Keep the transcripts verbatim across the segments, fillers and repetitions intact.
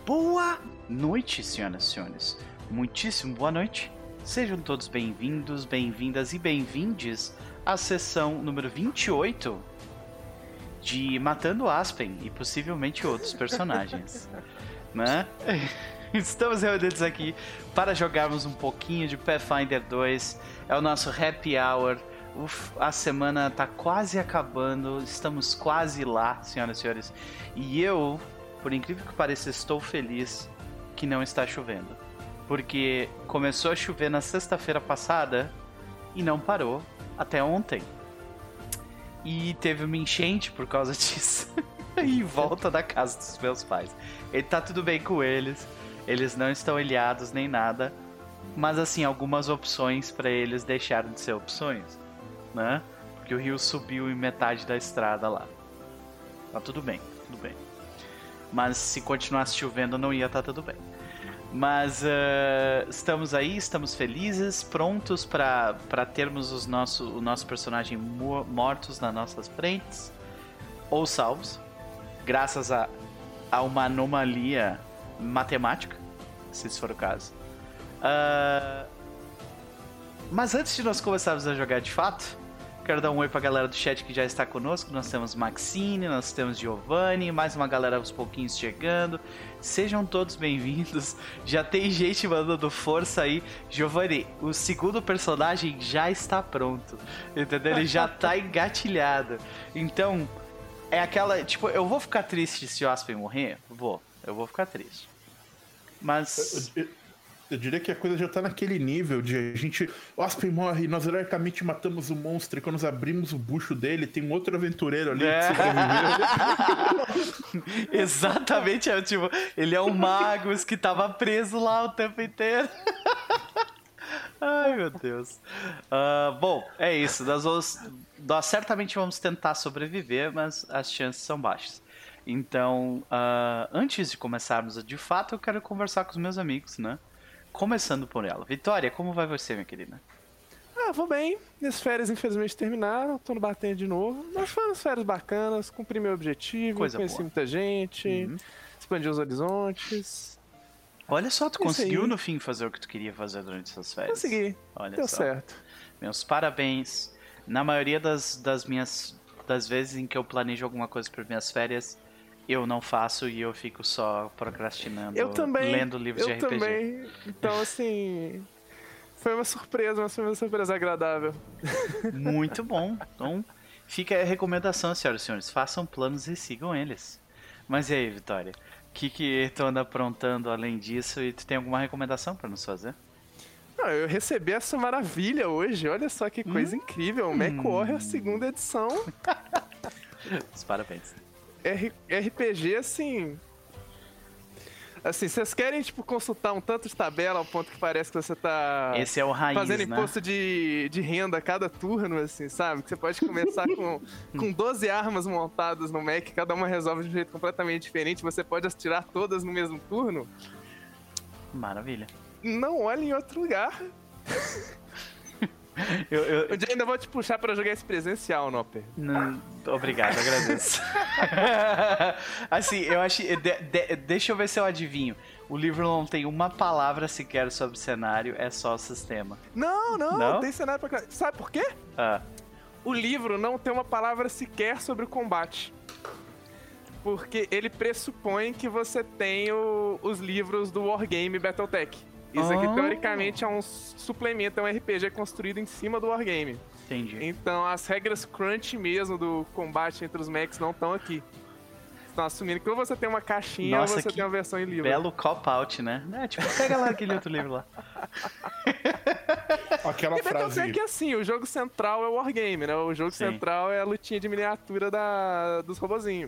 Boa noite, senhoras e senhores. Muitíssimo boa noite. Sejam todos bem-vindos, bem-vindas e bem-vindes à sessão número vinte e oito de Matando Aspen e possivelmente outros personagens, né? Estamos reunidos aqui para jogarmos um pouquinho de Pathfinder dois. É o nosso Happy Hour. Uf, a semana tá quase acabando, estamos quase lá, senhoras e senhores. E eu, por incrível que pareça, estou feliz que não está chovendo. Porque começou a chover na sexta-feira passada e não parou até ontem. E teve uma enchente por causa disso em volta da casa dos meus pais. E tá tudo bem com eles, eles não estão ilhados nem nada. Mas assim, algumas opções para eles deixaram de ser opções, né? Porque o rio subiu em metade da estrada lá. Tá tudo bem, tudo bem. Mas se continuasse chovendo não ia estar tudo bem. Mas uh, estamos aí, estamos felizes, prontos para termos os nosso, o nosso personagem mo- mortos nas nossas frentes, ou salvos, graças a, a uma anomalia matemática, se isso for o caso. Uh, mas antes de nós começarmos a jogar de fato, quero dar um oi pra galera do chat que já está conosco. Nós temos Maxine, nós temos Giovanni, mais uma galera aos pouquinhos chegando. Sejam todos bem-vindos. Já tem gente mandando força aí. Giovanni, o segundo personagem já está pronto, entendeu? Ele já tá engatilhado. Então, é aquela... Tipo, eu vou ficar triste se o Aspen morrer? Vou. Eu vou ficar triste. Mas... Eu, eu, eu diria que a coisa já tá naquele nível de a gente... O Aspen morre, nós heroicamente matamos o monstro e quando nós abrimos o bucho dele, tem um outro aventureiro ali é. que sobreviveu. Exatamente, é, tipo, ele é um Magus que tava preso lá o tempo inteiro. Ai, meu Deus. Uh, bom, é isso. Nós, vamos, nós certamente vamos tentar sobreviver, mas as chances são baixas. Então, uh, antes de começarmos de fato, eu quero conversar com os meus amigos, né? Começando por ela. Vitória, como vai você, minha querida? Ah, vou bem. Minhas férias, infelizmente, terminaram. Tô no batendo de novo. Mas foram umas férias bacanas. Cumpri meu objetivo. Coisa conheci boa. muita gente. Uhum. Expandi os horizontes. Olha só, tu Isso conseguiu aí. no fim fazer o que tu queria fazer durante essas férias. Consegui. Olha Deu só. certo. Meus parabéns. Na maioria das, das minhas... das vezes em que eu planejo alguma coisa para minhas férias, eu não faço e eu fico só procrastinando, eu também, lendo livros eu de R P G. Também. Então, assim... Foi uma surpresa, mas foi uma surpresa agradável. Muito bom. Então, fica a recomendação, senhoras e senhores. Façam planos e sigam eles. Mas e aí, Vitória? O que que tu anda aprontando além disso? E tu tem alguma recomendação para nos fazer? Não, eu recebi essa maravilha hoje. Olha só que coisa hum, incrível. O MechWarrior, segunda edição. Os parabéns. R- RPG, assim... Assim, vocês querem, tipo, consultar um tanto de tabela ao ponto que parece que você tá... Esse é o raiz, fazendo né? imposto de, de renda a cada turno, assim, sabe? Que você pode começar com, com doze armas montadas no mech, cada uma resolve de um jeito completamente diferente, você pode atirar todas no mesmo turno. Maravilha. Não olhe em outro lugar. Eu, eu... Um dia ainda vou te puxar pra jogar esse presencial, Nopper. Não, obrigado, agradeço. Assim, eu acho... De, de, deixa eu ver se eu adivinho. O livro não tem uma palavra sequer sobre cenário, é só o sistema. Não, não, não? tem cenário pra... Sabe por quê? Ah. O livro não tem uma palavra sequer sobre o combate. Porque ele pressupõe que você tem o, os livros do Wargame Battletech. Isso aqui, oh. teoricamente, é um suplemento, é um R P G construído em cima do Wargame. Entendi. Então, as regras crunch mesmo do combate entre os mechs não estão aqui. Estão assumindo que ou você tem uma caixinha Nossa, ou você tem uma versão em livro. Belo cop-out, né? É, tipo, pega lá aquele outro livro lá. Aquela e frase... é que assim, o jogo central é o Wargame, né? O jogo Sim. central é a lutinha de miniatura da, dos robozinhos.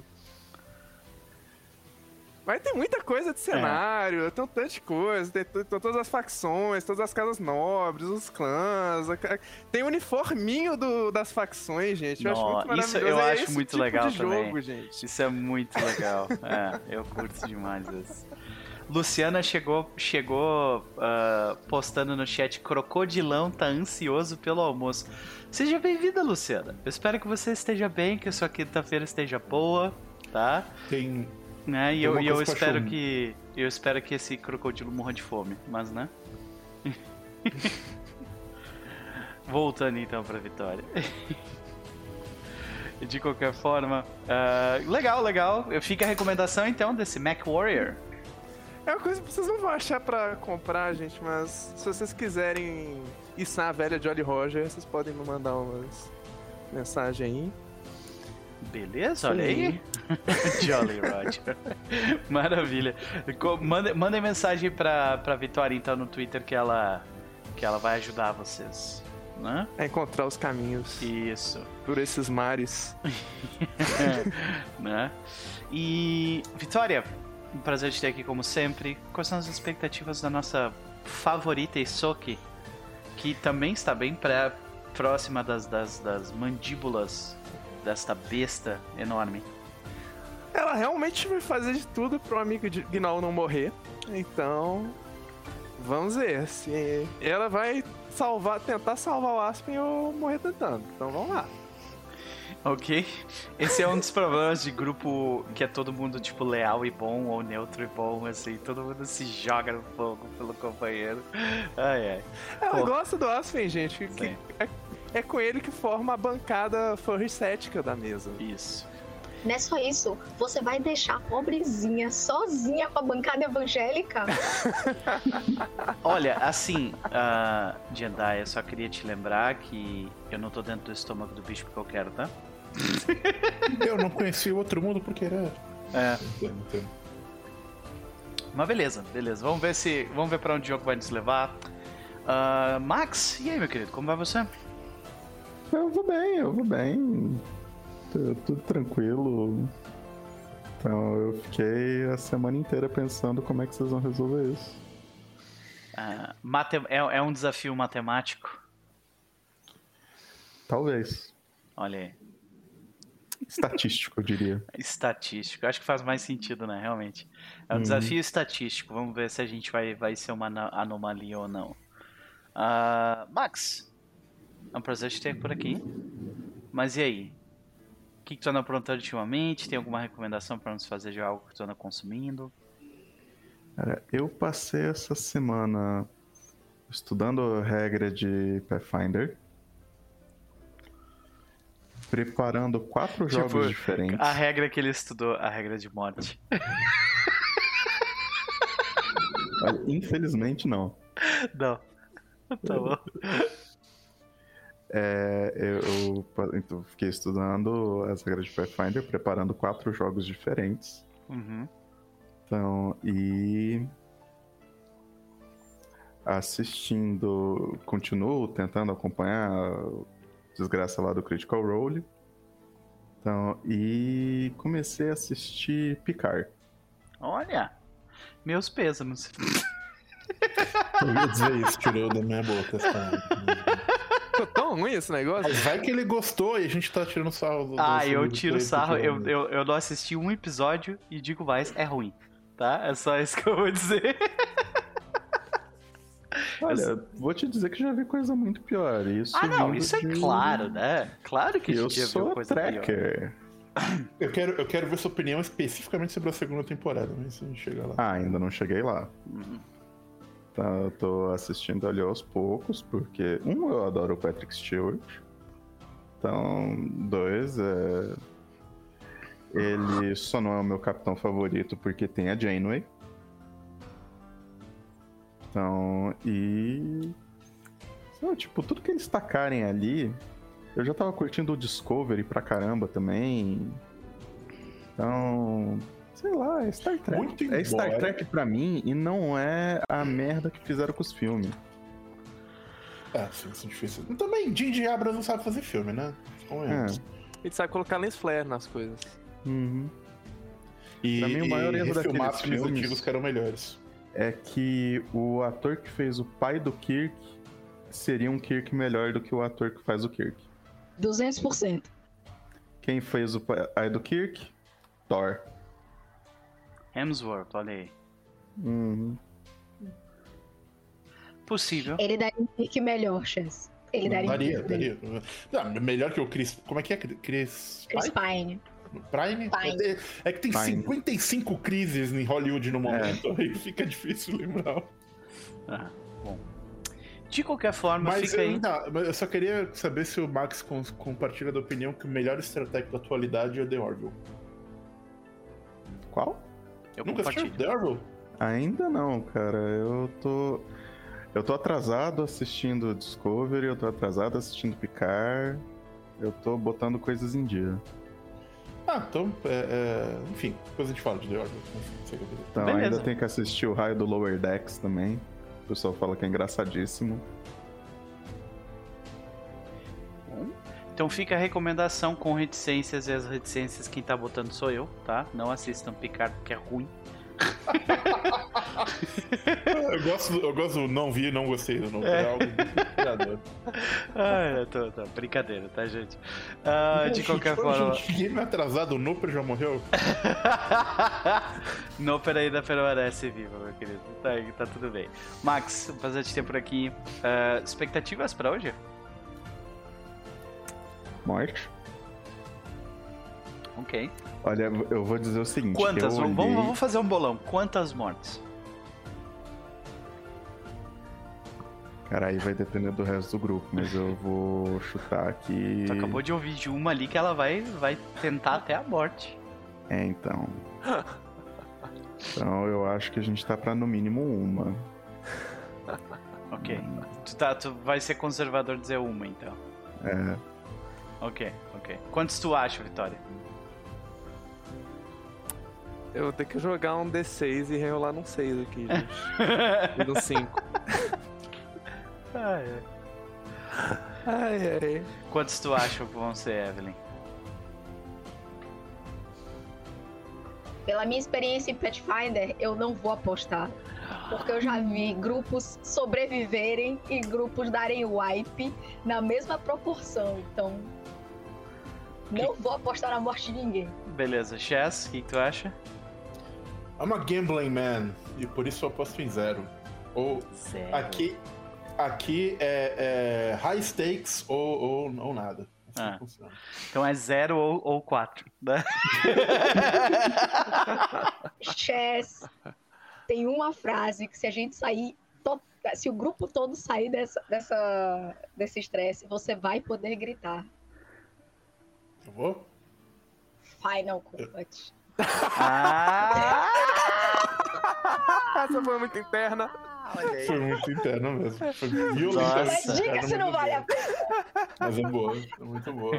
Mas tem muita coisa de cenário, é. tem um tanto de coisa, tem, tem todas as facções, todas as casas nobres, os clãs, tem o uniforminho do, das facções, gente. Eu Não, acho muito isso maravilhoso. eu é acho esse muito tipo legal de também. Jogo, gente. Isso é muito legal. É, eu curto demais isso. Luciana chegou, chegou uh, postando no chat: Crocodilão tá ansioso pelo almoço. Seja bem-vinda, Luciana. Eu espero que você esteja bem, que a sua quinta-feira esteja boa, tá? Tem... Né? E Tem eu, uma e eu coisa que eu espero acho- que. Eu espero que esse crocodilo morra de fome, mas né? Voltando então pra Vitória. De qualquer forma, ah, legal, legal. Fica a recomendação então desse Mac Warrior. É uma coisa que vocês não vão achar pra comprar, gente, mas se vocês quiserem içar a velha Jolly Roger, vocês podem me mandar umas mensagens aí. Beleza, olha aí. Jolly Roger. Maravilha. Co- Manda, mandem mensagem pra, pra Vitória então no Twitter que ela, que ela vai ajudar vocês. Né? A encontrar os caminhos Isso. por esses mares. Né? E Vitória, um prazer te ter aqui como sempre. Quais são as expectativas da nossa favorita Isoki, que também está bem pré, próxima das, das, das mandíbulas desta besta enorme? Ela realmente vai fazer de tudo pro amigo de Gnol não morrer. Então, vamos ver se ela vai salvar, tentar salvar o Aspen ou morrer tentando. Então vamos lá. Ok? Esse é um dos problemas de grupo que é todo mundo, tipo, leal e bom, ou neutro e bom, assim. Todo mundo se joga no fogo pelo companheiro. Ai, ai. Ela Pô. gosta do Aspen, gente. Que Sim. é, é com ele que forma a bancada furry cética da mesa. Isso. Não é só isso, você vai deixar a pobrezinha sozinha com a bancada evangélica? Olha, assim, uh, Jedi, eu só queria te lembrar que eu não tô dentro do estômago do bicho porque eu quero, tá? Eu não conheci o outro mundo porque era. É. Entendo, entendo. Mas beleza, beleza. Vamos ver se. Vamos ver pra onde o jogo vai nos levar. Uh, Max, e aí, meu querido, como vai você? Eu vou bem, eu vou bem. Tô- Tudo tranquilo. Então eu fiquei a semana inteira pensando como é que vocês vão resolver isso. Uh, mate... é, é um desafio matemático? Talvez. Olha aí. Estatístico, eu diria. Estatístico. Acho que faz mais sentido, né? Realmente. É um Uhum. desafio estatístico. Vamos ver se a gente vai, vai ser uma ana- anomalia ou não. Uh, Max, é um prazer te ter por aqui. Mas e aí? O que, que tu anda aprontando ultimamente? Tem alguma recomendação pra nos fazer de algo que tu anda consumindo? Cara, eu passei essa semana estudando a regra de Pathfinder, preparando quatro Tipo, jogos diferentes. A regra que ele estudou, a regra de morte. Olha, infelizmente não. Não. Tá bom. É, eu, eu então, fiquei estudando as regras de Pathfinder, preparando quatro jogos diferentes. Uhum. Então, e assistindo, continuo tentando acompanhar a desgraça lá do Critical Role. Então, e comecei a assistir Picard. Olha, meus pêsames. Eu ia dizer isso, tirou da minha boca. Essa... Ficou tão ruim esse negócio? Mas vai que ele gostou e a gente tá tirando sarro do. Ah, do- eu do- tiro do- sarro, do- eu, eu, eu não assisti um episódio e digo mais, é ruim, tá? É só isso que eu vou dizer. Olha, vou te dizer que já vi coisa muito pior. Isso Ah, não, vindo isso é de- claro, né? Claro que a Eu gente já viu sou coisa pior. tracker. Eu quero, eu quero ver sua opinião especificamente sobre a segunda temporada, mas a gente chega lá. Ah, ainda não cheguei lá. Uhum. Tá, eu tô assistindo ali aos poucos, porque, um, eu adoro o Patrick Stewart. Então, dois, é... ele só não é o meu capitão favorito porque tem a Janeway. Então, e... sei lá, tipo, tudo que eles tacarem ali, eu já tava curtindo o Discovery pra caramba também. Então... sei lá, é Star Trek. Muito É Star embora- Trek pra mim e não é a merda que fizeram com os filmes. Ah, sim, isso é difícil. Também, J J Abrams não sabe fazer filme, né? Convenhamos. A gente sabe colocar lens flare nas coisas. Uhum. E, Pra mim, o maior e erro refilmar daqueles filmes filmes- antigos que eram melhores. É que o ator que fez o pai do Kirk seria um Kirk melhor do que o ator que faz o Kirk. duzentos por cento. Quem fez o pai do Kirk? Thor. Hemsworth, olha aí. Uhum. Possível. Ele daria um pique melhor, Chance. Ele daria um Daria, pique melhor. daria. Não, melhor que o Chris. Como é que é? Chris. Chris Pine. Prime? Prime. É, é que tem Prime. cinquenta e cinco crises em Hollywood no momento, aí fica difícil lembrar. Ah, bom. De qualquer forma, Mas fica eu, aí. não, mas eu só queria saber se o Max com- compartilha da opinião que o melhor estratégia da atualidade é The Orville. Qual? Eu Nunca assistiu compartilho. The Orville? Ainda não, cara. Eu tô. Eu tô atrasado assistindo Discovery, eu tô atrasado assistindo Picard. Eu tô botando coisas em dia. Ah, então, é, é, enfim, depois a gente fala de The Orville. Não sei o que eu vou dizer. Então Beleza. ainda tem que assistir o Raio do Lower Decks também. O pessoal fala que é engraçadíssimo. Bom, então fica a recomendação com reticências, e as reticências quem tá botando sou eu, tá? Não assistam Picard porque é ruim. Eu gosto, eu gosto do não vi, não gostei do novo. É. É algo muito inspirador. Ah, eu tô, tô, brincadeira, tá, gente? Ah, de Gente, qualquer pô, forma. gente, game atrasado, o Nooper já morreu? Noper ainda permanece vivo, meu querido. Tá, tá tudo bem. Max, um prazer te ter por aqui. Ah, expectativas pra hoje? Morte. Ok. Olha, eu vou dizer o seguinte. Quantas? eu Vamos, olhei- vamos fazer um bolão. Quantas mortes? Cara, aí vai depender do resto do grupo, mas eu vou chutar aqui. Tu acabou de ouvir de uma ali que ela vai, vai tentar até a morte. É, então. Então eu acho que a gente tá pra no mínimo uma. Ok. Tu, tá, tu vai ser conservador dizer uma, então. É. Ok, ok. Quantos tu acha, Vitória? Eu vou ter que jogar um D seis e rerolar num seis aqui, gente. E no cinco. Ah, é. Ai, ai. Quantos tu acha que vão ser, Evelyn? Pela minha experiência em Pathfinder, eu não vou apostar. Porque eu já vi grupos sobreviverem e grupos darem wipe na mesma proporção. Então, não vou apostar na morte de ninguém. Beleza, Chess, o que, que tu acha? I'm a gambling man, e por isso eu aposto em zero. Ou Zero. aqui, aqui é, é high stakes ou, ou, ou nada. Assim Ah. funciona. Então é zero ou, ou quatro, né? Chess, tem uma frase que se a gente sair, to- se o grupo todo sair dessa, dessa, desse estresse, você vai poder gritar Eu vou? Final Combat. Ah! Essa foi muito interna. Foi muito interno mesmo. Foi Nossa. violento. Mas diga se não vale a pena. Mas é boa, é muito boa.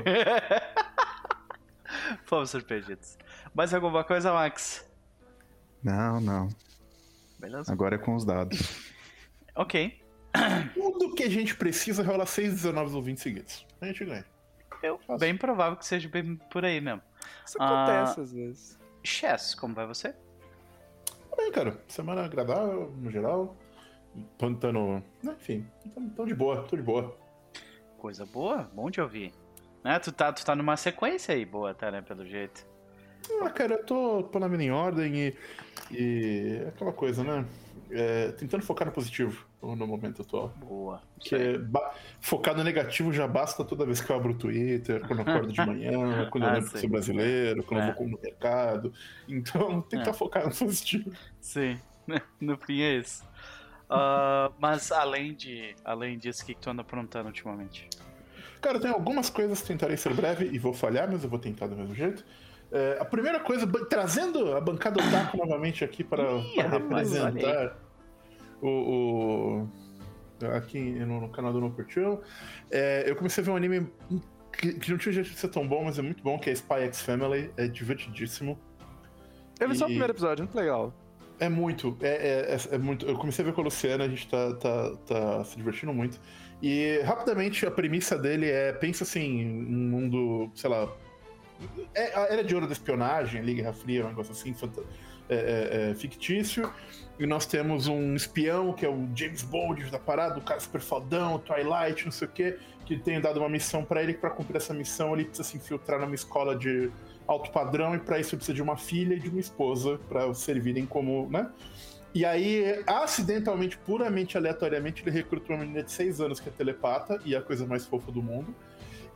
Fomos surpreendidos. Mais alguma coisa, Max? Não, não. Beleza? Agora é com os dados. Ok. Tudo que a gente precisa é rolar seis, dezenove ou vinte seguidos. A gente ganha. Eu, Fácil. bem provável que seja bem por aí mesmo. Isso Ah. acontece às vezes. Chess, como vai você? Tá bem, cara. Semana agradável, no geral. Pantano. Enfim, tô, tô de boa, tô de boa. Coisa boa, bom de ouvir. Né? Tu, tá, tu tá numa sequência aí boa, tá, né? Pelo jeito. Ah, cara, eu tô pondo a vida em ordem e. E. aquela coisa, né? É, tentando focar no positivo no momento atual. Boa. Isso Que aí. é ba- focar no negativo já basta toda vez que eu abro o Twitter, quando eu acordo de manhã, quando eu Ah, lembro que sim. sou brasileiro, quando É. eu vou no mercado. Então, tentar É. focar no positivo. Sim, no fim é isso. Ah, mas além, de, além disso, o que, que tu anda aprontando ultimamente? Cara, tem algumas coisas, tentarei ser breve e vou falhar, mas eu vou tentar do mesmo jeito. É, a primeira coisa, ba- trazendo a bancada Otaku novamente aqui para, Ih, para rapaz, olha representar o, o- aqui no, no canal do No Curtiu. É, eu comecei a ver um anime que, que não tinha jeito de ser tão bom, mas é muito bom, que é Spy X Family, é divertidíssimo. Eu vi só o E- primeiro episódio, muito legal. É muito, é, é, é- é muito. Eu comecei a ver com a Luciana, a gente tá, tá, tá se divertindo muito. E rapidamente a premissa dele é: pensa assim, um mundo, sei lá. É a Era de Ouro da Espionagem, ali, Guerra Fria, um negócio assim, fanta- é, é, é, fictício. E nós temos um espião, que é o James Bond da parada, o cara super fodão, Twilight, não sei o quê, que tem dado uma missão pra ele, que pra cumprir essa missão ele precisa se infiltrar numa escola de alto padrão, e pra isso ele precisa de uma filha e de uma esposa pra servirem como, né? E aí, acidentalmente, puramente aleatoriamente, ele recruta uma menina de seis anos que é telepata e é a coisa mais fofa do mundo.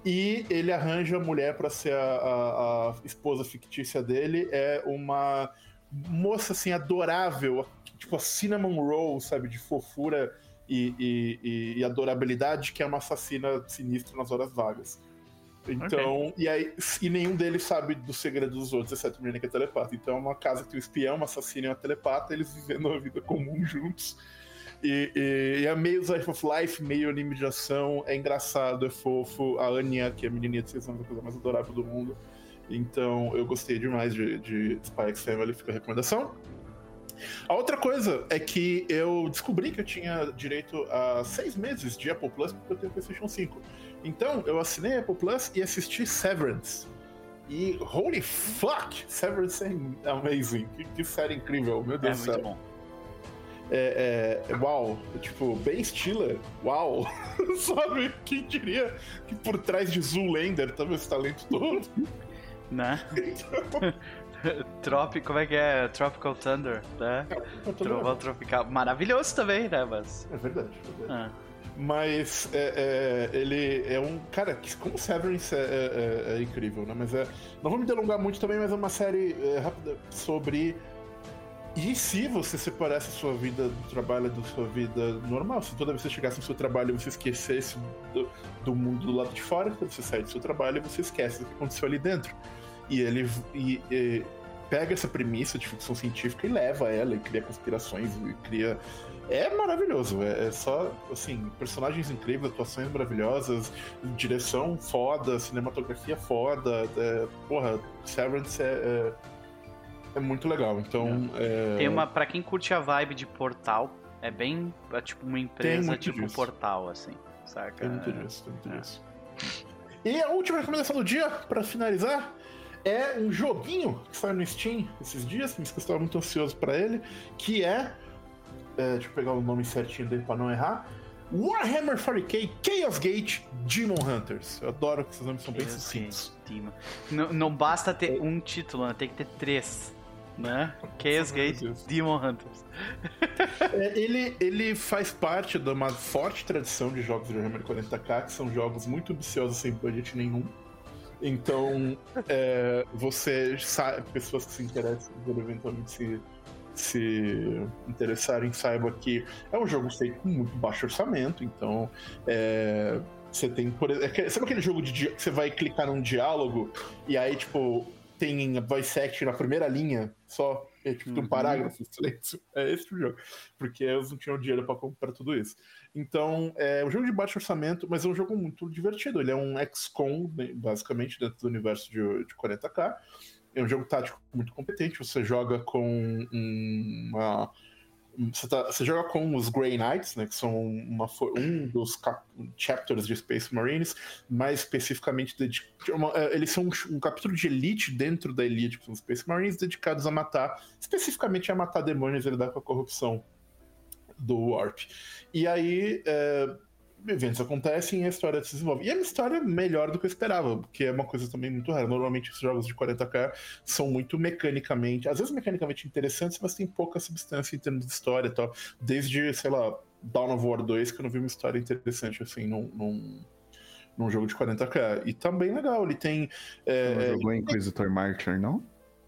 E ele arranja a mulher pra ser a, a, a esposa fictícia dele. É uma moça, assim, adorável. Tipo a Cinnamon Roll, sabe? De fofura e, e, e adorabilidade, que é uma assassina sinistra nas horas vagas. Então, okay. e aí, e nenhum deles sabe do segredo dos outros, exceto o menino que é telepata. Então é uma casa que tem um espião, uma assassina e uma telepata, eles vivendo uma vida comum juntos. E, e, e é meio Life of Life, meio anime de ação, é engraçado, é fofo. A Anya, que é a menininha de seis anos, é a coisa mais adorável do mundo. Então eu gostei demais de, de Spy X Family, fica a recomendação. A outra coisa é que eu descobri que eu tinha direito a seis meses de Apple Plus porque eu tenho PlayStation cinco. Então eu assinei Apple Plus e assisti Severance. E holy fuck! Severance é amazing. Que, que série incrível, meu Deus do céu. É muito bom. É, é, uau, tipo, Ben Stiller, uau, sabe, quem diria que por trás de Zoolander tava esse talento todo? Né? Então... Trop, como é que é? Tropical Thunder, né? É, Trovão Tropical, maravilhoso também, né, mas... É verdade, é verdade. Ah. Mas é, é, ele é um... Cara, como Severance é, é, é incrível, né, mas é... Não vou me delongar muito também, mas é uma série é, rápida sobre... E se você separasse a sua vida do trabalho da sua vida normal, se toda vez que você chegasse no seu trabalho você esquecesse do, do mundo do lado de fora, quando você sai do seu trabalho você esquece do que aconteceu ali dentro. E ele e, e, pega essa premissa de ficção científica e leva ela, e cria conspirações, e cria... É maravilhoso, é, é só, assim, personagens incríveis, atuações maravilhosas, direção foda, cinematografia foda, é, porra, Severance é... é... É muito legal, então... É. É... Tem uma, pra quem curte a vibe de Portal, é bem, é tipo uma empresa tipo disso. Portal, assim, saca? Tem muito disso, tem muito é. disso. E a última recomendação do dia, pra finalizar, é um joguinho que saiu no Steam esses dias, que eu estava muito ansioso pra ele, que é, é... Deixa eu pegar o nome certinho dele pra não errar. Warhammer quarenta K Chaos Gate Demon Hunters. Eu adoro que esses nomes são bem sucintos. Não, não basta ter um título, né? Tem que ter três. Né? Chaos Gate Demon Hunters. É, ele, ele faz parte de uma forte tradição de jogos de Warhammer quarenta K, que são jogos muito ambiciosos sem budget nenhum. Então, é, você sabe, pessoas que se interessam por eventualmente se, se interessarem, saibam que é um jogo feito com muito baixo orçamento. Então, é, você tem, por exemplo, sabe aquele jogo de que você vai clicar num diálogo e aí, tipo, tem voice acting na primeira linha só, é, tipo, tem um parágrafo, silêncio. É esse tipo de jogo. Porque eles não tinham dinheiro pra comprar tudo isso. Então, é um jogo de baixo orçamento, mas é um jogo muito divertido. Ele é um X COM, basicamente, dentro do universo de, de quarenta K. É um jogo tático muito competente. Você joga com uma... Você, tá, você joga com os Grey Knights, né, que são uma, um dos cap, chapters de Space Marines, mais especificamente dedicados, uma, eles são um, um capítulo de elite dentro da elite, que são os Space Marines, dedicados a matar, especificamente a matar demônios e lidar com a corrupção do Warp. E aí, é, eventos acontecem e a história se desenvolve. E é uma história melhor do que eu esperava, porque é uma coisa também muito rara. Normalmente esses jogos de quarenta K são muito mecanicamente, às vezes mecanicamente interessantes, mas tem pouca substância em termos de história e tal. Desde, sei lá, Dawn of War dois, que eu não vi uma história interessante assim num, num, num jogo de quarenta K. E tá bem legal, ele tem... É, Você jogou Inquisitor Martyr, não?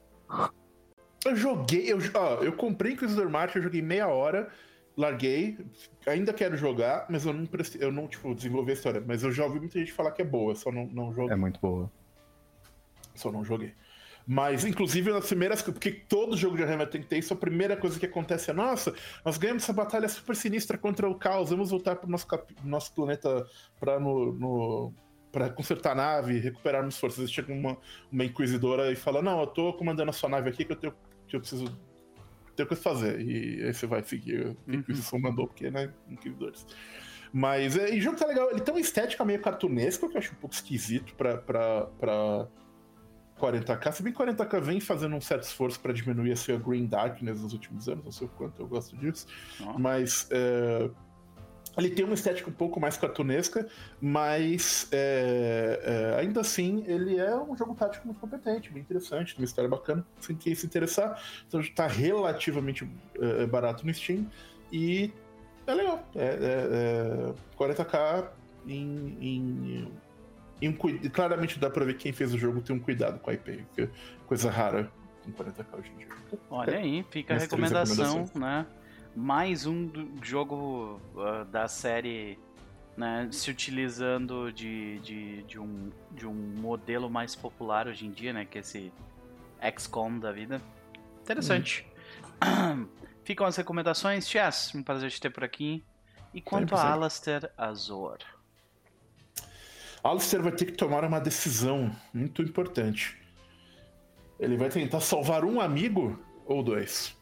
Eu joguei, eu, ó, eu comprei Inquisitor Martyr, eu joguei meia hora, larguei, ainda quero jogar, mas eu não, eu não tipo, desenvolvi a história. Mas eu já ouvi muita gente falar que é boa, só não, não joguei. É muito boa. Só não joguei. Mas, inclusive, nas primeiras... Porque todo jogo de Warhammer tem que ter isso. A primeira coisa que acontece é... Nossa, nós ganhamos essa batalha super sinistra contra o caos. Vamos voltar pro nosso, cap... nosso planeta pra, no, no... pra consertar a nave, recuperarmos forças. Chega uma, uma inquisidora e fala... Não, eu tô comandando a sua nave aqui que eu, tenho... que eu preciso... tem o que fazer, e aí você vai seguir o que a Inquisição mandou, porque, né, Inquisidores. Mas, é, e o jogo tá legal, ele tem uma estética meio cartunesca, que eu acho um pouco esquisito pra, pra, pra quarenta K, se bem que quarenta K vem fazendo um certo esforço pra diminuir a sua Green Darkness nos últimos anos, não sei o quanto eu gosto disso, oh. mas... É, ele tem uma estética um pouco mais cartunesca, mas é, é, ainda assim ele é um jogo tático muito competente, bem interessante, uma história bacana, sem quem se interessar. Então está relativamente é, barato no Steam e é legal. É, é, é quarenta K em, em, E um, claramente dá pra ver que quem fez o jogo tem um cuidado com a I P, que é coisa rara em quarenta K hoje em dia. Olha aí, fica a Minhas três recomendação, né? Mais um do- jogo uh, da série, né, se utilizando de, de, de, um, de um modelo mais popular hoje em dia, né? Que é esse X COM da vida. Interessante. Hum. Ficam as recomendações. Chess, um prazer te ter por aqui. E quanto Sempre, a sempre. Alastair Azor? Alistair vai ter que tomar uma decisão muito importante. Ele vai tentar salvar um amigo ou dois?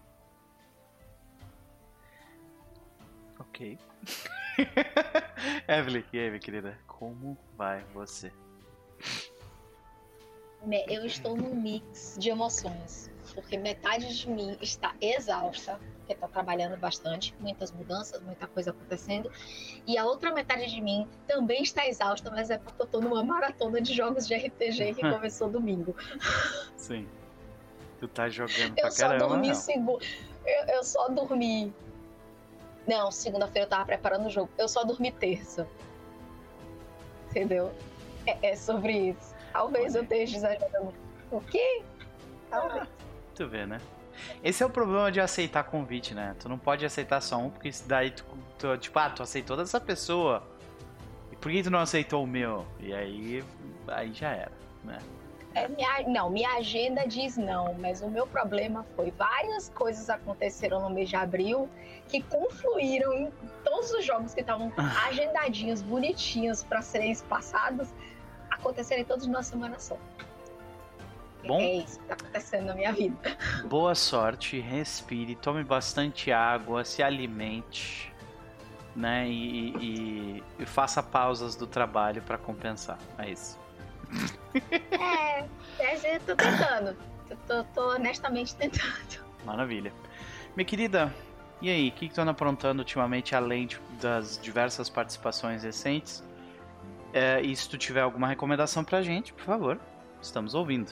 Ok. Evelyn, e aí, minha querida? Como vai você? Me- Eu estou num mix de emoções, porque metade de mim está exausta, porque está trabalhando bastante, muitas mudanças, muita coisa acontecendo, e a outra metade de mim também está exausta, mas é porque eu estou numa maratona de jogos de R P G que começou domingo. Sim. Tu tá jogando Eu pra só caramba, dormi não? segunda. Eu, eu só dormi. Não, segunda-feira eu tava preparando o jogo. Eu só dormi terça. Entendeu? É, é sobre isso. Talvez Olha. eu esteja exagerando. O quê? Talvez. Tu vê, né? Esse é o problema de aceitar convite, né? Tu não pode aceitar só um, porque daí tu, tu tipo, ah, tu aceitou dessa pessoa. E por que tu não aceitou o meu? E aí, aí já era, né? É, minha, não, minha agenda diz não, mas o meu problema foi várias coisas aconteceram no mês de abril que confluíram em todos os jogos que estavam agendadinhos, bonitinhos para serem passados, acontecerem todos numa semana só. Bom. É isso que tá acontecendo na minha vida. Boa sorte, respire, tome bastante água, se alimente, né? E, e, e faça pausas do trabalho pra compensar. É isso. É, é, eu tô tentando. Eu tô, tô honestamente tentando. Maravilha. Minha querida, e aí, o que, que tu anda aprontando ultimamente, além de, das diversas participações recentes? É, e se tu tiver alguma recomendação pra gente, por favor, estamos ouvindo.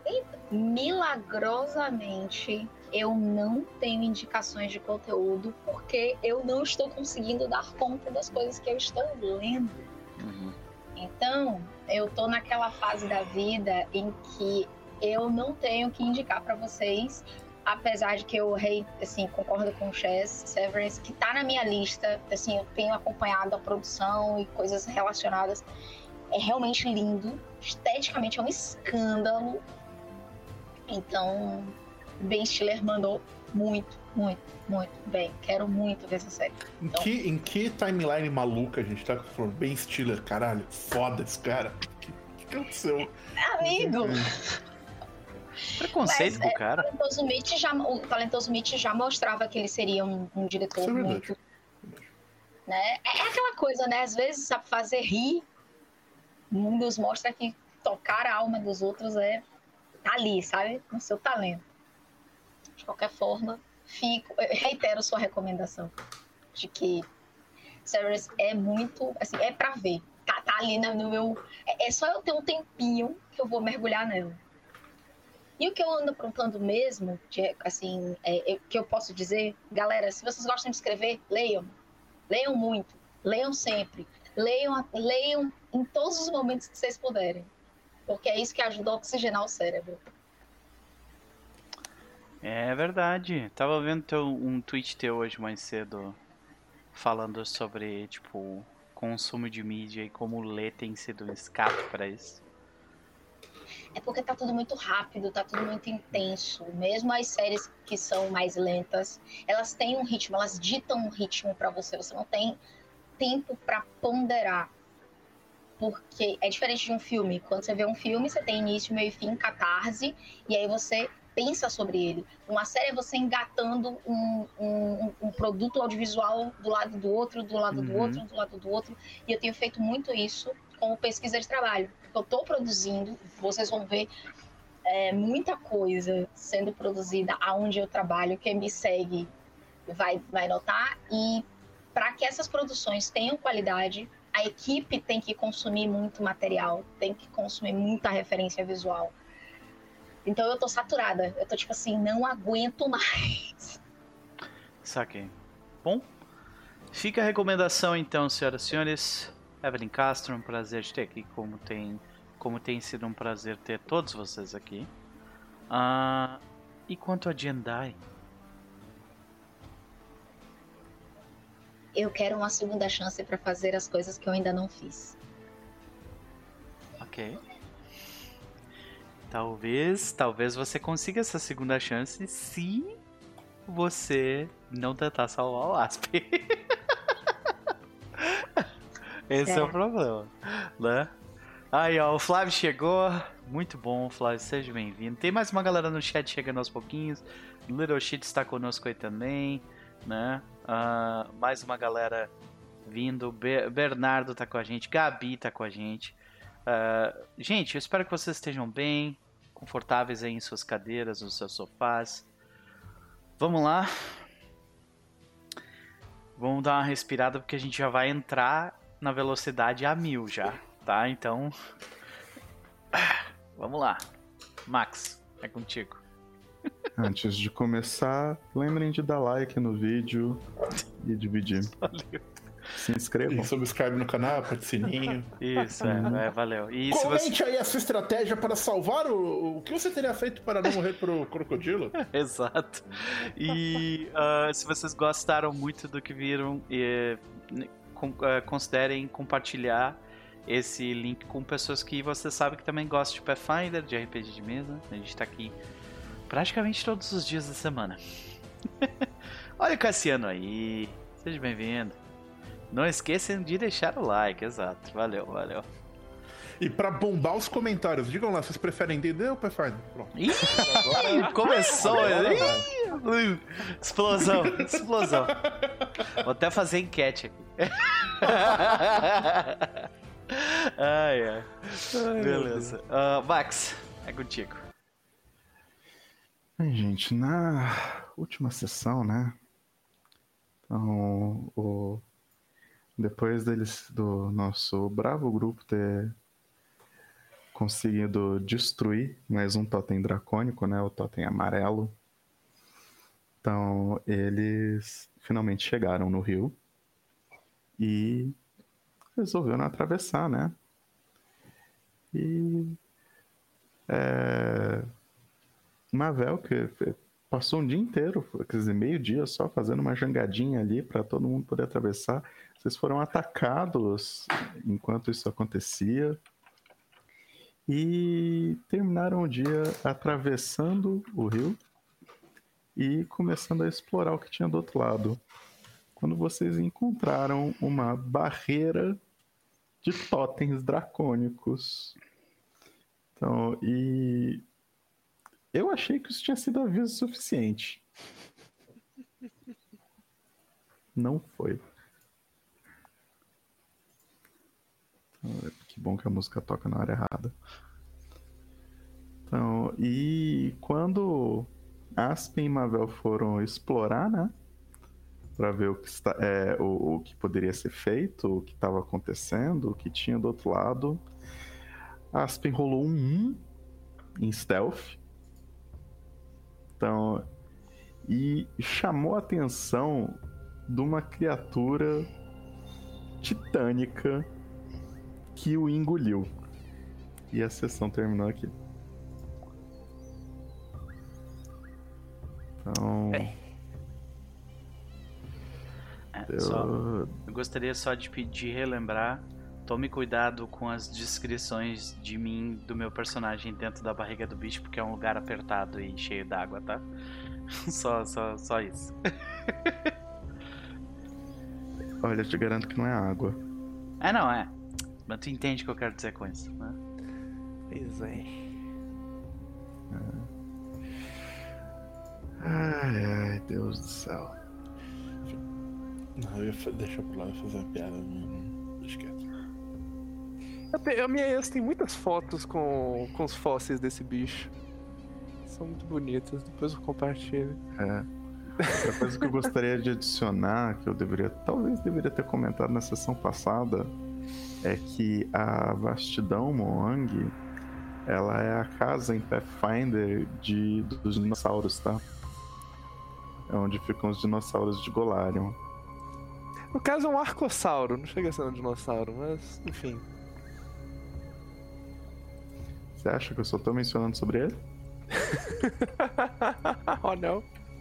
Milagrosamente, eu não tenho indicações de conteúdo porque eu não estou conseguindo dar conta das coisas que eu estou lendo. Uhum. Então, eu tô naquela fase da vida em que eu não tenho que indicar para vocês, apesar de que eu assim, concordo com o Chess, Severance, que tá na minha lista, assim, eu tenho acompanhado a produção e coisas relacionadas. É realmente lindo, esteticamente é um escândalo. Então, Ben Stiller mandou muito, muito, muito bem. Quero muito ver essa série. Em, Então, que, em que timeline maluca a gente tá falando? Ben Stiller, caralho, foda esse cara. O que, que aconteceu? amigo! Preconceito Mas, do cara. O Talentoso Mitch já, o Talentoso Mitch já mostrava que ele seria um, um diretor Isso é verdade. muito. Né? É aquela coisa, né? Às vezes, sabe, fazer rir. Um nos mostra que tocar a alma dos outros é tá ali, sabe? No seu talento. De qualquer forma, fico, reitero sua recomendação de que Severance é muito, assim, é pra ver. Tá, tá ali no meu. É, é só eu ter um tempinho que eu vou mergulhar nela. E o que eu ando aprontando mesmo, de, assim, é, é, que eu posso dizer, galera, se vocês gostam de escrever, leiam. Leiam muito. Leiam sempre. Leiam, leiam em todos os momentos que vocês puderem. Porque é isso que ajuda a oxigenar o cérebro. É verdade. Tava vendo teu, um tweet teu hoje mais cedo falando sobre, tipo, consumo de mídia e como ler tem sido um escape pra isso. É porque tá tudo muito rápido, tá tudo muito intenso. Mesmo as séries que são mais lentas, elas têm um ritmo, elas ditam um ritmo pra você. Você não tem tempo pra ponderar. Porque é diferente de um filme. Quando você vê um filme, você tem início, meio e fim, catarse, e aí você pensa sobre ele. Uma série é você engatando um, um, um produto audiovisual do lado do outro, do lado Uhum. do outro, do lado do outro. E eu tenho feito muito isso com pesquisa de trabalho. Eu estou produzindo, vocês vão ver é, muita coisa sendo produzida aonde eu trabalho. Quem me segue vai, vai notar. E para que essas produções tenham qualidade, a equipe tem que consumir muito material, tem que consumir muita referência visual. Então eu tô saturada, eu tô tipo assim, não aguento mais. Saquei. Bom, fica a recomendação então, senhoras e senhores. Evelyn Castro, um prazer te ter aqui, como tem, como tem sido um prazer ter todos vocês aqui. Uh, e quanto a Jendai? Eu quero uma segunda chance pra fazer as coisas que eu ainda não fiz. Ok. Talvez, talvez você consiga essa segunda chance se você não tentar salvar o Asp. Esse é. é o problema, né? Aí, ó, o Flávio chegou. Muito bom, Flávio, seja bem-vindo. Tem mais uma galera no chat chegando aos pouquinhos. Little Shit está conosco aí também, né? Uh, mais uma galera vindo. Be- Bernardo tá com a gente, Gabi tá com a gente. Uh, gente, eu espero que vocês estejam bem, confortáveis aí em suas cadeiras, nos seus sofás. Vamos lá. Vamos dar uma respirada porque a gente já vai entrar na velocidade a mil já, tá? Então, vamos lá. Max, é contigo. Antes de começar, lembrem de dar like no vídeo e dividir. Valeu. Se inscrevam. E subscribe no canal, aperta o sininho. Isso, é, é valeu. E se Comente você... aí a sua estratégia para salvar o... O que você teria feito para não morrer pro crocodilo? Exato. E uh, se vocês gostaram muito do que viram, e, com, uh, considerem compartilhar esse link com pessoas que você sabe que também gostam de Pathfinder, de R P G de mesa. A gente tá aqui praticamente todos os dias da semana. Olha o Cassiano aí. Seja bem-vindo. Não esqueçam de deixar o like, exato. Valeu, valeu. E pra bombar os comentários, digam lá, vocês preferem D e D ou Pathfinder? Pronto. Ih, começou! Ih, explosão, explosão. Vou até fazer enquete aqui. Ai, ai. Beleza. Uh, Max, é contigo. Bem, gente, na última sessão, né? Então, o... depois deles, do nosso bravo grupo ter conseguido destruir mais um totem dracônico, né? O totem amarelo. Então, eles finalmente chegaram no rio e resolveram atravessar, né? E é... Mavel, que passou um dia inteiro, quer dizer, meio dia só, fazendo uma jangadinha ali para todo mundo poder atravessar. Vocês foram atacados enquanto isso acontecia e terminaram o dia atravessando o rio e começando a explorar o que tinha do outro lado. Quando vocês encontraram uma barreira de totens dracônicos. Então, e eu achei que isso tinha sido aviso suficiente. Não foi. Que bom que a música toca na hora errada. Então, e quando Aspen e Mavel foram explorar, né? Pra ver o que, está, é, o, o que poderia ser feito, o que estava acontecendo, o que tinha do outro lado, Aspen rolou um um em stealth. Então, e chamou a atenção de uma criatura titânica que o engoliu. E a sessão terminou aqui. Então... É. É, só, eu gostaria só de pedir, relembrar, tome cuidado com as descrições de mim, do meu personagem dentro da barriga do bicho, porque é um lugar apertado e cheio d'água, tá? Só, só, só isso. Olha, eu te garanto que não é água. É, não, é. Mas tu entende o que eu quero dizer com isso, né? Pois é. é. Ai, ai, Deus do céu. Não, eu ia deixar por lá, eu ia fazer uma piada, não deixa quieto. Eu tenho, a minha ex tem muitas fotos com, com os fósseis desse bicho. São muito bonitas, depois eu compartilho. É. Outra coisa que eu gostaria de adicionar, que eu deveria, talvez deveria ter comentado na sessão passada, é que a Vastidão Moang, ela é a casa em Pathfinder de, dos dinossauros, tá? É onde ficam os dinossauros de Golarion. No caso é um arcossauro, não chega a ser um dinossauro, mas enfim. Você acha que eu só tô mencionando sobre ele? Oh não.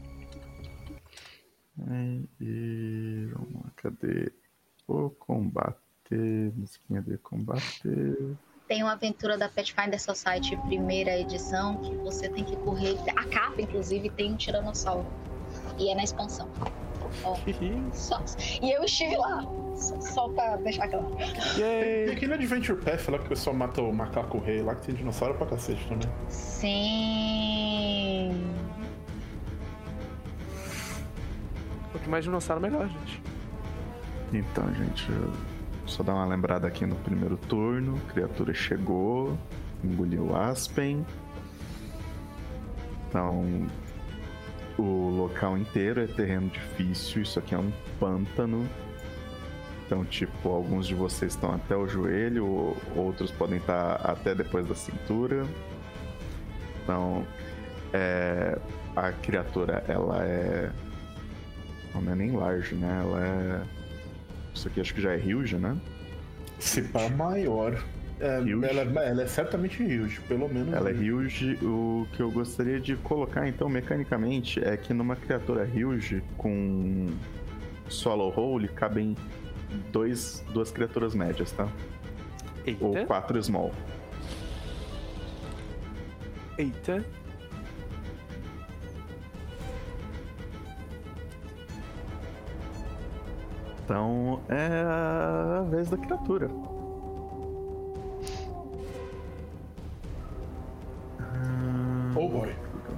E, e vamos lá, cadê o combate? Musiquinha de combate. Tem uma aventura da Pathfinder Society, primeira edição, que você tem que correr. A capa, inclusive, tem um tiranossauro. E é na expansão. Ó, só... E eu estive lá, só, só pra deixar claro. Tem aquele Adventure Path lá que o pessoal mata o macaco rei lá, que tem dinossauro pra cacete também. Sim. Quanto mais dinossauro, melhor, gente. Então, gente, só dar uma lembrada aqui no primeiro turno. A criatura chegou, engoliu o Aspen. Então, o local inteiro é terreno difícil. Isso aqui é um pântano. Então, tipo, alguns de vocês estão até o joelho, outros podem estar até depois da cintura. Então, é, a criatura, ela é... não é nem large, né? Ela é... Isso aqui acho que já é huge, né? Se pá maior. É, ela, ela é certamente huge, pelo menos. Ela é huge. O que eu gostaria de colocar, então, mecanicamente, é que numa criatura huge com Swallow Hole cabem dois, duas criaturas médias, tá? Eita. Ou quatro small. Eita. Então, é a vez da criatura. Oh boy.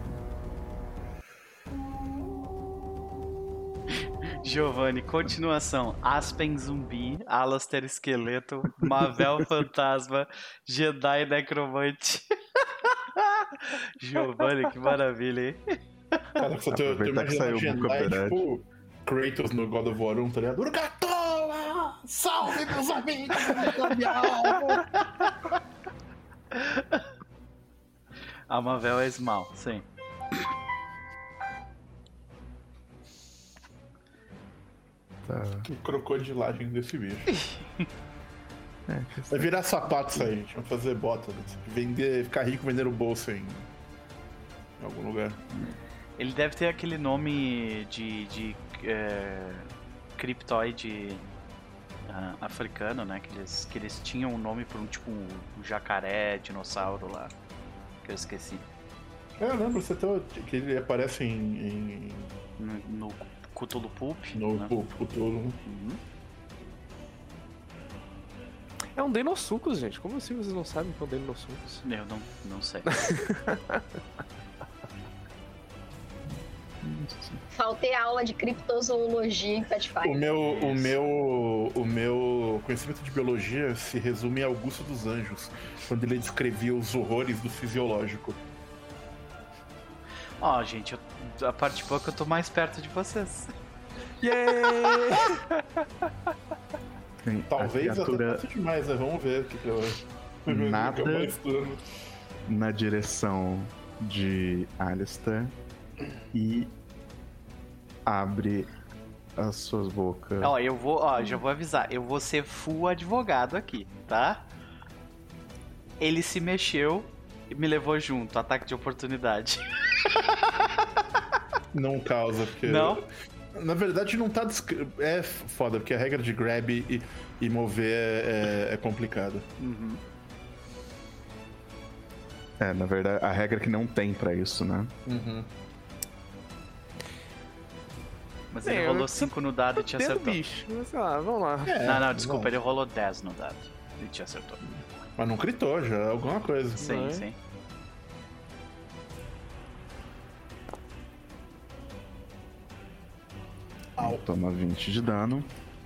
Giovanni, continuação. Aspen zumbi, Alastair esqueleto, Mavel fantasma, Jedi necromante. Giovanni, que maravilha, hein? Cara, só tô, tô Aproveitar que saiu imaginando o Jedi, Book of tipo Kratos no God of War um, tá ligado? Urgatola! Salve meus amigos! A Mavel é small, sim. Tá. Que crocodilagem desse bicho. É, que Vai virar sapato isso aí, gente. Vamos fazer bota. Né? Vender, ficar rico vendendo bolsa em, em algum lugar. Ele deve ter aquele nome de, de é, criptoide uh, africano, né? Que eles, que eles tinham um nome por um tipo um, um jacaré, dinossauro lá. Que eu esqueci. É, eu lembro, você tá, que ele aparece em... em No, no Cthulhu Pulp. no né? Cthulhu. Uhum. É um Deinosuchus, gente. Como assim vocês não sabem que é um Deinosuchus? Eu não, não sei. Faltei a aula de criptozoologia em O Pathfinder. meu, o, meu, o meu conhecimento de biologia se resume a Augusto dos Anjos, quando ele descrevia os horrores do fisiológico. Ó, gente, eu, a parte boa é que eu tô mais perto de vocês. Yeah! Tem Talvez a criatura até passe demais, né? Vamos ver o que, que eu... Nada. que eu mais turno. na direção de Alistair e abre as suas bocas. Ó, eu vou, ó, já vou avisar, eu vou ser full advogado aqui, tá? Ele se mexeu e me levou junto, ataque de oportunidade. Não causa, porque... Não? Na verdade, não tá... Descri... É foda, porque a regra de grab e, e mover é, é complicada. Uhum. É, na verdade, a regra é que não tem pra isso, né? Uhum. Mas ele É, rolou eu cinco no dado e te Tendo acertou. bicho. Mas, sei lá, vamos lá. É, Não, não, desculpa, não. ele rolou dez no dado e te acertou. Mas não gritou, já é alguma coisa. Sim, é? sim. Au. Toma vinte de dano.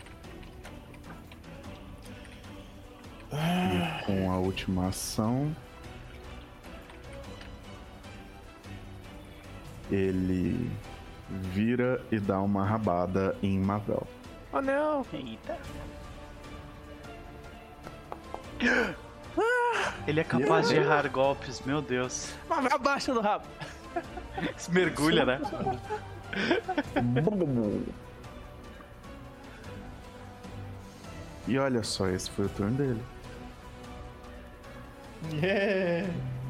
E com a última ação, ele vira e dá uma rabada em Mavel. Oh, não. Eita. Ele é capaz de errar golpes, meu Deus. Mas vai abaixo do rabo. Se mergulha, né? E olha só, esse foi o turno dele. Yeah!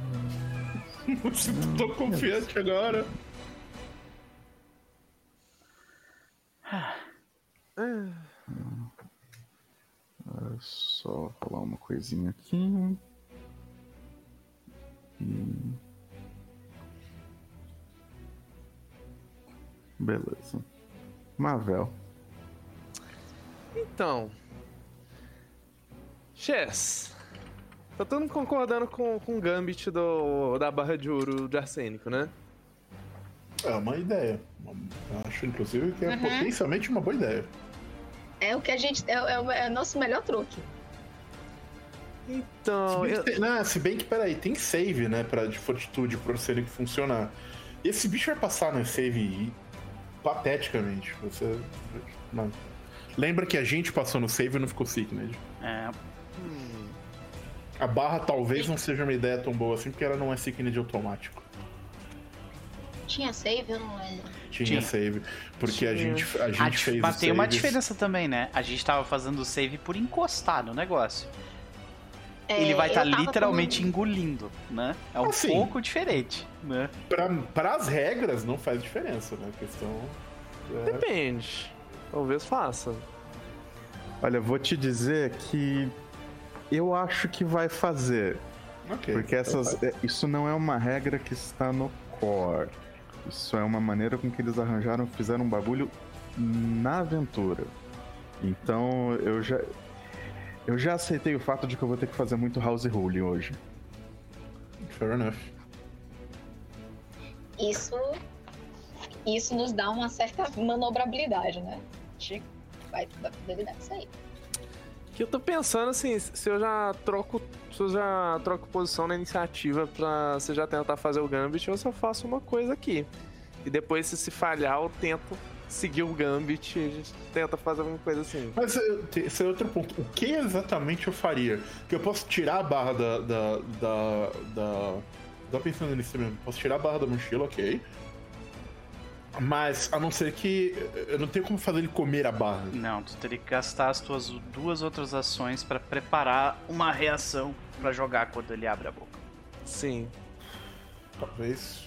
Você tô confiante agora. É só falar uma coisinha aqui. E... beleza. Mavel. Então. Chess. Tá todo mundo concordando com, com o Gambit do, da barra de ouro de arsênico, né? É uma ideia. Eu acho, inclusive, que é Uhum. potencialmente uma boa ideia. É o que a gente. É, é o- é o nosso melhor truque. Então. Se bem, eu- que, tem- não, se bem que, peraí, tem save, né, pra, de fortitude pro arsênico funcionar. Esse bicho vai passar no save pateticamente. Você. Não. Lembra que a gente passou no save e não ficou sickness. É, hum, A barra talvez não seja uma ideia tão boa assim, porque ela não é sickness automático. Tinha save, eu não lembro. Tinha, Tinha. save. Porque a Tinha. gente, a gente a dif- fez mas os tem uma saves- diferença também, né? A gente tava fazendo o save por encostar no negócio. É, Ele vai eu estar tava literalmente com- engolindo, né? É um Assim. pouco diferente, né? Pra, pras regras não faz diferença, né? A questão. É... Depende. Talvez faça. Olha, vou te dizer que eu acho que vai fazer. Ok. Porque essas, é, isso não é uma regra que está no core. Isso é uma maneira com que eles arranjaram, fizeram um bagulho na aventura. Então eu já eu já aceitei o fato de que eu vou ter que fazer muito house rule hoje. Fair enough. Isso. Isso nos dá uma certa manobrabilidade, né? A gente vai, vai poder lidar com isso aí. Que eu tô pensando assim, se eu já troco. Se eu já troco posição na iniciativa pra você já tentar fazer o Gambit, ou se eu faço uma coisa aqui. E depois, se se falhar, eu tento seguir o Gambit e a gente tenta fazer alguma coisa assim. Mas eh, te- esse é outro ponto. O que exatamente eu faria? Que eu posso tirar a barra da. da. da. da... Tô pensando nisso mesmo. Posso tirar a barra da mochila, ok. Mas a não ser que. Eu não tenho como fazer ele comer a barra. Não, tu teria que gastar as tuas duas outras ações pra preparar uma reação pra jogar quando ele abre a boca. Sim. Talvez.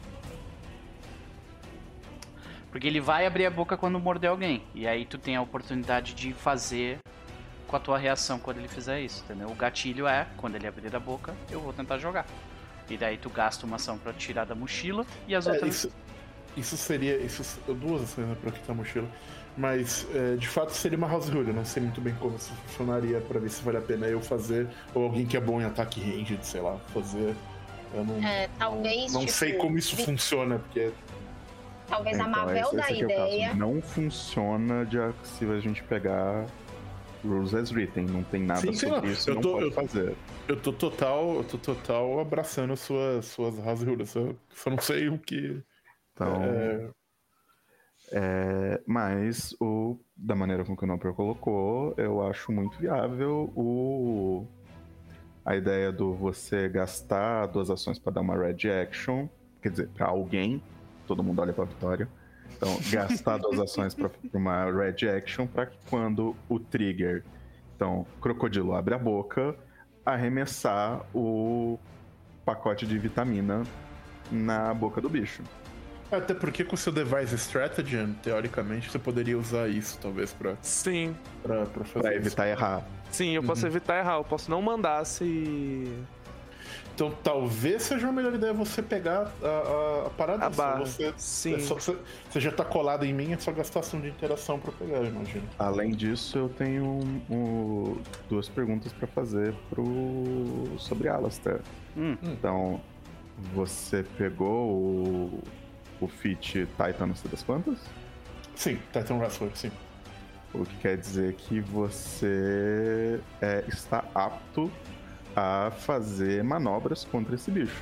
Porque ele vai abrir a boca quando morder alguém. E aí tu tem a oportunidade de fazer com a tua reação quando ele fizer isso, entendeu? O gatilho é, quando ele abrir a boca, eu vou tentar jogar. E daí tu gasta uma ação pra tirar da mochila e as É, outras... isso, isso seria. Isso, duas ações né, pra quitar a mochila. Mas é, de fato seria uma house rule. Eu não sei muito bem como isso funcionaria pra ver se vale a pena eu fazer. Ou alguém que é bom em ataque ranged, sei lá, fazer. Eu não, É, talvez. não tipo, sei como isso vi- funciona, porque. Talvez a Então, Mavel esse- da esse aqui é o caso. ideia. Não funciona de, a- se a gente pegar rules as written. Não tem nada Sim, sim, sobre não. isso, Eu não tô- pode eu- fazer. Eu tô total, eu tô total abraçando suas, suas house rules. Eu só não sei o que. Então, É, é, mas o, da maneira com que o Noper colocou, eu acho muito viável o, a ideia do você gastar duas ações para dar uma red action, quer dizer, para alguém, todo mundo olha para Vitória. Então, gastar duas ações para uma red action para que quando o trigger, então, crocodilo abre a boca, arremessar o pacote de vitamina na boca do bicho. até porque com o seu device stratagem, teoricamente, você poderia usar isso, talvez, pra, Sim. pra, pra fazer Pra isso. evitar errar. Sim, eu posso evitar errar. Eu posso não mandar se. Então talvez seja uma melhor ideia você pegar a, a, a parada. A só barra. Você, Sim. é só- você, você já tá colado em mim, é só gastação de interação pra pegar, eu imagino. Além disso, eu tenho um- um- duas perguntas pra fazer pro sobre Alastair. Hum, Então, você pegou o, o feat Titan não sei das quantas? Sim, Titan Wrestler, sim. O que quer dizer que você é, está apto a fazer manobras contra esse bicho.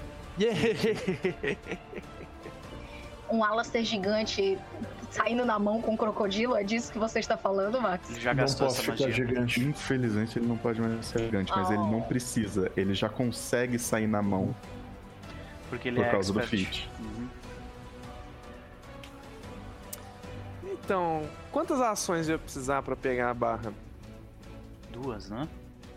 Um Alastair gigante saindo na mão com um crocodilo, é disso que você está falando, Max? ele já não gastou posso essa ficar magia. gigante. Infelizmente, ele não pode mais ser gigante, mas ele não Oh. precisa. Ele já consegue sair na mão Porque ele por é causa do expert. feat. Uhum. Então, quantas ações eu ia precisar pra pegar a barra? duas, né?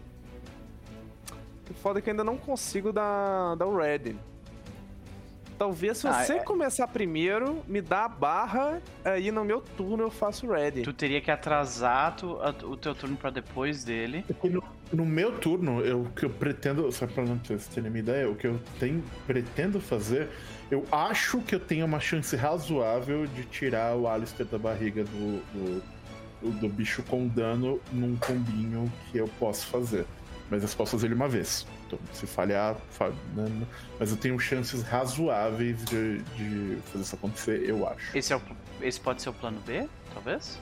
O foda é que eu ainda não consigo dar, dar o ready. Talvez se Ah, você é... começar primeiro, me dá a barra, aí no meu turno eu faço o ready. Tu teria que atrasar tu, a, o teu turno pra depois dele. No, no meu turno, eu, o que eu pretendo, só pra não vocês terem uma ideia, o que eu tenho, pretendo fazer, eu acho que eu tenho uma chance razoável de tirar o Alistair da barriga do, do, do, do bicho com dano num combinho que eu posso fazer. Mas eu só posso fazer ele uma vez. Então, se falhar, falha, né? Mas eu tenho chances razoáveis de, de fazer isso acontecer, eu acho. Esse, é o, esse pode ser o plano B, talvez?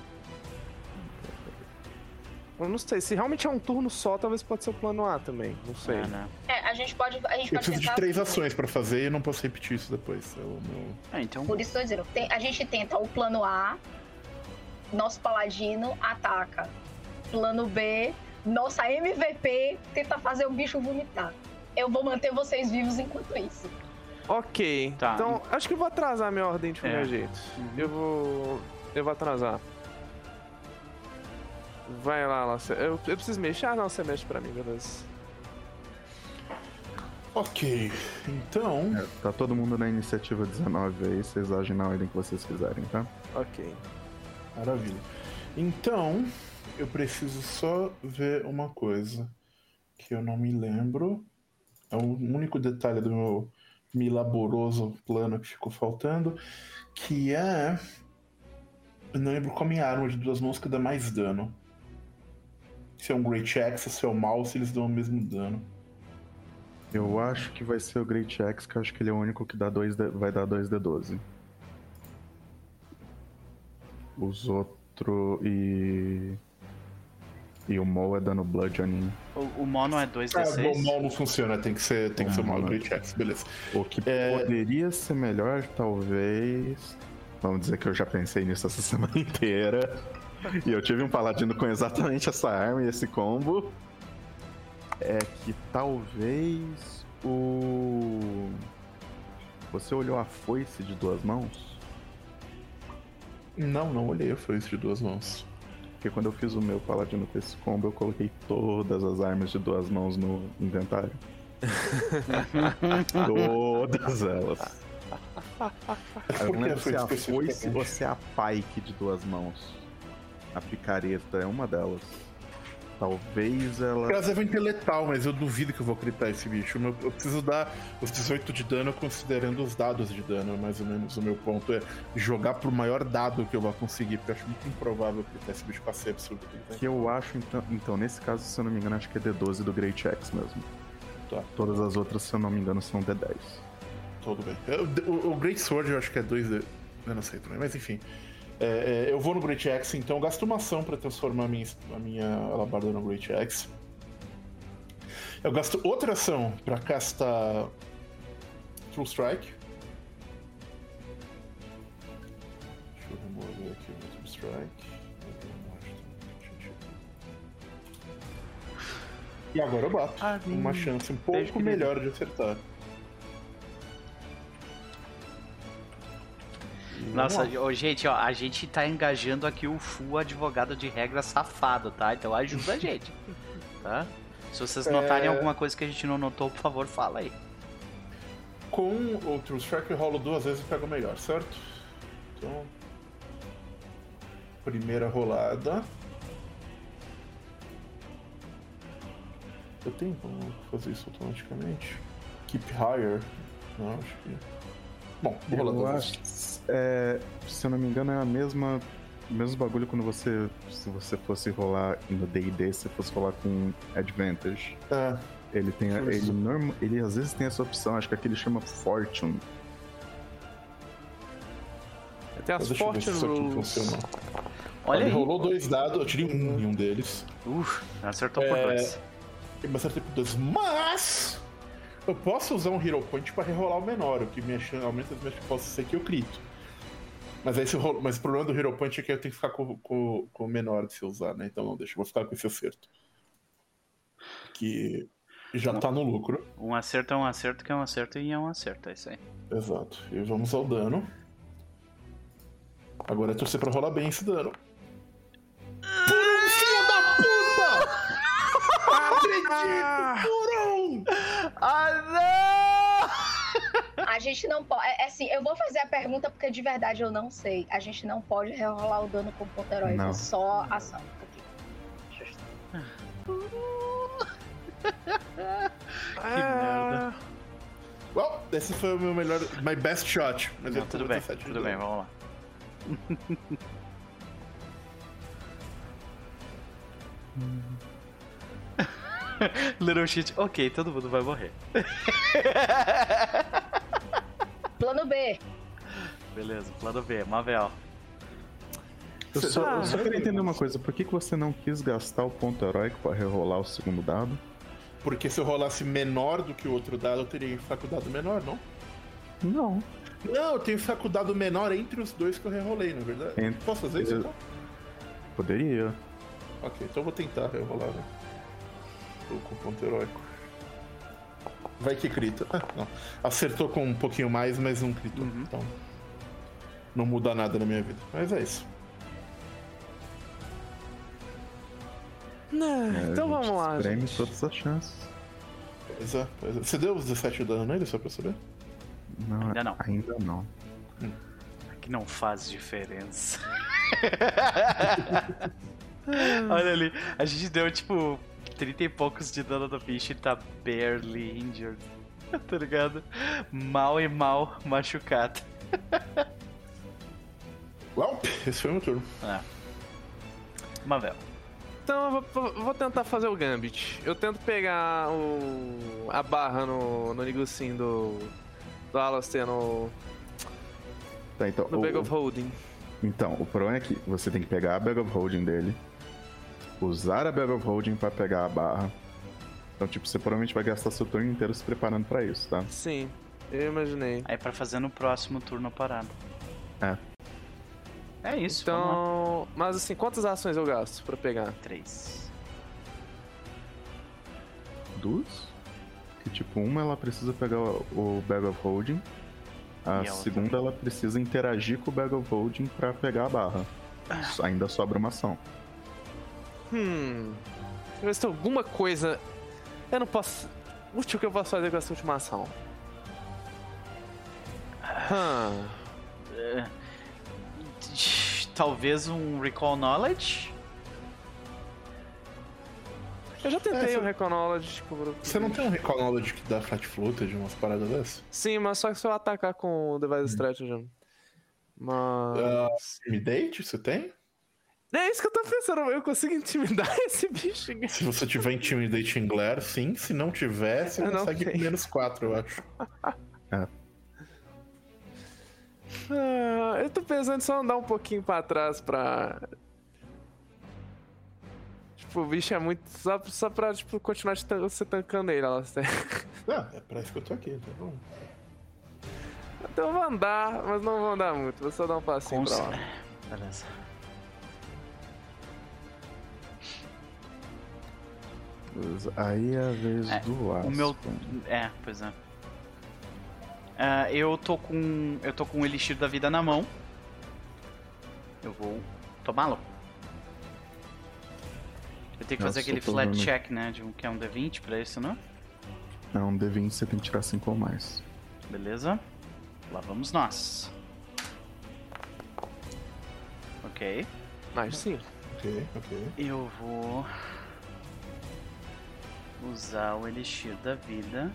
Eu não sei, se realmente é um turno só, talvez pode ser o plano A também, não sei. Ah, né? É, a gente pode. A gente Eu pode preciso de tentar- três ações pra fazer e eu não posso repetir isso depois. É o meu... Ah, então... Por isso que eu tô dizendo, tem- a gente tenta o plano A, nosso paladino ataca. Plano B, nossa M V P tenta fazer o bicho vomitar. Eu vou manter vocês vivos enquanto isso. Ok, Tá. então acho que eu vou atrasar a minha ordem de qualquer É. jeito. Uhum. Eu vou. Eu vou atrasar. Vai lá, lá. Eu, eu preciso mexer? Ah, não, você mexe pra mim, beleza. Ok, então... É, tá todo mundo na iniciativa dezenove aí, vocês agem na ordem que vocês quiserem, tá? Ok. Maravilha. Então, eu preciso só ver uma coisa que eu não me lembro. É o único detalhe do meu milaboroso plano que ficou faltando, que é... Eu não lembro qual é a minha arma de duas mãos que dá mais dano. Se é um Great Axe, se é o Mouse, eles dão o mesmo dano. Eu acho que vai ser o Great Axe, que eu acho que ele é o único que dá dois D, vai dar dois D doze. Os outros e... E o Mo é dano bludgeoning. O, o mono é dois D Ah, seis. o mal não funciona, tem que ser, tem que ser o mal Não, Great Axe, beleza. O que É. poderia ser melhor, talvez... Vamos dizer que eu já pensei nisso essa semana inteira. E eu tive um paladino com exatamente essa arma e esse combo. É que talvez o... Você olhou a foice de duas mãos? Não, não olhei a foice de duas mãos. Porque quando eu fiz o meu paladino com esse combo, eu coloquei todas as armas de duas mãos no inventário. Todas elas. Eu Por não que lembro se é a foice foice especificamente? ou se é a pike de duas mãos. A picareta é uma delas. Talvez ela... Elas devem ter letal, mas eu duvido que eu vou critar esse bicho. Eu eu preciso dar os dezoito de dano considerando os dados de dano, mais ou menos. O meu ponto é jogar pro maior dado que eu vou conseguir, porque eu acho muito improvável critar esse bicho com a ser absurdo que ele tem. Que eu acho, então, então, nesse caso, se eu não me engano, acho que é D doze do Great Axe mesmo. Tá, Todas as outras, se eu não me engano, são D dez. tudo bem. Eu- O, o Great Sword eu acho que é dois D. Eu não sei também, mas enfim. É, é, eu vou no Great Axe, então eu gasto uma ação pra transformar a minha, a minha alabarda no Great Axe. Eu gasto outra ação pra castar True Strike. Deixa eu remover aqui o True Strike. E agora eu bato. Ah, Uma chance um beijo, pouco querido. melhor de acertar. E Nossa, vamos lá. ô, gente, ó, a gente tá engajando aqui o full advogado de regra safado, tá? Então ajuda a gente, tá? Se vocês notarem É. alguma coisa que a gente não notou, por favor, fala aí. Com o True Strike eu rolo duas vezes e pego o melhor, certo? Então. Primeira rolada. Eu tenho como fazer isso automaticamente? Keep higher? Não, acho que. Bom, vou rolar Eu duas acho, vezes. é, se eu não me engano, é a mesma, o mesmo bagulho quando você, se você fosse rolar no D e D, se fosse rolar com Advantage. É, Ele tem, a- ele, norma, ele às vezes tem essa opção, acho que aquele chama Fortune. Tem as deixa eu ver se Fortune isso aqui Rules. funcionou. Olha Ele aí. rolou dois dados, eu tirei um em um deles. Uf, acertou por É. dois. Eu acertei por dois, mas eu posso usar um Hero Point pra rerolar o menor, o que me chance- aumenta as minhas chances de ser que eu crito. Mas aí se eu rolo, mas o problema do Hero Point é que eu tenho que ficar com, com, com o menor de se usar, né? Então não deixa, eu vou ficar com esse acerto. Que já tá no lucro. Um acerto é um acerto, que é um acerto e é um acerto, é isso aí. Exato. E vamos ao dano. Agora é torcer pra rolar bem esse dano. Por um filho da puta! Ah! Furão! Ah, não! A gente não pode. É, é assim, eu vou fazer a pergunta porque de verdade eu não sei. A gente não pode rerolar o dano com ponto heróico, Não. é só ação. Aqui. Justo. Que merda. Well, esse foi o meu melhor. My best shot. Mas Não, eu tudo tô bem, dezessete de tudo bem, dano. vamos lá. Little shit, ok, todo mundo vai morrer. Plano B. Beleza, plano B, Mavel. Eu só, eu só Ah, queria entender uma coisa. Por que, que você não quis gastar o ponto heróico pra rerolar o segundo dado? Porque se eu rolasse menor do que o outro dado, eu teria faculdade menor, não? Não. Não, eu tenho faculdade menor entre os dois que eu rerolei, na verdade. Entre- Posso fazer isso eu- então? Poderia. Ok, então eu vou tentar rerolar, né? Tô com ponto heróico. Vai que crita. Ah, não. Acertou com um pouquinho mais, mas não critou. Uhum. Então. Não muda nada na minha vida. Mas é isso. É, então a gente vamos lá, espreme gente. todas as chances. Pois é, pois é. Você deu os dezessete de dano nele, só pra saber? Não, Ainda não. Ainda não. Que não faz diferença. Olha ali, a gente deu tipo trinta e poucos de dano do bicho e tá barely injured. Tá ligado? Mal e mal machucado. Well, esse foi o meu turno. É. Mavel. Então eu vou, vou tentar fazer o Gambit. Eu tento pegar o, a barra no, no negocinho do, do Alastair no, Tá, então, no o- Bag of Holding. então, o problema é que você tem que pegar a Bag of Holding dele, usar a Bag of Holding pra pegar a barra. Então, tipo, você provavelmente vai gastar seu turno inteiro se preparando pra isso, tá? Sim, eu imaginei. Aí pra fazer no próximo turno a parada. É. É isso, vamos lá. Então, mas assim, quantas ações eu gasto pra pegar? Três. Duas? Que, tipo, uma ela precisa pegar o o Bag of Holding, a E a outra? segunda ela precisa interagir com o Bag of Holding pra pegar a barra. Ainda sobra uma ação. Hum. Deixa eu ver se tem alguma coisa. Eu não posso. Útil que eu posso fazer com essa última ação. Hum. É, Talvez um Recall Knowledge? Eu já tentei É, você- o Recon Knowledge, tipo. Você não tem um Recall Knowledge que dá Flat Footage, umas paradas dessas? Sim, mas só que se eu atacar com o Device Strategy. Mas. Intimidate, você tem? É isso que eu tô pensando, eu consigo intimidar esse bicho. Se você tiver Intimidate em Glare, sim. Se não tiver, você Eu não consegue com tenho. menos quatro, eu acho. Ah, eu tô pensando em só andar um pouquinho pra trás pra. Tipo, o bicho é muito. Só, só pra tipo, continuar te tan- você tancando ele, ela. Ah, é pra isso que eu tô aqui, tá bom? Então eu vou andar, mas não vou andar muito, vou só dar um passinho Cons... pra lá. Beleza. Aí é a vez É, do Aspen. O meu. É, pois é. Ah, eu tô com. Eu tô com o Elixir da Vida na mão. Eu vou tomá-lo. Eu tenho que Eu fazer só aquele tô flat vendo- check, né? De um, que é um D vinte pra isso, não? É um D vinte, você tem que tirar cinco ou mais. Beleza. Lá vamos nós. Ok. Mas sim. Ok, ok. Eu vou usar o Elixir da Vida.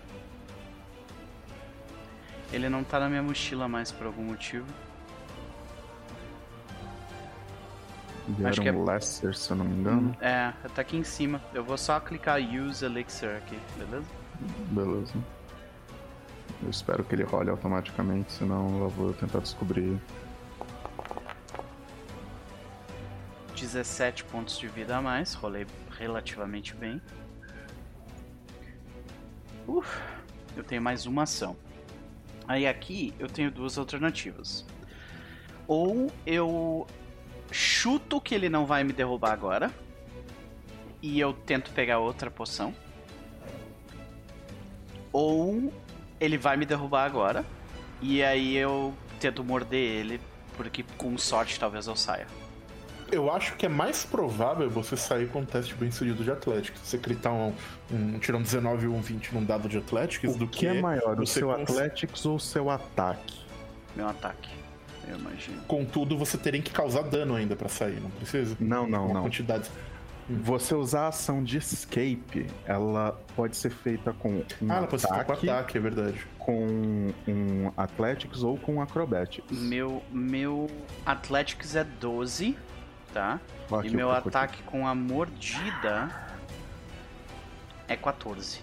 Ele não tá na minha mochila mais por algum motivo. E Acho era que um Lesser, se eu não me engano. É, tá aqui em cima. Eu vou só clicar Use Elixir aqui, beleza? Beleza. Eu espero que ele role automaticamente, senão eu vou tentar descobrir. dezessete pontos de vida a mais, rolei relativamente bem. Uf, eu tenho mais uma ação. Aí aqui eu tenho duas alternativas. Ou eu chuto que ele não vai me derrubar agora, e eu tento pegar outra poção. Ou ele vai me derrubar agora, e aí eu tento morder ele, porque com sorte talvez eu saia. eu acho que é mais provável você sair com um teste bem sucedido de Athletics. Você critar um, um tirar um dezenove ou um vinte num dado de Athletics O do que, que é maior, o você seu cons- Athletics ou o seu ataque? Meu ataque, eu imagino. Contudo, você teria que causar dano ainda pra sair, não precisa? Não, não, Uma não. quantidade. Você usar a ação de escape, ela pode ser feita com um Ah, ela pode ser com ataque, ataque, é verdade. com um Athletics ou com um Acrobatics. Meu, meu Athletics é doze, tá? Ó, aqui e meu o pacote. ataque com a mordida é quatorze.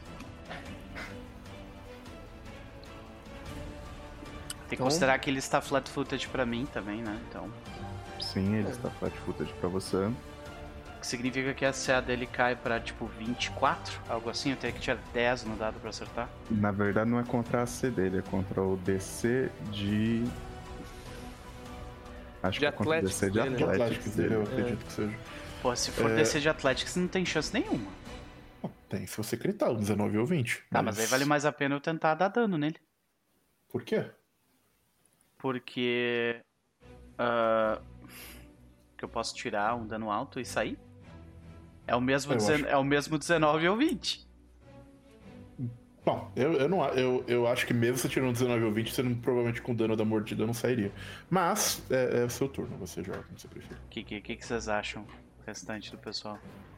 Tem que Então- considerar que ele está flat-footed pra mim também, né? Então, Sim, ele está flat footed pra você. o que significa que a C A dele cai pra, tipo, vinte e quatro, algo assim. Eu teria que tirar dez no dado pra acertar. Na verdade, não é contra a C dele, é contra o D C de. Acho De que é contra o D C de Athletics dele, De Athletics Athletics dele, eu dele. acredito que seja. Pô, se for É. D C de Athletics, não tem chance nenhuma. Tem, se você critar um dezenove ou vinte. Tá, mas aí vale mais a pena eu tentar dar dano nele. Por quê? Porque. ah, que eu posso tirar um dano alto e sair? É o mesmo, Eu dezen- acho. é o mesmo dezenove ou vinte. Bom, eu, eu, não, a- eu, eu acho que mesmo você tirando um dezenove ou vinte, você não, provavelmente com o dano da mordida não sairia. Mas é, é o seu turno, você joga como você preferir. O que, que, que que vocês acham, o restante do pessoal?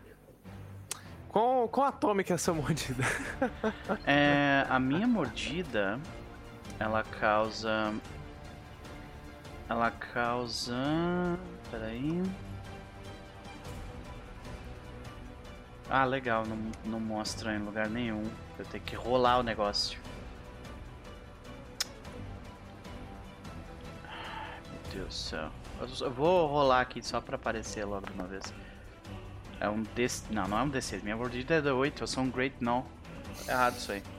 Com, com atômica essa mordida. É, a minha mordida, ela causa. Ela causa. Peraí. Ah, legal, não, não mostra em lugar nenhum. Eu tenho que rolar o negócio. Ai, meu Deus do céu. Eu só- eu vou rolar aqui só pra aparecer logo de uma vez. É um D... Não, não é um D seis. Minha mordida é D oito. Eu sou um Great Null. Errado isso aí.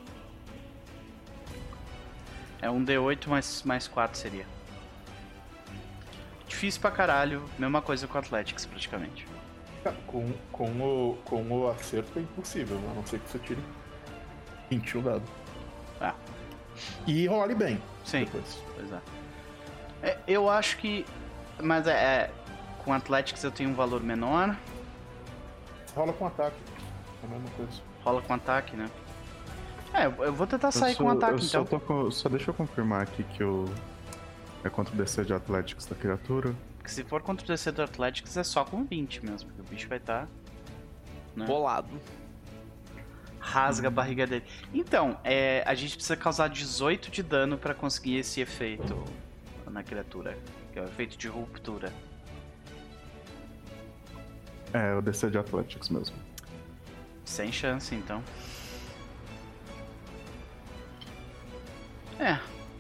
É um D oito mais, mais quatro seria. Difícil pra caralho. Mesma coisa com Athletics, praticamente. Cara, com, com, o, com o acerto é impossível, a não ser que você tire vinte no dado. Ah, E role bem sim. depois. Pois é. É, eu acho que... Mas é, é... Com Athletics eu tenho um valor menor. Rola com ataque. É a mesma coisa. Rola com ataque, né? É, eu eu vou tentar sair Eu com só- ataque, eu só, então. tô com- só deixa eu confirmar aqui que o. É contra o D C de Athletics da criatura. Porque se for contra o D C do Athletics é só com vinte mesmo. Porque o bicho vai estar... né? Bolado. Rasga a barriga dele. Então, é, a gente precisa causar dezoito de dano pra conseguir esse efeito na criatura. Que é o efeito de ruptura. É, o D C de Athletics mesmo. Sem chance, então. É.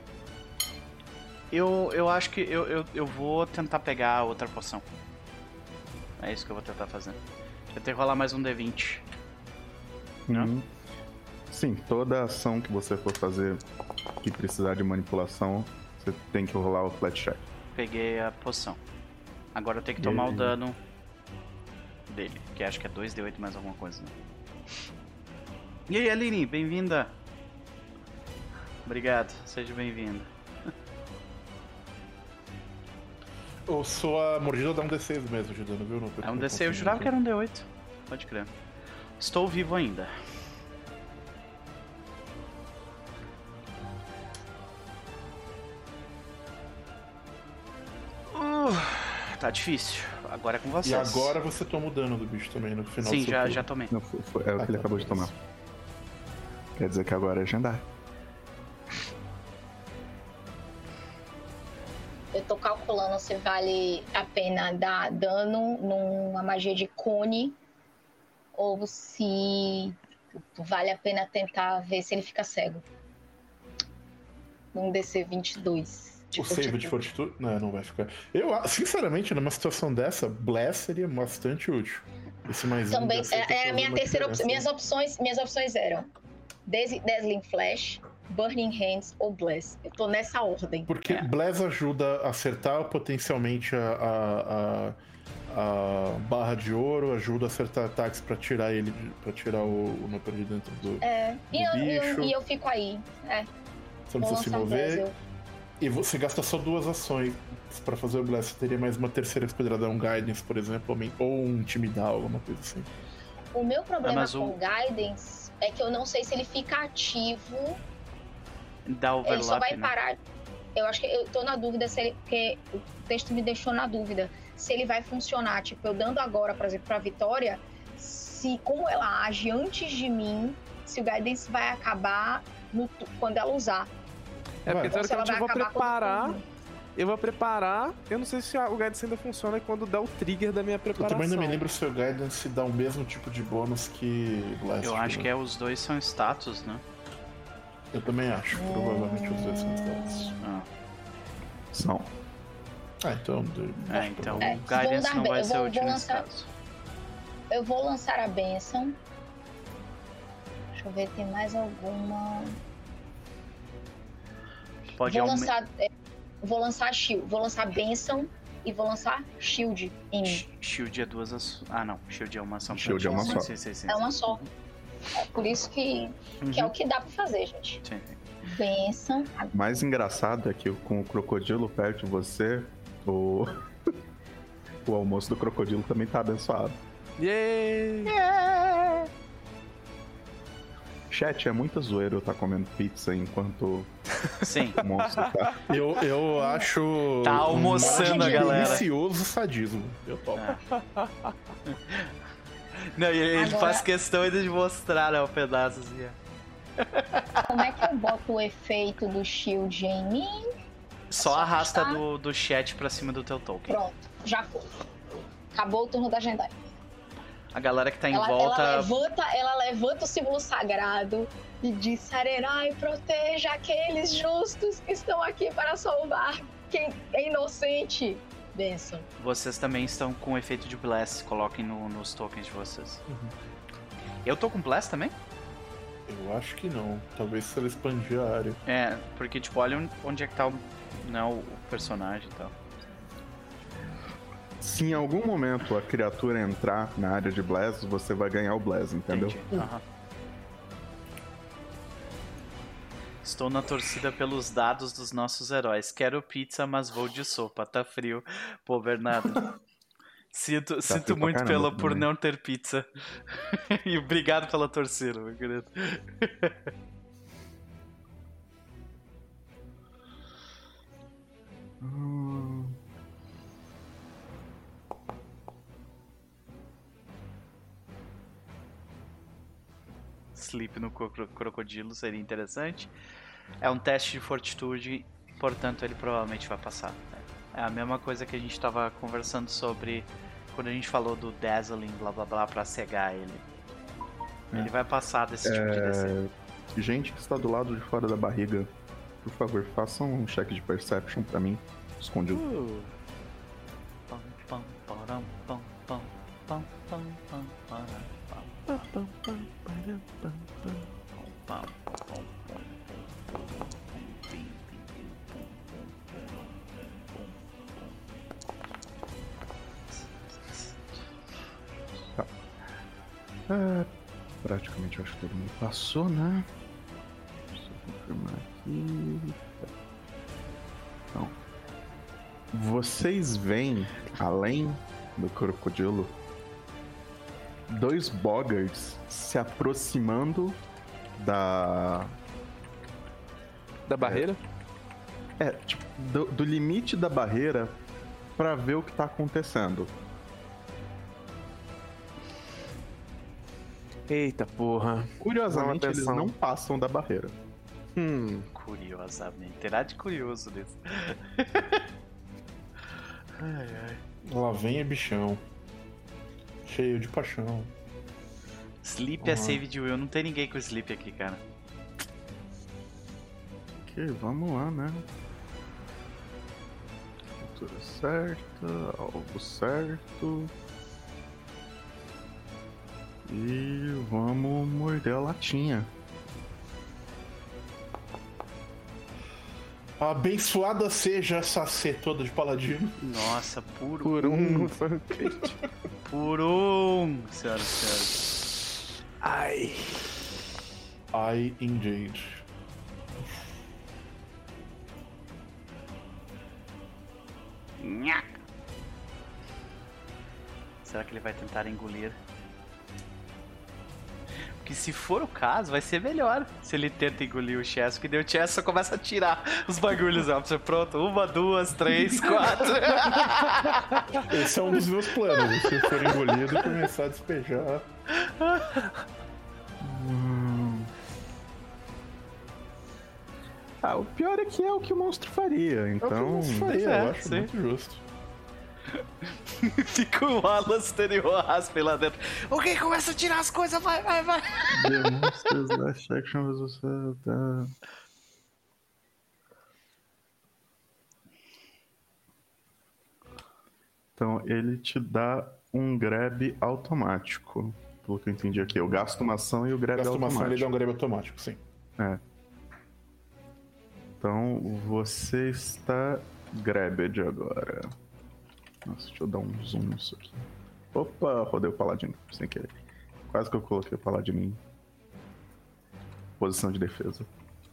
Eu, eu acho que eu, eu, eu vou tentar pegar a outra poção. É isso que eu vou tentar fazer. Eu tenho que rolar mais um D vinte. Não? Uhum. Sim, toda ação que você for fazer e precisar de manipulação, você tem que rolar o flat check. Peguei a poção. Agora eu tenho que E tomar aí? o dano dele, que acho que é dois D oito mais alguma coisa. Né? E aí, Aline, bem-vinda. Obrigado, seja bem-vinda. Ou sua mordida dá um D seis mesmo de dano, viu? Não, É um D C, eu jurava que era um D oito. Pode crer. Estou vivo ainda. Uh, tá difícil. Agora é com vocês. E agora você toma o dano do bicho também no final do Sim, seu já, turno. já tomei. Não, foi, foi- é o Ah, que ele tá, acabou de tomar. beleza. Quer dizer que agora é agendar. Eu tô calculando se vale a pena dar dano numa magia de cone ou se vale a pena tentar ver se ele fica cego. Num D C vinte e dois. O save de fortitude? Não, não vai ficar. Eu, sinceramente, numa situação dessa, Bless seria bastante útil. Esse mais um Também dessa é, tá é a fazendo minha uma terceira diferença. opção. Minhas opções, minhas opções eram Daisy- Dazzling Flash, Burning Hands ou Bless. Eu tô nessa ordem. Porque É. Bless ajuda a acertar potencialmente a, a, a- a barra de ouro, ajuda a acertar ataques pra tirar ele, de- pra tirar o, o Noper de dentro do. É, e eu, e eu- bicho. e eu fico aí. É, Você não vou precisa se lançar mover. Dazzle. E você gasta só duas ações. pra fazer o Blast, você teria mais uma terceira que poderia dar um Guidance, por exemplo, ou um Intimidar, alguma coisa assim. O meu problema Ah, com o o Guidance é que eu não sei se ele fica ativo. Dá overlap, Ele só vai né? parar. Eu acho que eu tô na dúvida se ele. Porque o texto me deixou na dúvida. Se ele vai funcionar, tipo, eu dando agora, por exemplo, pra Vitória, se como ela age antes de mim, se o Guidance vai acabar no, quando ela usar. É porque Ou se ela teoricamente eu vai vou acabar preparar. quando... Eu vou preparar. Eu não sei se o Guidance ainda funciona quando dá o trigger da minha Eu preparação. também não me lembro se o Guidance dá o mesmo tipo de bônus que Blast. Eu acho né? que é, os dois são status, né? Eu também acho. Provavelmente os dois são status. Ah, São. Ah, então. de- é, então É, o Guidance vou dar não bem, vai eu ser vou- útil vou nesse lançar- caso. Eu vou lançar a Benção. Deixa eu ver, tem mais alguma. Pode Vou aumentar. lançar. é, Vou lançar Shield. Vou lançar Benção e vou lançar Shield em mim. Shield é duas aço... Ah, não. Shield é uma ação. Shield é uma sim, só. Sim, sim, sim, É uma sim. só. É por isso que, que é Uhum. o que dá pra fazer, gente. Sim, sim. Benção. O mais engraçado é que com o crocodilo perto de você, o. O almoço do crocodilo também tá abençoado. Yay! Chat, é muita zoeira eu tá comendo pizza enquanto Sim. o monstro tá. Eu, eu acho. Tá almoçando um a galera. delicioso sadismo. Eu topo. É. Não, e ele Agora- faz questão ainda de mostrar, né, o pedaço assim. ó. Como é que eu boto o efeito do Shield em mim? Só Só arrasta arrastar. do, do chat pra cima do teu token. Pronto, já foi. Acabou o turno da Jendai. A galera que tá em Ela, volta. ela, levanta, ela levanta o símbolo sagrado e diz: Sarerai, proteja aqueles justos que estão aqui para salvar quem é inocente. Benção. Vocês também estão com efeito de Blast. Coloquem no- nos tokens de vocês. Uhum. Eu tô com Blast também? Eu acho que não. Talvez se ela expandir a área. É, porque, tipo, olha onde é que tá o, né, o o personagem e tal. Se em algum momento a criatura entrar na área de Bless, você vai ganhar o Bless, entendeu? Entendi. Aham. Estou na torcida pelos dados dos nossos heróis. Quero pizza, mas vou de sopa. Tá frio. Pô, Bernardo. Sinto, sinto frio pra muito caramba pelo, por também. não ter pizza. E obrigado pela torcida, meu querido. Hum, Sleep no cro- crocodilo seria interessante. É um teste de fortitude, portanto ele provavelmente vai passar. É a mesma coisa que a gente tava conversando sobre quando a gente falou do Dazzling, blá blá blá, pra cegar ele. É. Ele vai passar desse tipo de D C. Gente que está do lado de fora da barriga, por favor, façam um check de perception pra mim, escondido. Uh, Pam, pam, param, pam, pam, pam, pam, pam, param, pam, pam, pam, pam, pam, pam, pam, pim, pim, pim, pum, pum, pum, pum. É, praticamente eu acho que todo mundo passou, né? Deixa eu confirmar aqui. Então, vocês veem, além do crocodilo, dois boggards se aproximando da. da barreira? É, tipo, do, do limite da barreira pra ver o que tá acontecendo. Eita porra. Curiosamente, Chama eles atenção. não passam da barreira. Hum. Curiosamente, terá de curioso nisso. Ai, ai. Lá vem é bichão. Cheio de paixão. Sleep é Uhum. save de Will, não tem ninguém com Sleep aqui, cara. Ok, vamos lá, né? Altura certa, alvo certo. E vamos morder a latinha. Abençoada seja essa C toda de paladino. Nossa, por, Por um não foi um crítico. por um, senhoras e senhores. Ai. I engage. Nha. Será que ele vai tentar engolir? Porque se for o caso, vai ser melhor se ele tenta engolir o Chess, porque daí o Chess só começa a tirar os bagulhos, ó. Pronto, uma, duas, três, quatro. Esse é um dos meus planos, se for engolido e começar a despejar. Hum. Ah, o pior é que é o que o monstro faria, então... É o que o monstro faria, É, eu acho sim. muito justo. Fica o Alastair e o Aspen lá dentro. Ok, começa a tirar as coisas, vai, vai, vai. The monster's last action was also done. Então, ele te dá um grab automático. Pelo que eu entendi aqui. Eu gasto uma ação e o grab Gasta uma ação, ele dá automático. um grab automático, sim. É. Então, você está grabbed agora. Nossa, deixa eu dar um zoom nisso aqui. Opa, rodei o paladino, sem querer. Quase que eu coloquei o paladino em posição de defesa.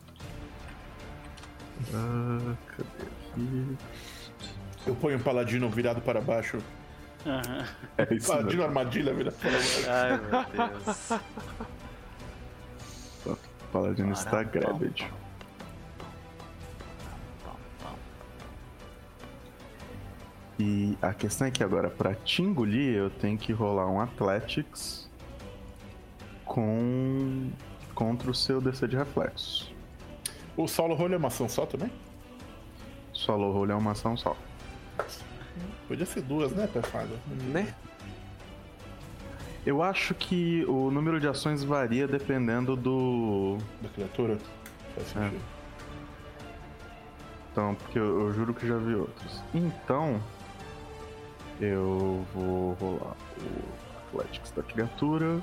Ah, cadê aqui? Eu ponho o paladino virado para baixo. Aham. É isso Paladino mesmo. armadilha virado para baixo. Ai, meu Deus. Pronto, o paladino está grabbed. E a questão é que agora, pra te engolir, eu tenho que rolar um Athletics com... contra o seu D C de reflexos. O solo roll é uma ação só também? Solo roll é uma ação só. Podia ser duas, né, Pathfinder? Né? Eu acho que o número de ações varia dependendo do... Da criatura? Faz É. sentido. Então, porque eu, eu juro que já vi outros. Então, eu vou rolar o Athletics da criatura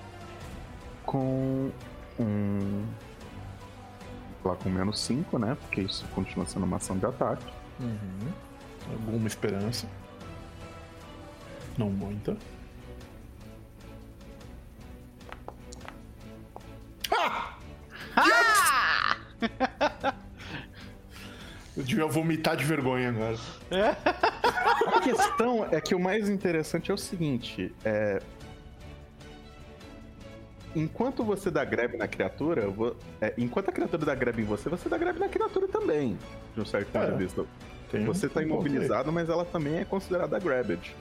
com um... lá com menos cinco, né? Porque isso continua sendo uma ação de ataque. Uhum. Alguma esperança. Não muita. Eu devia vomitar de vergonha agora. A questão é que o mais interessante é o seguinte, é... Enquanto você dá grab na criatura, vo- é, enquanto a criatura dá grab em você, você dá grab na criatura também, de um certo ponto É. de vista. Tem Você um- tá um ponto aí. imobilizado, mas ela também é considerada grabbed.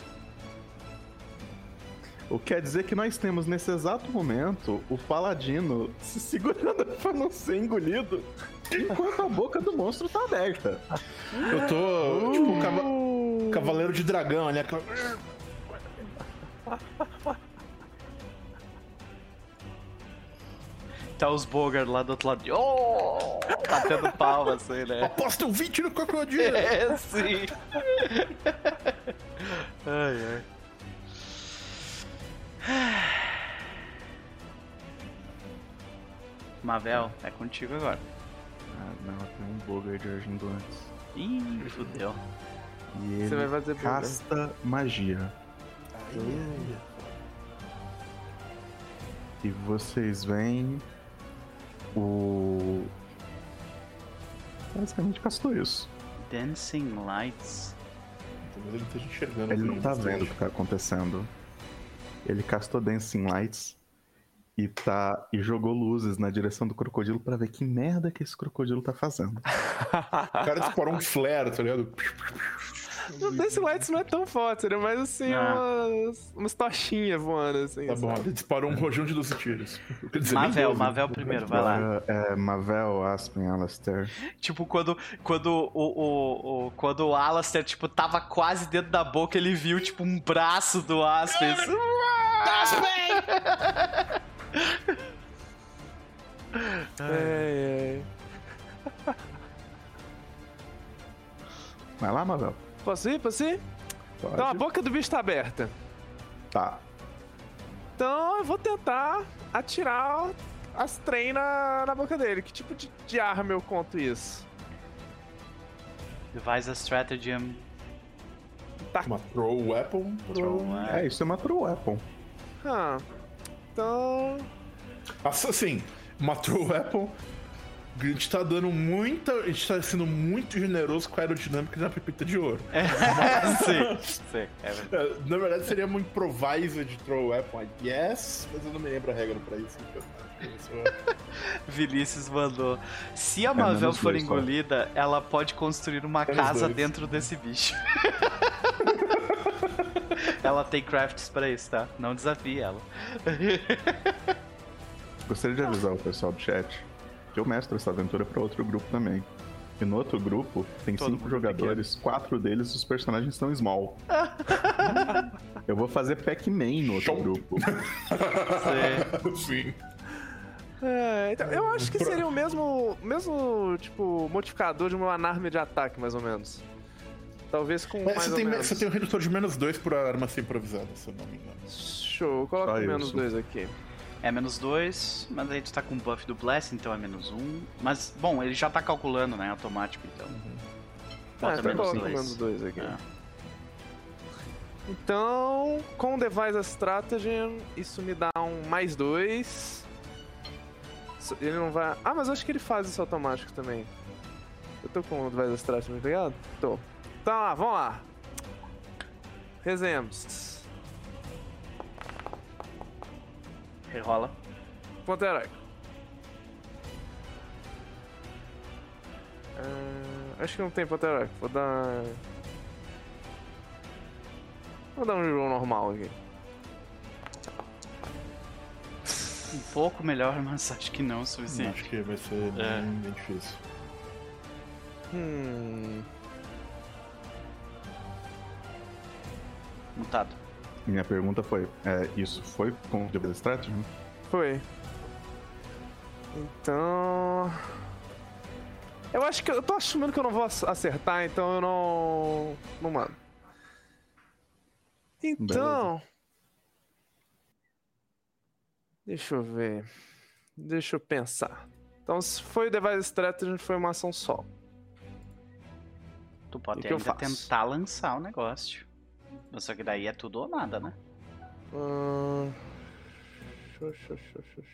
O que quer dizer que nós temos nesse exato momento o paladino se segurando pra não ser engolido, enquanto a boca do monstro tá aberta. Eu tô tipo um cava- cavaleiro de dragão ali. aquela- Tá os Bogart lá do outro lado. Oh! Batendo palma, assim, né? Aposta um vinte no crocodilo! É, sim. Ai, ai. Mavel, é contigo agora. Ah, não, tem um Bogard agindo antes. Ih, fudeu. E ele Você vai fazer Bogard. casta magia. E vocês veem o... Basicamente castou isso. Dancing Lights. Talvez ele esteja enxergando. Ele bem não tá bastante. vendo o que tá acontecendo. Ele castou Dancing Lights e tá e jogou luzes na direção do crocodilo pra ver que merda que esse crocodilo tá fazendo. O cara disparou um flare, tá ligado? Não, Dance Lights não é tão forte, seria mais assim, Ah. umas, umas tochinhas voando, assim. Tá bom, sabe? ele disparou um rojão de doze tiros. Quer dizer, nem Mavel, doze, Mavel né? primeiro, vai lá. Agora, é, Mavel, Aspen, Alastair. Tipo, quando, quando o, o, o, quando o Alastair, tipo, tava quase dentro da boca, ele viu, tipo, um braço do Aspen. É, é. Vai lá, Mavel. Posso ir? Posso ir? Pode. Então a boca do bicho tá aberta. Tá. Então eu vou tentar atirar as trem na, na boca dele. Que tipo de, de arma eu conto isso? Devise a stratagem. Uma throw weapon. Throw, É, isso é uma True Weapon. Ah, então. Assim, uma throw weapon A gente tá dando muita. A gente tá sendo muito generoso com a aerodinâmica na pepita de ouro. É, sim, sim. É verdade. Na verdade, seria uma improvised throw weapon, I guess, mas eu não me lembro a regra pra isso. Vinícius mandou. Se a Mavel menos for dois, só. engolida, ela pode construir uma Menos casa dois. dentro desse bicho. Ela tem crafts pra isso, tá? Não desafie ela. Gostaria de avisar o pessoal do chat que eu mestro essa aventura pra outro grupo também. E no outro grupo tem Todo cinco mundo jogadores, quatro deles os personagens estão small. Eu vou fazer Pac-Man no outro Show. grupo. Você... Sim. É, então, eu acho que seria o mesmo, mesmo tipo, modificador de uma arma de ataque, mais ou menos. Talvez com Mas mais você ou tem, menos. você tem um redutor de menos dois por arma ser improvisada, se eu não me engano. Show, coloca Só menos isso. dois aqui. É menos dois, mas a gente tá com o buff do Blast, então é menos um. Mas, bom, ele já tá calculando, né? Automático, então. Ah, Bota então menos coloca dois. menos dois aqui. É. Então, com o Devise Strategy, isso me dá um mais dois. Ele não vai. Ah, mas eu acho que ele faz isso automático também. Eu tô com o Devise Strategy, tá ligado? Tô. Então, lá, vamos lá. Rezemos. Rerola. Ponto heróico. Ah, acho que não tem ponto heróico. Vou dar. Vou dar um reroll normal aqui. Um pouco melhor, mas acho que não o suficiente. Acho que vai ser É. bem, bem difícil. Hum. Mutado. Minha pergunta foi, é, isso foi com o Devil Strategy? Foi. Então. Eu acho que. Eu tô assumendo que eu não vou ac- acertar, então eu não. Não mando. Então. Deixa eu ver. Deixa eu pensar. Então, se foi o Devise Strategy, foi uma ação só. Tu pode E o que eu ainda faço? tentar lançar o negócio. Só que daí é tudo ou nada, né? Hum... Xô, xô, xô, xô,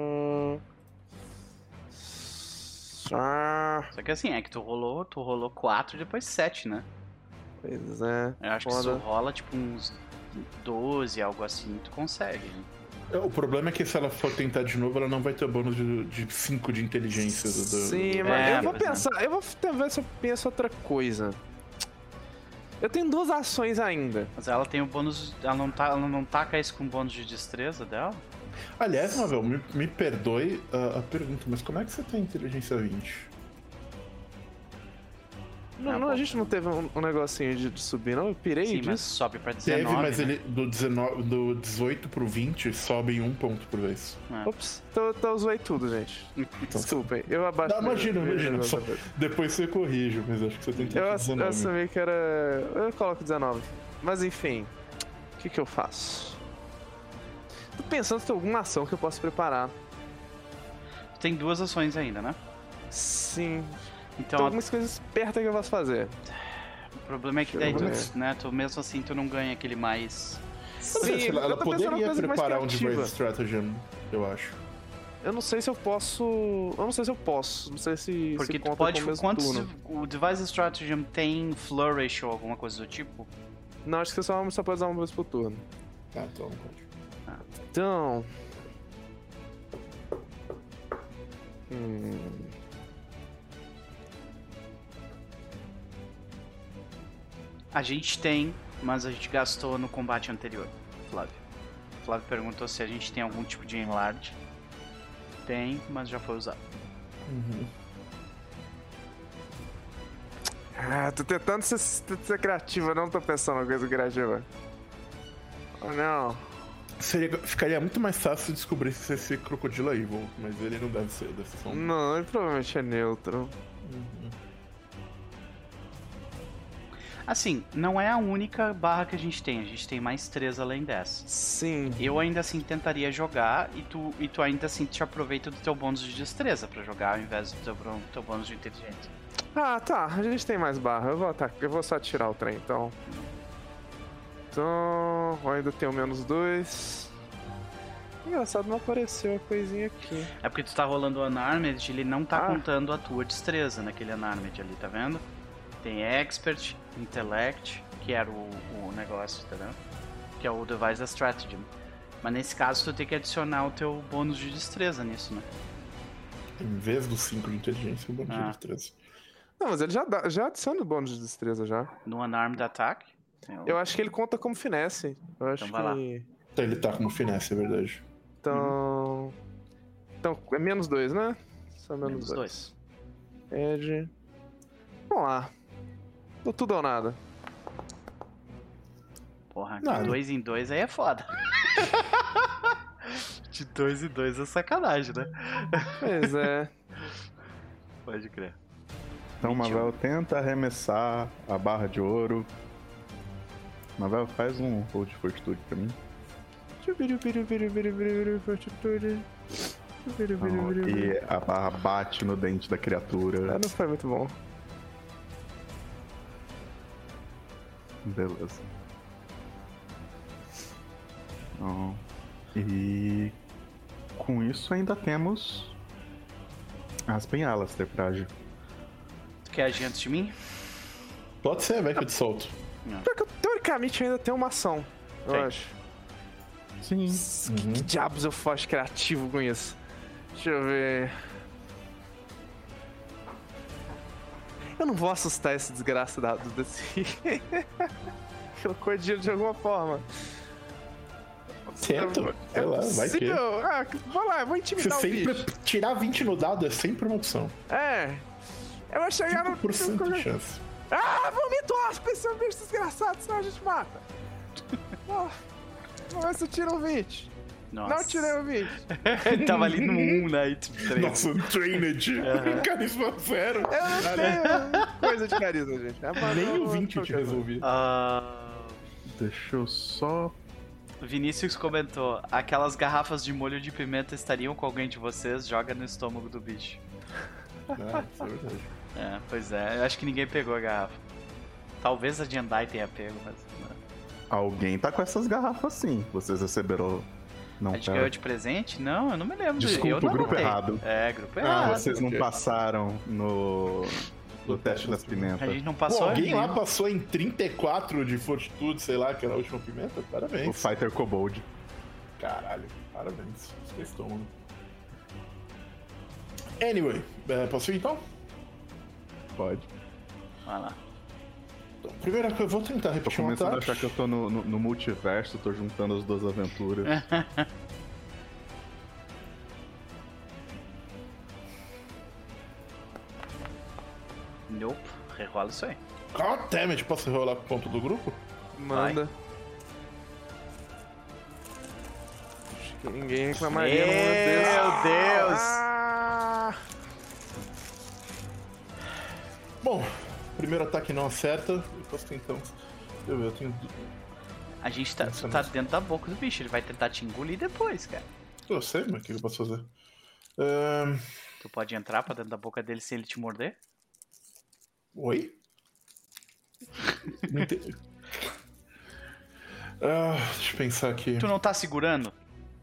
xô. Ah, Só que assim, é que tu rolou, tu rolou quatro e depois sete, né? pois é. Eu acho que se Foda. tu rola tipo uns doze, algo assim, tu consegue. É, O problema é que se ela for tentar de novo, ela não vai ter o bônus de cinco de inteligência. Do, do- Sim, do- mas É, eu vou pois é. pensar. Eu vou tentar ver se eu penso outra coisa. Eu tenho duas ações ainda. Mas ela tem o bônus. Ela não, tá, ela não taca isso com bônus de destreza dela? Aliás, Mavel, me, me perdoe a, a pergunta, mas como é que você tem inteligência vinte? Não, Ah, não, a bom. gente não teve um, um negocinho de, de subir, não? Eu pirei Sim, disso. mas sobe pra Teve, dezenove. mas né? ele do, dezenove, do dezoito pro vinte sobe em um ponto por vez. É. Ops, então, então eu zoei tudo, gente. Desculpem, eu abaixo. Não, imagina, meu- meu imagina. negócio Só, depois. depois você corrige, mas acho que você tem que Eu, ter ass- eu dezenove. assumi que era. Eu coloco dezenove. Mas enfim, o que, que eu faço? Tô pensando se tem alguma ação que eu posso preparar. Tem duas ações ainda, né? Sim. Tem Então a- algumas coisas perto que eu posso fazer. o problema é que Deixa daí eu tu, né, tu mesmo assim tu não ganha aquele mais. Sim, ela, eu ela tô pensando em poderia coisa mais preparar um criativa. Device Stratagem, eu acho. Eu não sei se eu posso. Eu não sei se eu posso. Não sei se. Porque se tu conta pode. como mesmo Quantos. turno. O Device Stratagem tem Flourish ou alguma coisa do tipo? Não, acho que você só, só pode usar uma vez por turno. Ah, então não pode. Então. Hum. A gente tem, mas a gente gastou no combate anterior, Flávio. Flávio perguntou se a gente tem algum tipo de enlarge. Tem, mas já foi usado. Uhum. Ah, tô tentando ser, ser criativa, não tô pensando em coisa criativa. Oh, não. Seria, ficaria muito mais fácil descobrir se esse crocodilo é evil, mas ele não deve ser, deve ser um... Não, ele provavelmente é neutro. Assim, não é a única barra que a gente tem. A gente tem mais três além dessa. Sim. Eu ainda assim tentaria jogar e tu, e tu ainda assim te aproveita do teu bônus de destreza pra jogar ao invés do teu, bron- teu bônus de inteligência. Ah, tá. A gente tem mais barra. Eu vou, atacar, eu vou só tirar o trem, então. Então, eu ainda tenho menos dois. Engraçado, não apareceu a coisinha aqui. É porque tu tá rolando o Unarmed, ele não tá Ah. contando a tua destreza naquele Unarmed ali, tá vendo? Tem Expert, Intellect, que era o, o negócio, entendeu? Que é o Device da Stratagem. Mas nesse caso tu tem que adicionar o teu bônus de destreza nisso, né? Em vez do cinco de inteligência, o bônus Ah. de destreza. Não, mas ele já, dá, já adiciona o bônus de destreza já. No Unarmed Attack. tem o- Eu acho que ele conta como finesse. Eu acho Então vai lá. que. Então ele tá como finesse, é verdade. Então. Então, é menos dois, né? Só menos, Menos dois. dois. Edge. Vamos lá. Do tudo ou nada. Porra, de Nada. dois em dois aí é foda. De dois em dois é sacanagem, né? Pois é. Pode crer. Então o vinte e um. Mavel tenta arremessar a barra de ouro. Mavel, faz um roll de fortitude pra mim. Então, e a barra bate no dente da criatura. Ah, não foi muito bom. Beleza. Então, e com isso ainda temos as Alastair pra agir. Tu quer agir antes de mim? Pode ser, vai que eu te solto. Pior que eu, teoricamente ainda tem uma ação, eu Tem. acho. Sim. Que, que diabos eu faço criativo com isso? Deixa eu ver. Eu não vou assustar esse desgraçado desse. Crocodilo de alguma forma. Tenta, É sei lá, vai que. possível? Ah, vou lá, eu vou Você intimidar o sempre bicho. tirar vinte no dado é sempre uma opção. É. Eu vou chegar no. cinco por cento de chance. Ah, vomito aspa, esse é um bicho desgraçado, senão a gente mata. Oh, vamos ver se eu tiro um vinte. Nossa. Não tirei um vinte. Ele tava ali no um, né? E tipo, três. Nossa, um trained. Carisma zero. Eu não tenho coisa de carisma, gente. É pra- Nem não- o vinte não- te resolvi. Ah, Deixa eu só. Vinícius comentou: aquelas garrafas de molho de pimenta estariam com alguém de vocês? Joga no estômago do bicho. Ah, isso é verdade. É, pois é. Eu acho que ninguém pegou a garrafa. Talvez a Jendai tenha pego, mas. Não. Alguém tá com essas garrafas sim. Vocês receberam. Não, A gente pera. ganhou de presente? Não, eu não me lembro. de- Desculpa, eu não o grupo anotei. errado. É, grupo Ah, errado. Vocês não ok. passaram no. No teste das A pimentas. gente não Pô, passou alguém lá nenhum. passou em trinta e quatro de fortitude, sei lá, que era a última pimenta? O Parabéns. Fighter Kobold. Caralho, parabéns. Seu estômago. Anyway, é, posso ir então? Pode. Vai lá. Então, primeira coisa, eu vou tentar Tô repetir um começando a ataque. achar que eu tô no, no, no multiverso, tô juntando as duas aventuras. Nope. Rerola isso aí. God damn it, posso rolar com o ponto do grupo? Manda. Acho que ninguém reclamaria Meu numa dessas. Deus! Ah! Bom, primeiro ataque não acerta. Eu posso tentar. Deixa eu ver, eu tenho. A gente tá, tu tá dentro da boca do bicho. Ele vai tentar te engolir depois, cara. Eu sei, mas o que eu posso fazer? Ahn, Tu pode entrar pra dentro da boca dele sem ele te morder? Oi? Não entendi. Ah, deixa eu pensar aqui. Tu não tá segurando?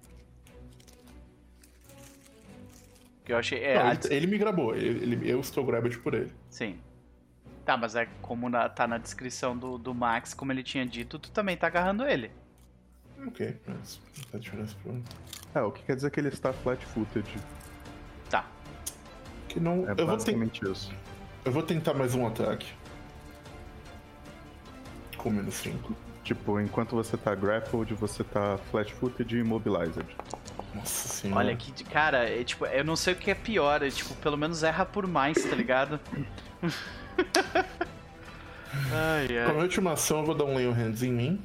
Que eu achei. É, Não, a- ele, ele me grabou, ele, ele- eu estou grabbed por ele. Sim. Tá, mas é como na- tá na descrição do, do Max, como ele tinha dito, tu também tá agarrando ele. Ok, mas não faz diferença pra mim. É, o que quer dizer que ele está flat-footed. Tá. Que não. É eu, vou ten- basicamente isso. eu vou tentar mais um ataque. Com menos cinco. Tipo, enquanto você tá grappled, você tá flat-footed e immobilized. Nossa senhora. Olha que. Cara, é, tipo, eu não sei o que é pior. É, tipo, pelo menos erra por mais, tá ligado? Ai, Com a ai. minha última ação, eu vou dar um Lay on Hands em mim.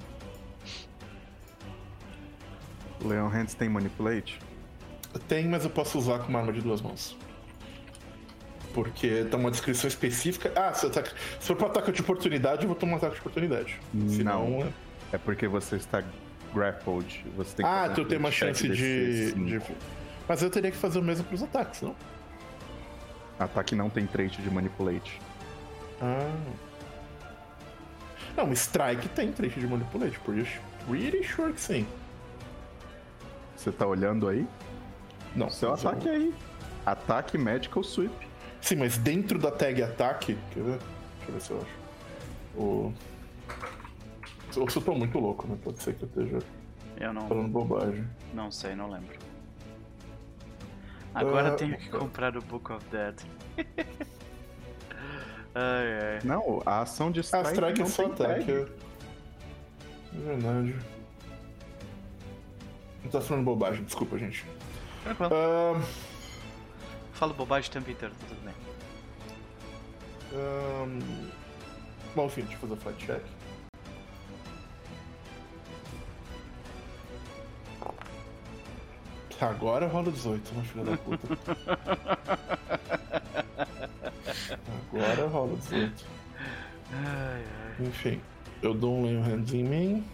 Leon Hands tem manipulate? Tem, mas eu posso usar com uma arma de duas mãos. Porque dá uma descrição específica. Ah, se, ataque... se for pra ataque de oportunidade, eu vou tomar um ataque de oportunidade. Senão. Não. é- É porque você está grappled. Você tem que Ah, fazer um tu tem uma check chance D C de, cinco. de. Mas eu teria que fazer o mesmo pros ataques, não? Ataque não tem trait de manipulate. Ah. Não, Strike tem trait de manipulate, por isso. Pretty sure que sim. Você tá olhando aí? Não. Seu mas eu- ataque é aí. Ataque Medical Sweep. Sim, mas dentro da tag ataque. Quer ver? Deixa eu ver se eu acho. O. Ou se eu tô muito louco, né? Pode ser que eu esteja Eu não, falando bobagem. não sei, não lembro. Agora Ah, tenho que comprar o Book of Dead. Ai, ai. Não, a ação de Ah, strike, strike é não só tem ataque. tag. É verdade. Não tá falando bobagem, desculpa, gente. Tranquilo. Ahn. Falo bobagem o tempo inteiro, tá tudo bem. ahn, Bom, enfim, deixa eu fazer o flight check. Agora rola dezoito, né, filha da puta? Agora rola dezoito. Ai, ai. Enfim, eu dou um lay hands em mim.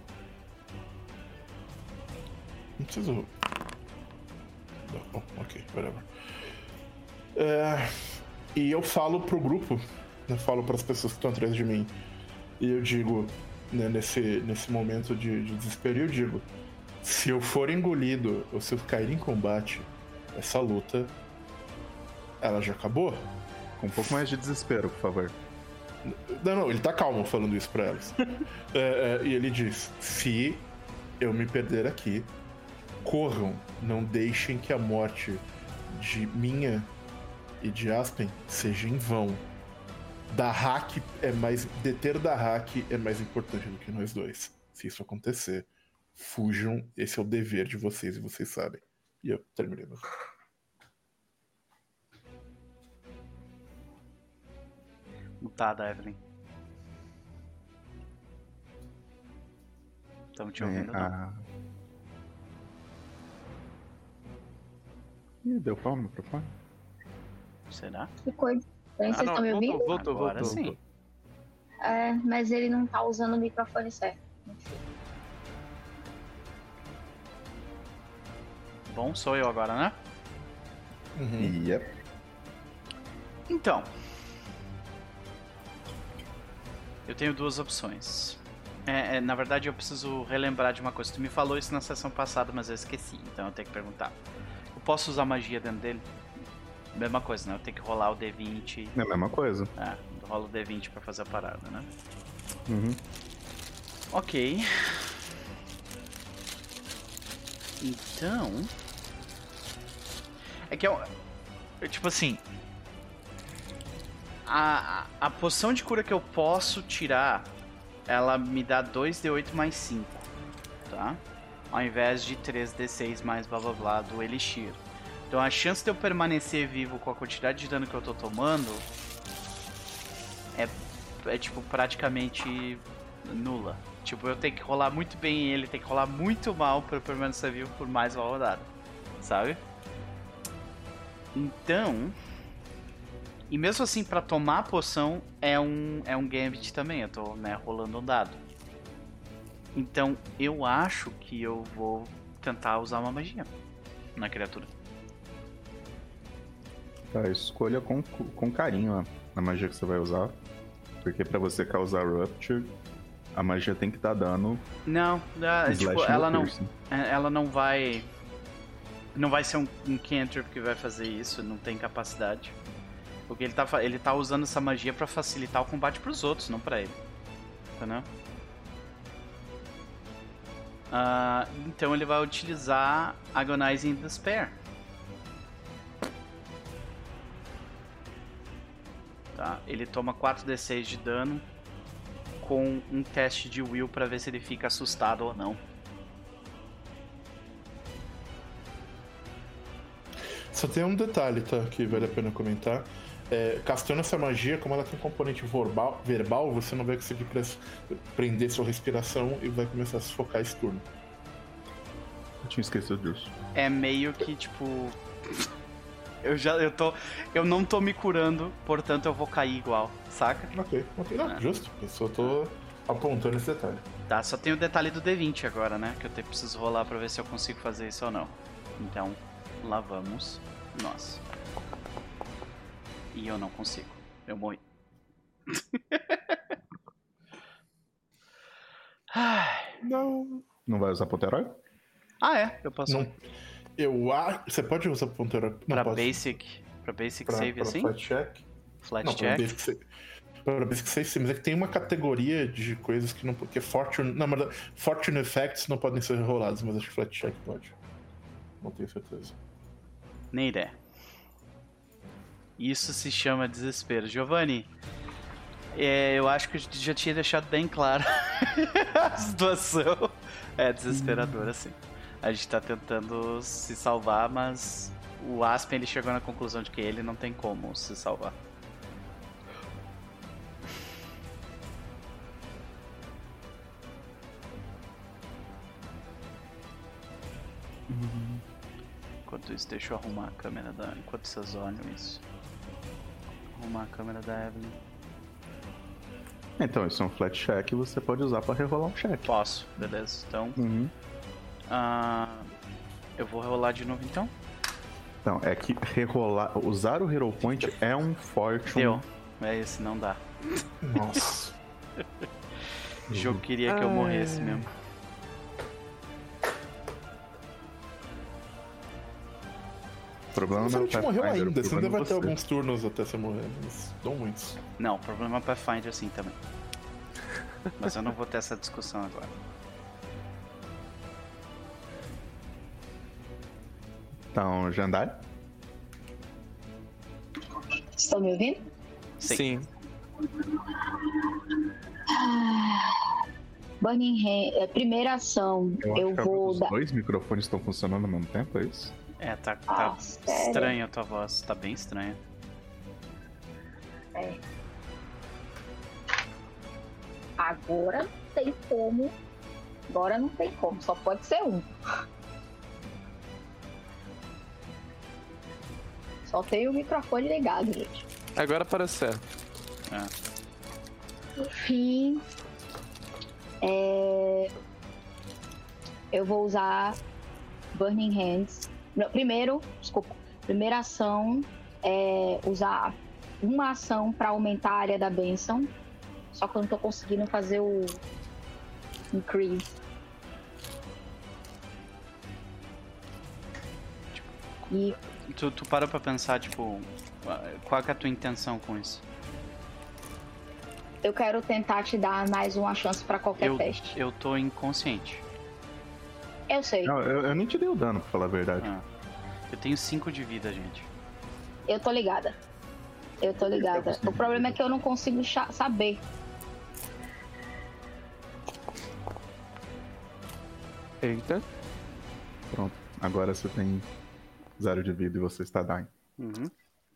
Não preciso. Não, oh, ok, whatever. É, e eu falo pro grupo, eu falo pras pessoas que estão atrás de mim. E eu digo, né, nesse, nesse momento de, de desespero, eu digo: se eu for engolido ou se eu cair em combate, essa luta, ela já acabou. Com um pouco mais de desespero, por favor. Não, não, ele tá calmo falando isso pra elas. É, é, e ele diz: se eu me perder aqui, corram, não deixem que a morte de minha e de Aspen seja em vão. Da hack é mais. Deter da hack é mais importante do que nós dois. Se isso acontecer, fujam, esse é o dever de vocês e vocês sabem. E eu terminei. Meu. Mutada, Evelyn. Estamos te ouvindo, É, não? a... Ih, deu pau no microfone? Será? Que coisa. Vocês Ah, não, estão me ouvindo? voltou, voltou, Agora voltou. sim. É, mas ele não tá usando o microfone certo. Enfim. Bom, sou eu agora, né? Uhum. Yep. Então. Eu tenho duas opções. É, é, na verdade, eu preciso relembrar de uma coisa. Tu me falou isso na sessão passada, mas eu esqueci. Então eu tenho que perguntar. Eu posso usar magia dentro dele? Mesma coisa, né? Eu tenho que rolar o D vinte. É a mesma coisa. É, eu rolo o D vinte pra fazer a parada, né? Uhum. Ok. Então. É que é, um- é tipo assim. A, a, a poção de cura que eu posso tirar, ela me dá dois D oito mais cinco, tá? Ao invés de três D seis mais blá blá blá do Elixir. Então a chance de eu permanecer vivo com a quantidade de dano que eu tô tomando é, é tipo praticamente nula. Tipo, eu tenho que rolar muito bem ele, tem que rolar muito mal pra eu permanecer vivo por mais uma rodada, sabe? Então, e mesmo assim pra tomar a poção é um é um gambit também, eu tô, né, rolando um dado. Então, eu acho que eu vou tentar usar uma magia na criatura. Tá, escolha com, com carinho a, a magia que você vai usar. Porque pra você causar Rupture, a magia tem que dar dano. Não, dá- slash tipo, no ela não, piercing. é, ela não vai, não vai ser um, um cantrip que vai fazer isso, não tem capacidade. Porque ele tá, fa- ele tá usando essa magia pra facilitar o combate pros outros, não pra ele. Entendeu? Ah, então ele vai utilizar Agonizing Despair. Tá? Ele toma quatro D seis de dano com um teste de will pra ver se ele fica assustado ou não. Só tem um detalhe, tá? Que vale a pena comentar. É, castando essa magia, como ela tem componente verbal, verbal você não vai conseguir pres- prender sua respiração e vai começar a sufocar esse turno. Eu tinha esquecido disso. É meio que tipo. Eu já. Eu tô. Eu não tô me curando, portanto eu vou cair igual, saca? Ok, ok. Não, É. justo. Eu só tô apontando esse detalhe. Tá, só tem o detalhe do D vinte agora, né? Que eu te- preciso rolar pra ver se eu consigo fazer isso ou não. Então, lá vamos nós. E eu não consigo. Eu morri. Ai, Não. Não vai usar ponto herói? Ah, é? Eu posso. Não, eu acho. Você pode usar ponteiro. Não, Pra posso. basic. Pra basic Pra, save pra assim? flat check. Flat Não, pra check. basic save. Pra basic save sim, mas é que tem uma categoria de coisas que não. Porque Fortune. Na verdade, Fortune Effects não podem ser rolados, mas acho que flat check pode. Não tenho certeza. Nem ideia. Isso se chama desespero. Giovanni, é, eu acho que eu já tinha deixado bem claro a situação. É desesperadora, sim. A gente tá tentando se salvar, mas o Aspen ele chegou na conclusão de que ele não tem como se salvar. Enquanto isso, deixa eu arrumar a câmera da... Enquanto vocês olham isso. Arrumar a câmera da Evelyn. Então, isso é um flat check e você pode usar pra rerolar um check. Posso, beleza. Então, Uhum. ah, eu vou rerolar de novo então. Então, é que rerolar, usar o Hero Point é um fortune. Deu. É esse, não dá. Nossa. O jogo queria que eu Ai. morresse mesmo. O problema Você não não é te o morreu Pathfinder, ainda, o você ainda problema vai ter é você. alguns turnos até você morrer, mas dão muitos. Não, o problema é o Pathfinder assim também. Mas eu não vou ter essa discussão agora. Então, Jandai? Estão me ouvindo? Sim. Sim. Burning Hand, é, primeira ação, Eu, eu, acho que vou os dar. dois microfones estão funcionando ao mesmo tempo, é isso? É, tá, tá Ah, sério? estranha a tua voz. Tá bem estranha. Agora não tem como. Agora não tem como, só pode ser um. Só tem o microfone ligado, gente. Agora para certo. É. Enfim. É... Eu vou usar Burning Hands. Não, primeiro, desculpa. Primeira ação é usar uma ação para aumentar a área da bênção. Só que eu não tô conseguindo fazer o increase. E Tu, tu para pra pensar, tipo, qual que é a tua intenção com isso? eu quero tentar te dar mais uma chance para qualquer Eu, teste. eu tô inconsciente. Eu sei. Não, eu, eu nem te dei o dano, pra falar a verdade. Ah. Eu tenho cinco de vida, gente. Eu tô ligada. Eu tô ligada. O problema é que eu não consigo cha- saber. Eita. Pronto. Agora você tem zero de vida e você está dying. Uhum.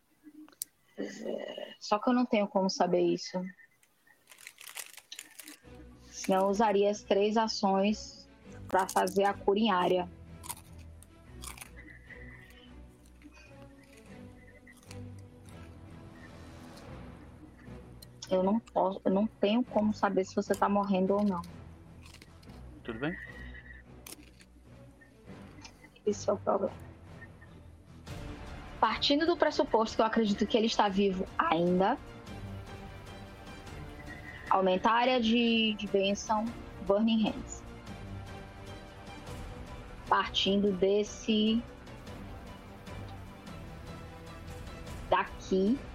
Só que eu não tenho como saber isso. Senão eu usaria as três ações pra fazer a cura em área. Eu não posso, eu não tenho como saber se você tá morrendo ou não. Tudo bem? Esse é o problema. Partindo do pressuposto que eu acredito que ele está vivo ainda, aumentar a área de, de bênção, Burning Hands. Partindo desse daqui.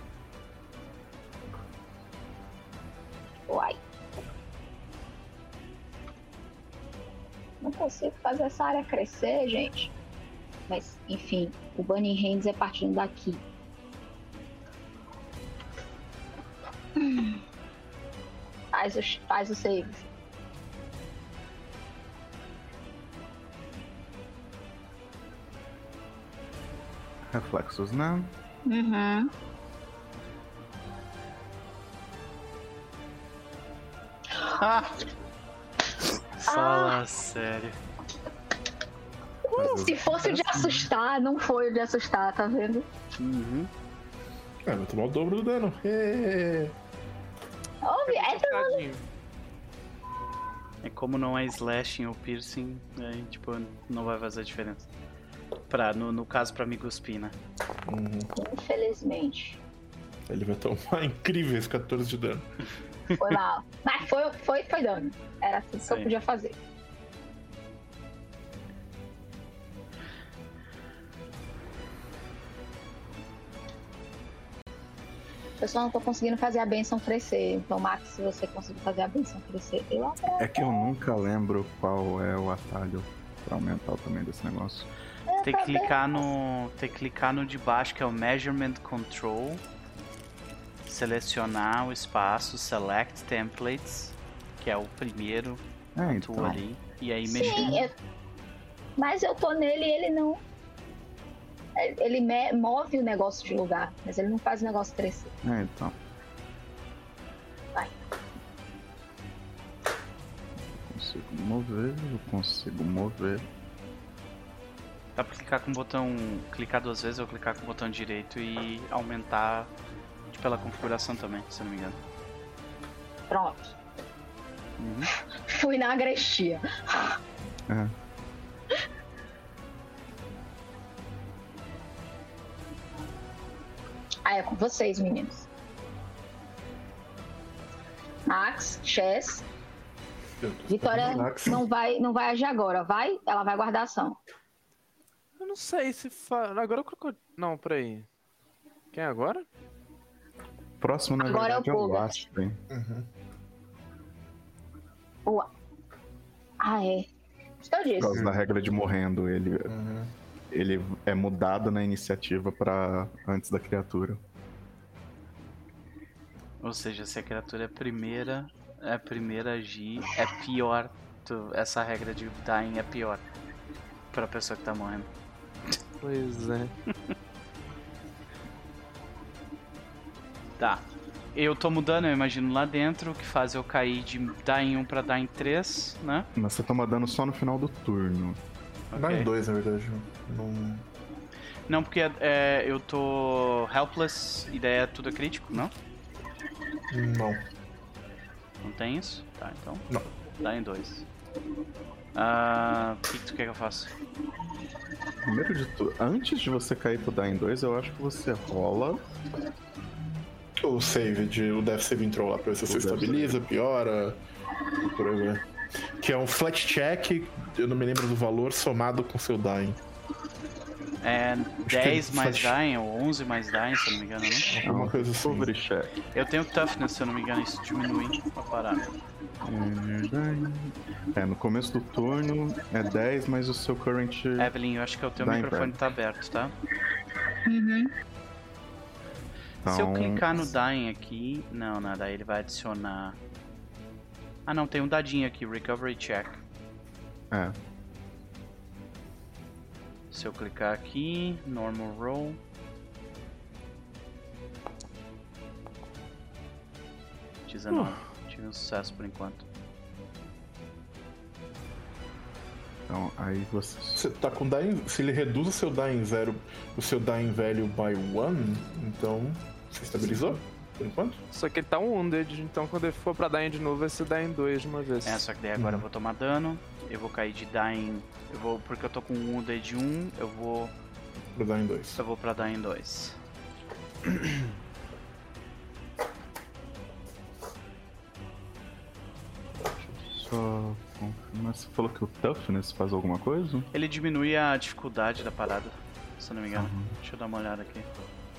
Uai. Não consigo fazer essa área crescer, gente. Mas, enfim, o Burning Hands é partindo daqui. Hum. Faz o, faz o save. Reflexos, né? Uhum. Ah! Fala sério. Uh, se fosse o de assustar, não foi o de assustar, tá vendo? Uhum. É, vai tomar o dobro do dano. É. Ouve, é dano. Tadinho. É como não é slashing ou piercing, aí, tipo, não vai fazer diferença. Pra, no, no caso, pra me cuspir, né? Uhum. Infelizmente. Ele vai tomar incríveis quatorze de dano. Foi mal. Mas foi, foi, foi dano. Era tudo que eu Sim. podia fazer. Eu só não tô conseguindo fazer a benção crescer. Então, Max, se você conseguir fazer a benção crescer, eu agradeço. É que eu nunca lembro qual é o atalho pra aumentar o tamanho desse negócio. Tem que clicar no. Tem que clicar no de baixo, que é o Measurement Control. Selecionar o espaço, Select Templates, que é o primeiro É, tool então. ali. E aí Sim, mexer. eu- mas eu tô nele e ele não. Ele me- move o negócio de lugar, mas ele não faz o negócio crescer. É, então. Vai. Eu consigo mover, eu consigo mover. Dá pra clicar com o botão. Clicar duas vezes ou clicar com o botão direito e aumentar pela configuração também, se eu não me engano. Pronto. Uhum. Fui na agrestia. É. Ah, é com vocês, meninos. Max, Chess. Eu tô Vitória esperando o Max. não vai, não vai agir agora, vai? Ela vai guardar ação. Eu não sei se fa... Agora eu crocodilo. Não, peraí. Quem é agora? Próximo, na Agora é o verdade, é o Bogart. Aspen. Uhum. Boa. Ah, é. Isso que eu Por disse. causa da regra de morrendo, ele, Uhum. ele é mudado na iniciativa pra antes da criatura. Ou seja, se a criatura é a primeira, é a primeira a agir, é pior. Tu- essa regra de dying é pior pra pessoa que tá morrendo. Pois é. Tá. Eu tô mudando, eu imagino lá dentro, o que faz eu cair de dar em um pra dar em três, né? Mas você toma dano só no final do turno. Dá Ok. em dois, na verdade. Não... Não, porque é, eu tô helpless e daí é tudo crítico, não? Não. Não tem isso? Tá, então. Não. Dá em dois. Ah, o que, que tu quer que eu faça? Primeiro de tudo, antes de você cair pro dar em dois, eu acho que você rola. O save, de, o Death Saving Throw lá, pra ver se O você Death estabiliza, piora. E por aí vai. Que é um flat check, eu não me lembro do valor, somado com seu dying. É que dez é mais flash. dying ou onze mais dying, se eu não me engano, né? Alguma coisa assim. Over check. Eu tenho toughness, se eu não me engano, isso diminui pra parar. É, no começo do turno é dez, mas o seu current. Evelyn, eu acho que o teu Dá em microfone pé. tá aberto, tá? Uhum. Se eu Então, clicar no dying aqui... Não, não, daí ele vai adicionar... Ah não, tem um dadinho aqui, recovery check. É. Se eu clicar aqui, normal roll... dezenove. Tive um sucesso por enquanto. Então, aí você. Você tá com dying. Se ele reduz o seu dying zero, o seu dying value by one, então. Você estabilizou? Por enquanto? Só que ele tá um wounded, então quando ele for pra dar em de novo, vai ser dar em dois de uma vez. É, só que daí agora Uhum. eu vou tomar dano. Eu vou cair de dying... Eu vou... Porque eu tô com um wounded de um, eu vou... Pro dying dois. Eu vou pra dying dois. Só confirmar. Você falou que o Toughness faz alguma coisa? Ele diminui a dificuldade da parada, se eu não me engano. Uhum. Deixa eu dar uma olhada aqui.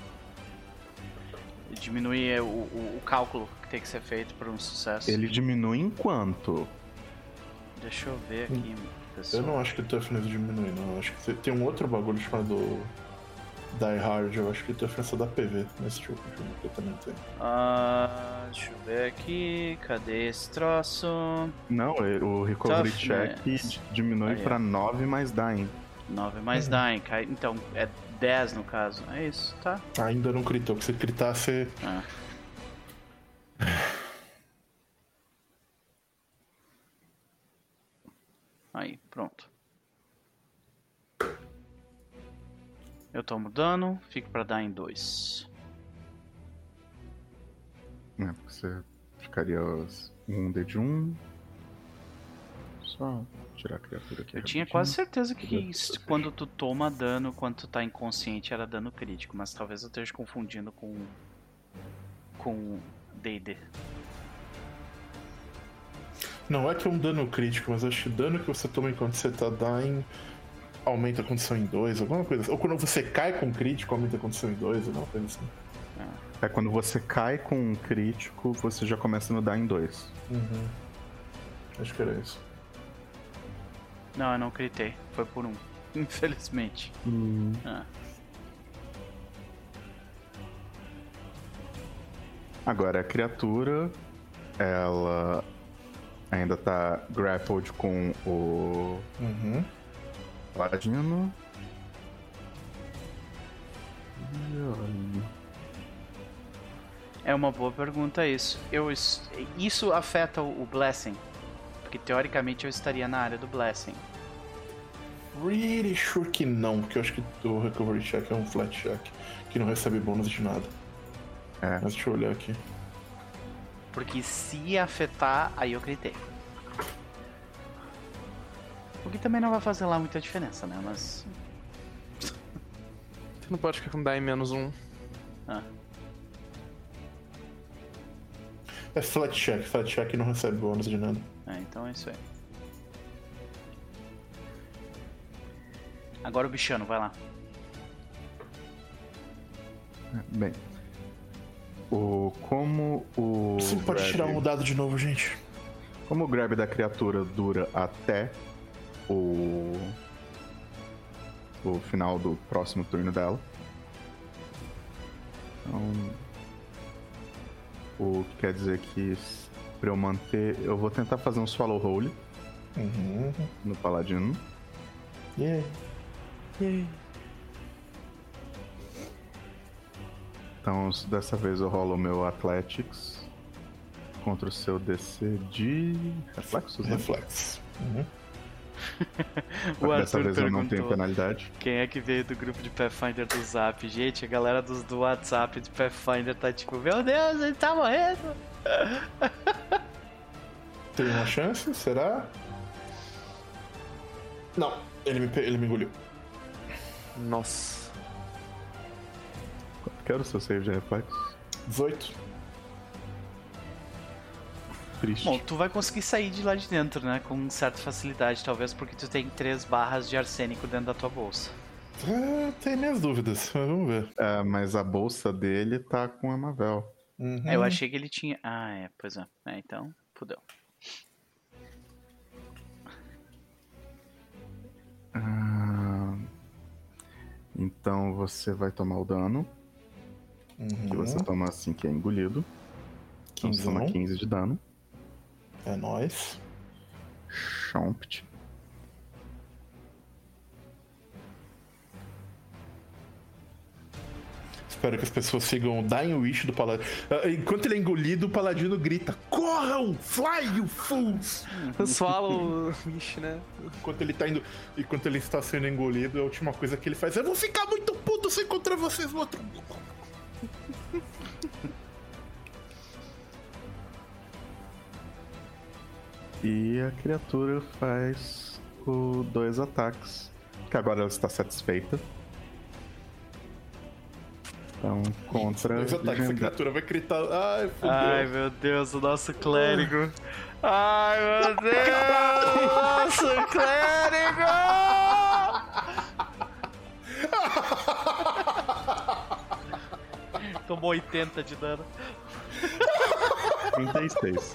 Ele diminui o, o, o cálculo que tem que ser feito para um sucesso. Ele diminui enquanto. Deixa eu ver aqui, pessoal. Eu não acho que o toughness diminui, não. Eu acho que tem um outro bagulho chamado Die Hard. Eu acho que o toughness é da P V nesse tipo de jogo que eu também tenho. Ah, deixa eu ver aqui. Cadê esse troço? Não, ele- o Recovery Toughness. Check diminui Aí, ó. pra nove mais Dying. nove mais dying. Cai... Então, é dez no caso. É isso, tá? Ainda não critou, porque se critar, você. Ah. Aí, pronto. Eu tomo dano, fico pra dar em dois. É, porque você ficaria um D de um. Só tirar a criatura aqui. Eu tinha rapidinho. quase certeza que isso, quando tu toma dano, quando tu tá inconsciente, era dano crítico, mas talvez eu esteja confundindo com com D e D. Não é que é um dano crítico, mas acho que o dano que você toma enquanto você tá dying aumenta a condição em dois, alguma coisa assim. Ou quando você cai com crítico, aumenta a condição em dois, alguma coisa assim. É quando você cai com um crítico, você já começa a mudar em dois. Uhum. Acho que era isso. Não, eu não critei. Foi por um. Infelizmente. Hum. Ah. Agora, a criatura, ela ainda tá grappled com o Uhum. Paladino. E olha. É uma boa pergunta isso. Eu, isso afeta o Blessing? Porque teoricamente eu estaria na área do Blessing. Really sure que não, porque eu acho que o Recovery Check é um flat check, que não recebe bônus de nada. É. Mas deixa eu olhar aqui. Porque se afetar, aí eu gritei. O que também não vai fazer lá muita diferença, né? Mas... Você não pode ficar com die menos um. Ah. É flat check, flat check não recebe bônus de nada. É, então é isso aí. Agora o bichano, vai lá. Bem, o, como o Você pode grab, tirar um dado de novo, gente? como o grab da criatura dura até o o final do próximo turno dela, então, o que quer dizer que pra eu manter, eu vou tentar fazer um swallow hole Uhum. no paladino. Yeah. Então dessa vez eu rolo o meu Athletics contra o seu D C de reflexos, né? Reflexo. Uhum. O Dessa Arthur vez eu não tenho perguntou penalidade. quem é que veio do grupo de Pathfinder do Zap. Gente, a galera dos, do WhatsApp de Pathfinder tá tipo, meu Deus, ele tá morrendo. Tem uma chance? Será? Não, ele me, pe- ele me engoliu. Nossa. Quero o seu save de reflexos. dezoito. Triste. Bom, tu vai conseguir sair de lá de dentro, né? Com certa facilidade, talvez porque tu tem três barras de arsênico dentro da tua bolsa. Ah, tem minhas dúvidas, mas vamos ver. É, mas a bolsa dele tá com a Mavel. Uhum. É, eu achei que ele tinha... Ah, é, pois é. É, então, fudeu. Ah, então você vai tomar o dano Uhum. que você toma assim que é engolido. Então você toma Quinzão. quinze de dano. É nóis. Chompt. Espero que as pessoas sigam o Dying Wish do Paladino. Ah, enquanto ele é engolido, o Paladino grita: corram! Fly, you fools! Swallow. Ixi, né? Enquanto ele tá indo. Enquanto ele está sendo engolido, a última coisa que ele faz é: eu vou ficar muito puto se encontrar vocês no outro. E a criatura faz o dois ataques. Que agora ela está satisfeita. Então, contra. Dois ataques, a legenda- criatura vai gritar: ai, fudeu. Ai, meu Deus, o nosso clérigo. Ai, meu Deus, o nosso clérigo! Tomou oitenta de dano. trinta e seis.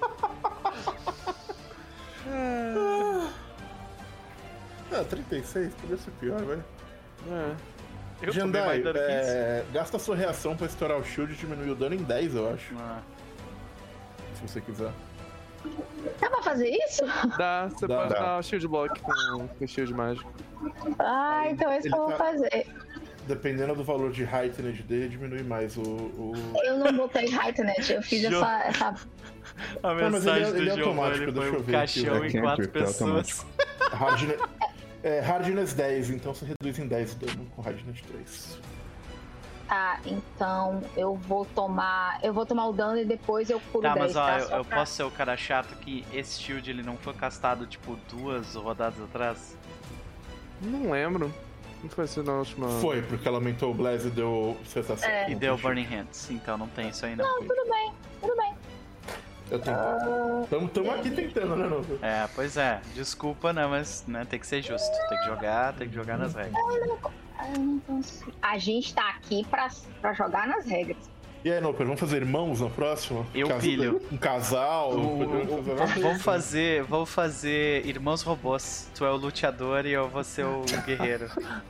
Ah, trinta e seis, podia ser pior, vai. É. Eu tomei Jandai, mais dano que isso. é, gasta a sua reação pra estourar o shield e diminuir o dano em dez, eu acho. Ah, Se você quiser. Dá pra fazer isso? Dá, você Dá, pode dá. dar shield block com, com shield mágico. Ah, então é isso que eu vou Ele tá- fazer. Dependendo do valor de heightened dele, diminui mais o. o... Eu não botei Heightened, eu fiz Jo- essa, essa. a mas mensagem ele é- do ele é Giovanni automático, foi deixa eu um ver aqui, caixão é em quatro cantrip, é pessoas. Hardness, é, hardness dez, então você reduz em dez o dano com Hardness três. Tá, então eu vou tomar. Eu vou tomar o dano e depois eu curo Tá, dez, mas ó, tá? eu, Só eu pra- posso ser o cara chato que esse shield ele não foi castado tipo duas rodadas atrás? Não lembro. Não foi isso na última. Foi, porque ela aumentou o Blaze e deu sensação. É. E deu Burning Hands, então não tem isso aí não. Não, tudo bem, tudo bem. Eu tento. Tamo, tamo aqui tentando, né, não? É, pois é, desculpa, né, mas né, tem que ser justo. Tem que jogar, tem que jogar nas regras. Ah, eu não consigo. A gente tá aqui pra, pra jogar nas regras. E aí, Noper, vamos fazer irmãos na próxima? Eu Cas- pilho. Um casal? O- podemos o- fazer o- nada Vamos disso. fazer, vamos fazer irmãos robôs. Tu é o luteador e eu vou ser o guerreiro.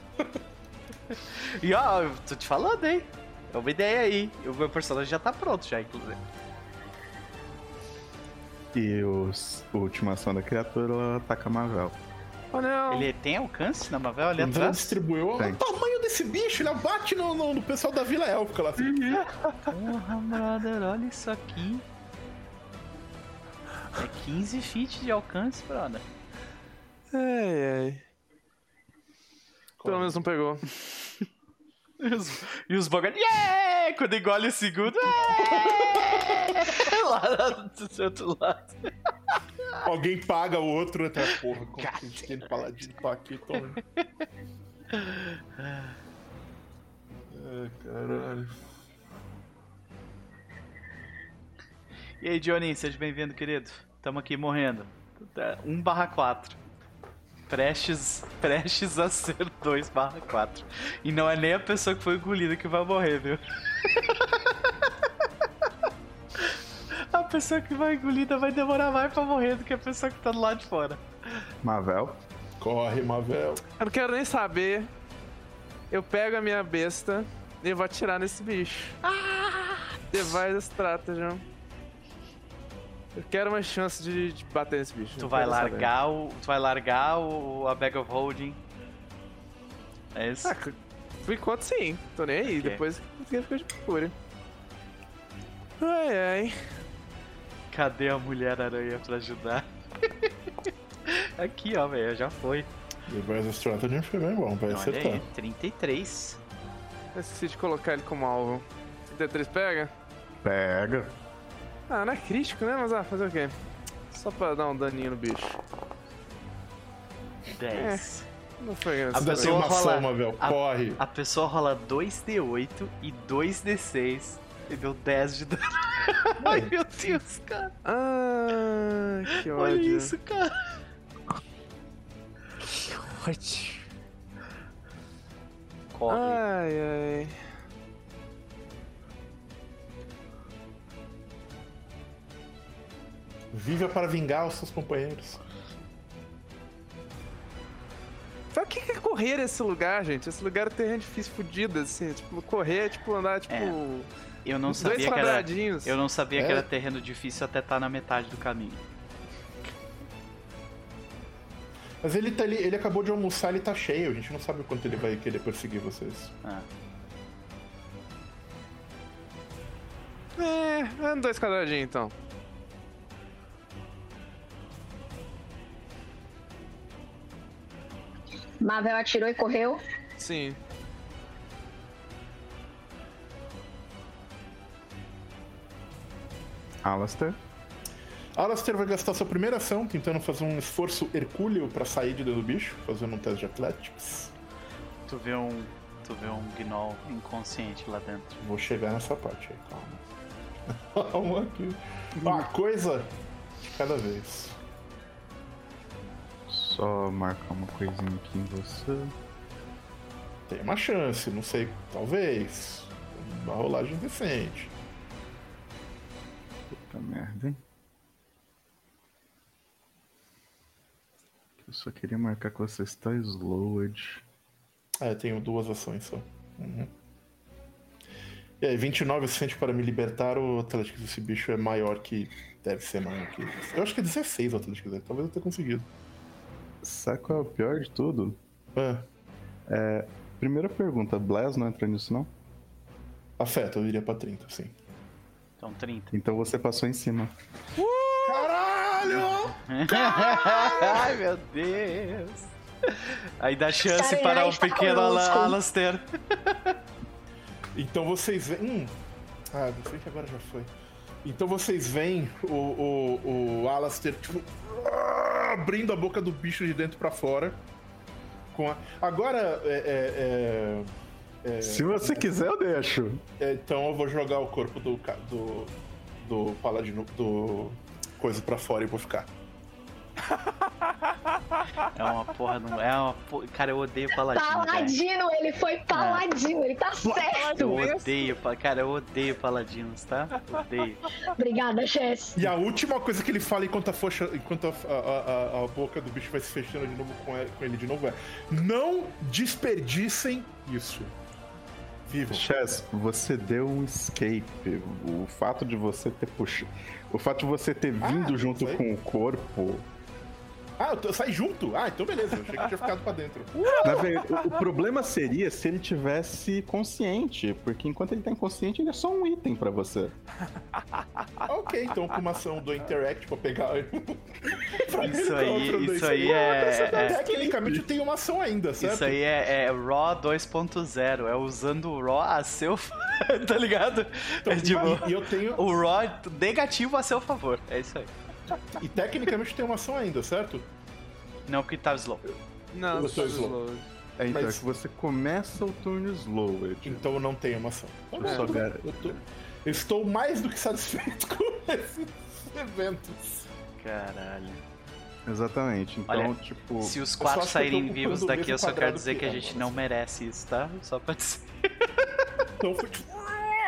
E ó, eu tô te falando, hein? É uma ideia aí. O meu personagem já tá pronto já, inclusive. E os, a última ação da criatura, ela ataca a Mavel. Oh, não. Ele tem alcance na Mavel ali Quando ela atrás? distribuiu olha Tem. o tamanho desse bicho, ele bate no, no, no pessoal da Vila Élfica lá. Porra, brother, olha isso aqui. É quinze feet de alcance, brother. Ai, ai. Pelo menos não pegou. E os, e os bogas, yeah! Quando engole o segundo, yeah! Lá do outro lado. Alguém paga o outro até porra. Como que a gente tem paladino pra aqui, toma. Ai, caralho. E aí, Johnny, seja bem-vindo, querido. Tamo aqui morrendo. um barra quatro. Prestes, prestes a ser dois barra quatro. E não é nem a pessoa que foi engolida que vai morrer, viu? A pessoa que vai engolida vai demorar mais pra morrer do que a pessoa que tá do lado de fora. Mavel. Corre, Mavel. Eu não quero nem saber. Eu pego a minha besta e eu vou atirar nesse bicho. Ah! Device Strategy. Eu quero uma chance de, de bater nesse bicho. Tu não vai quero saber. largar o. Tu vai largar o, a Bag of Holding. É isso? Ah, c- por enquanto sim. Tô nem aí. Ok. Depois que fica de procura. Ai, ai. Cadê a Mulher-Aranha pra ajudar? Aqui, ó, velho, já foi. Device Strategy foi bem bom, vai Olha acertar. aí, trinta e três. Eu esqueci de colocar ele como alvo. trinta e três pega? Pega. Ah, não é crítico, né? Mas ah, fazer o quê? Só pra dar um daninho no bicho. dez. Não foi grande. A Você dá pessoa uma rola- ação, Mavel. a- Corre. A pessoa rola dois D oito e dois D seis e deu dez de dano. Ai, meu Deus, cara. Ah, que ódio. Olha isso, cara. ódio. Corre. Ai, ai. Viva para vingar os seus companheiros. Sabe o que é correr esse lugar, gente? Esse lugar é terreno difícil, fudido, assim. Tipo, correr é tipo andar, tipo. É. Eu não dois sabia que era. quadradinhos. Eu não sabia que É. era terreno difícil até estar na metade do caminho. Mas ele, tá, ele, ele acabou de almoçar, ele tá cheio. A gente não sabe o quanto ele vai querer perseguir vocês. Ah. É, anda dois quadradinhos então. Mavel atirou e correu. Sim. Alastair. Alastair vai gastar sua primeira ação tentando fazer um esforço hercúleo pra sair de dentro do bicho, fazendo um teste de Athletics. Tu vê um. Tu vê um gnoll inconsciente lá dentro. Vou chegar nessa parte aí, calma. Calma aqui. Uma coisa de cada vez. Só marcar uma coisinha aqui em você. Tem uma chance, não sei, talvez. Uma rolagem decente. Puta merda, hein? Eu só queria marcar que você está slowed. É, tenho duas ações só. Uhum. E aí, vinte e nove é o suficiente para me libertar ou o Atlético desse bicho é maior que. Deve ser maior que. Eu acho que é dezesseis o Atlético dele, talvez eu tenha conseguido. Sabe qual é o pior de tudo? É, Primeira pergunta, Blaz não entra nisso não? afeta, eu iria pra trinta, sim. Então trinta. Então você passou em cima. Caralho! Ai, meu Deus. Aí dá chance Cara, para já o está pequeno Ala- conosco. Alastair. Então vocês veem. Hum. Ah, não sei que agora já foi. Então vocês veem o, o, o Alastair, tipo, abrindo a boca do bicho de dentro pra fora. Com a... Agora, é, é, é, Se você quiser, eu deixo. é, então eu vou jogar o corpo do, ca- do, do paladino, do coisa pra fora e vou ficar. É uma porra, não é uma porra. Cara, eu odeio paladino. Paladino, ele foi paladino, ele tá certo. Eu odeio, cara, eu odeio paladinos, tá? Odeio. Obrigada, Chess. E a última coisa que ele fala enquanto a, focha, enquanto a, a, a, a boca do bicho vai se fechando de novo com ele, com ele de novo é: não desperdicem isso. Viva. Chess, você deu um escape. O fato de você ter puxado. O fato de você ter vindo Ah, junto foi? com o corpo. Ah, eu, tô, eu saí junto? Ah, então beleza. Eu achei que tinha ficado pra dentro. Na verdade, o, o problema seria se ele tivesse consciente, porque enquanto ele tá inconsciente, ele é só um item pra você. Ok, então com uma ação do Interact pra pegar. pra Isso ele, aí, contra isso dois. aí é- é- Tecnicamente tem uma ação ainda, certo? Isso aí é, é Raw dois ponto zero. É usando o Raw a seu favor, tá ligado? Então, é tipo, e eu tenho. o Raw negativo a seu favor. É isso aí. E tecnicamente tem uma ação ainda, certo? Não, porque tá slow. Não, Eu só sou slow. slow. É, então, Mas- é que você começa o turno slowed. Então eu não tenho uma ação. Eu só gar- Eu, tô- eu estou mais do que satisfeito com esses eventos. Caralho. Exatamente. Então, Olha, tipo. Se os só quatro acho que eu tô saírem ocupando vivos o daqui, mesmo eu só quero quadrado dizer que que a ela, gente mas- não merece isso, tá? Só pode ser. Então foi tipo.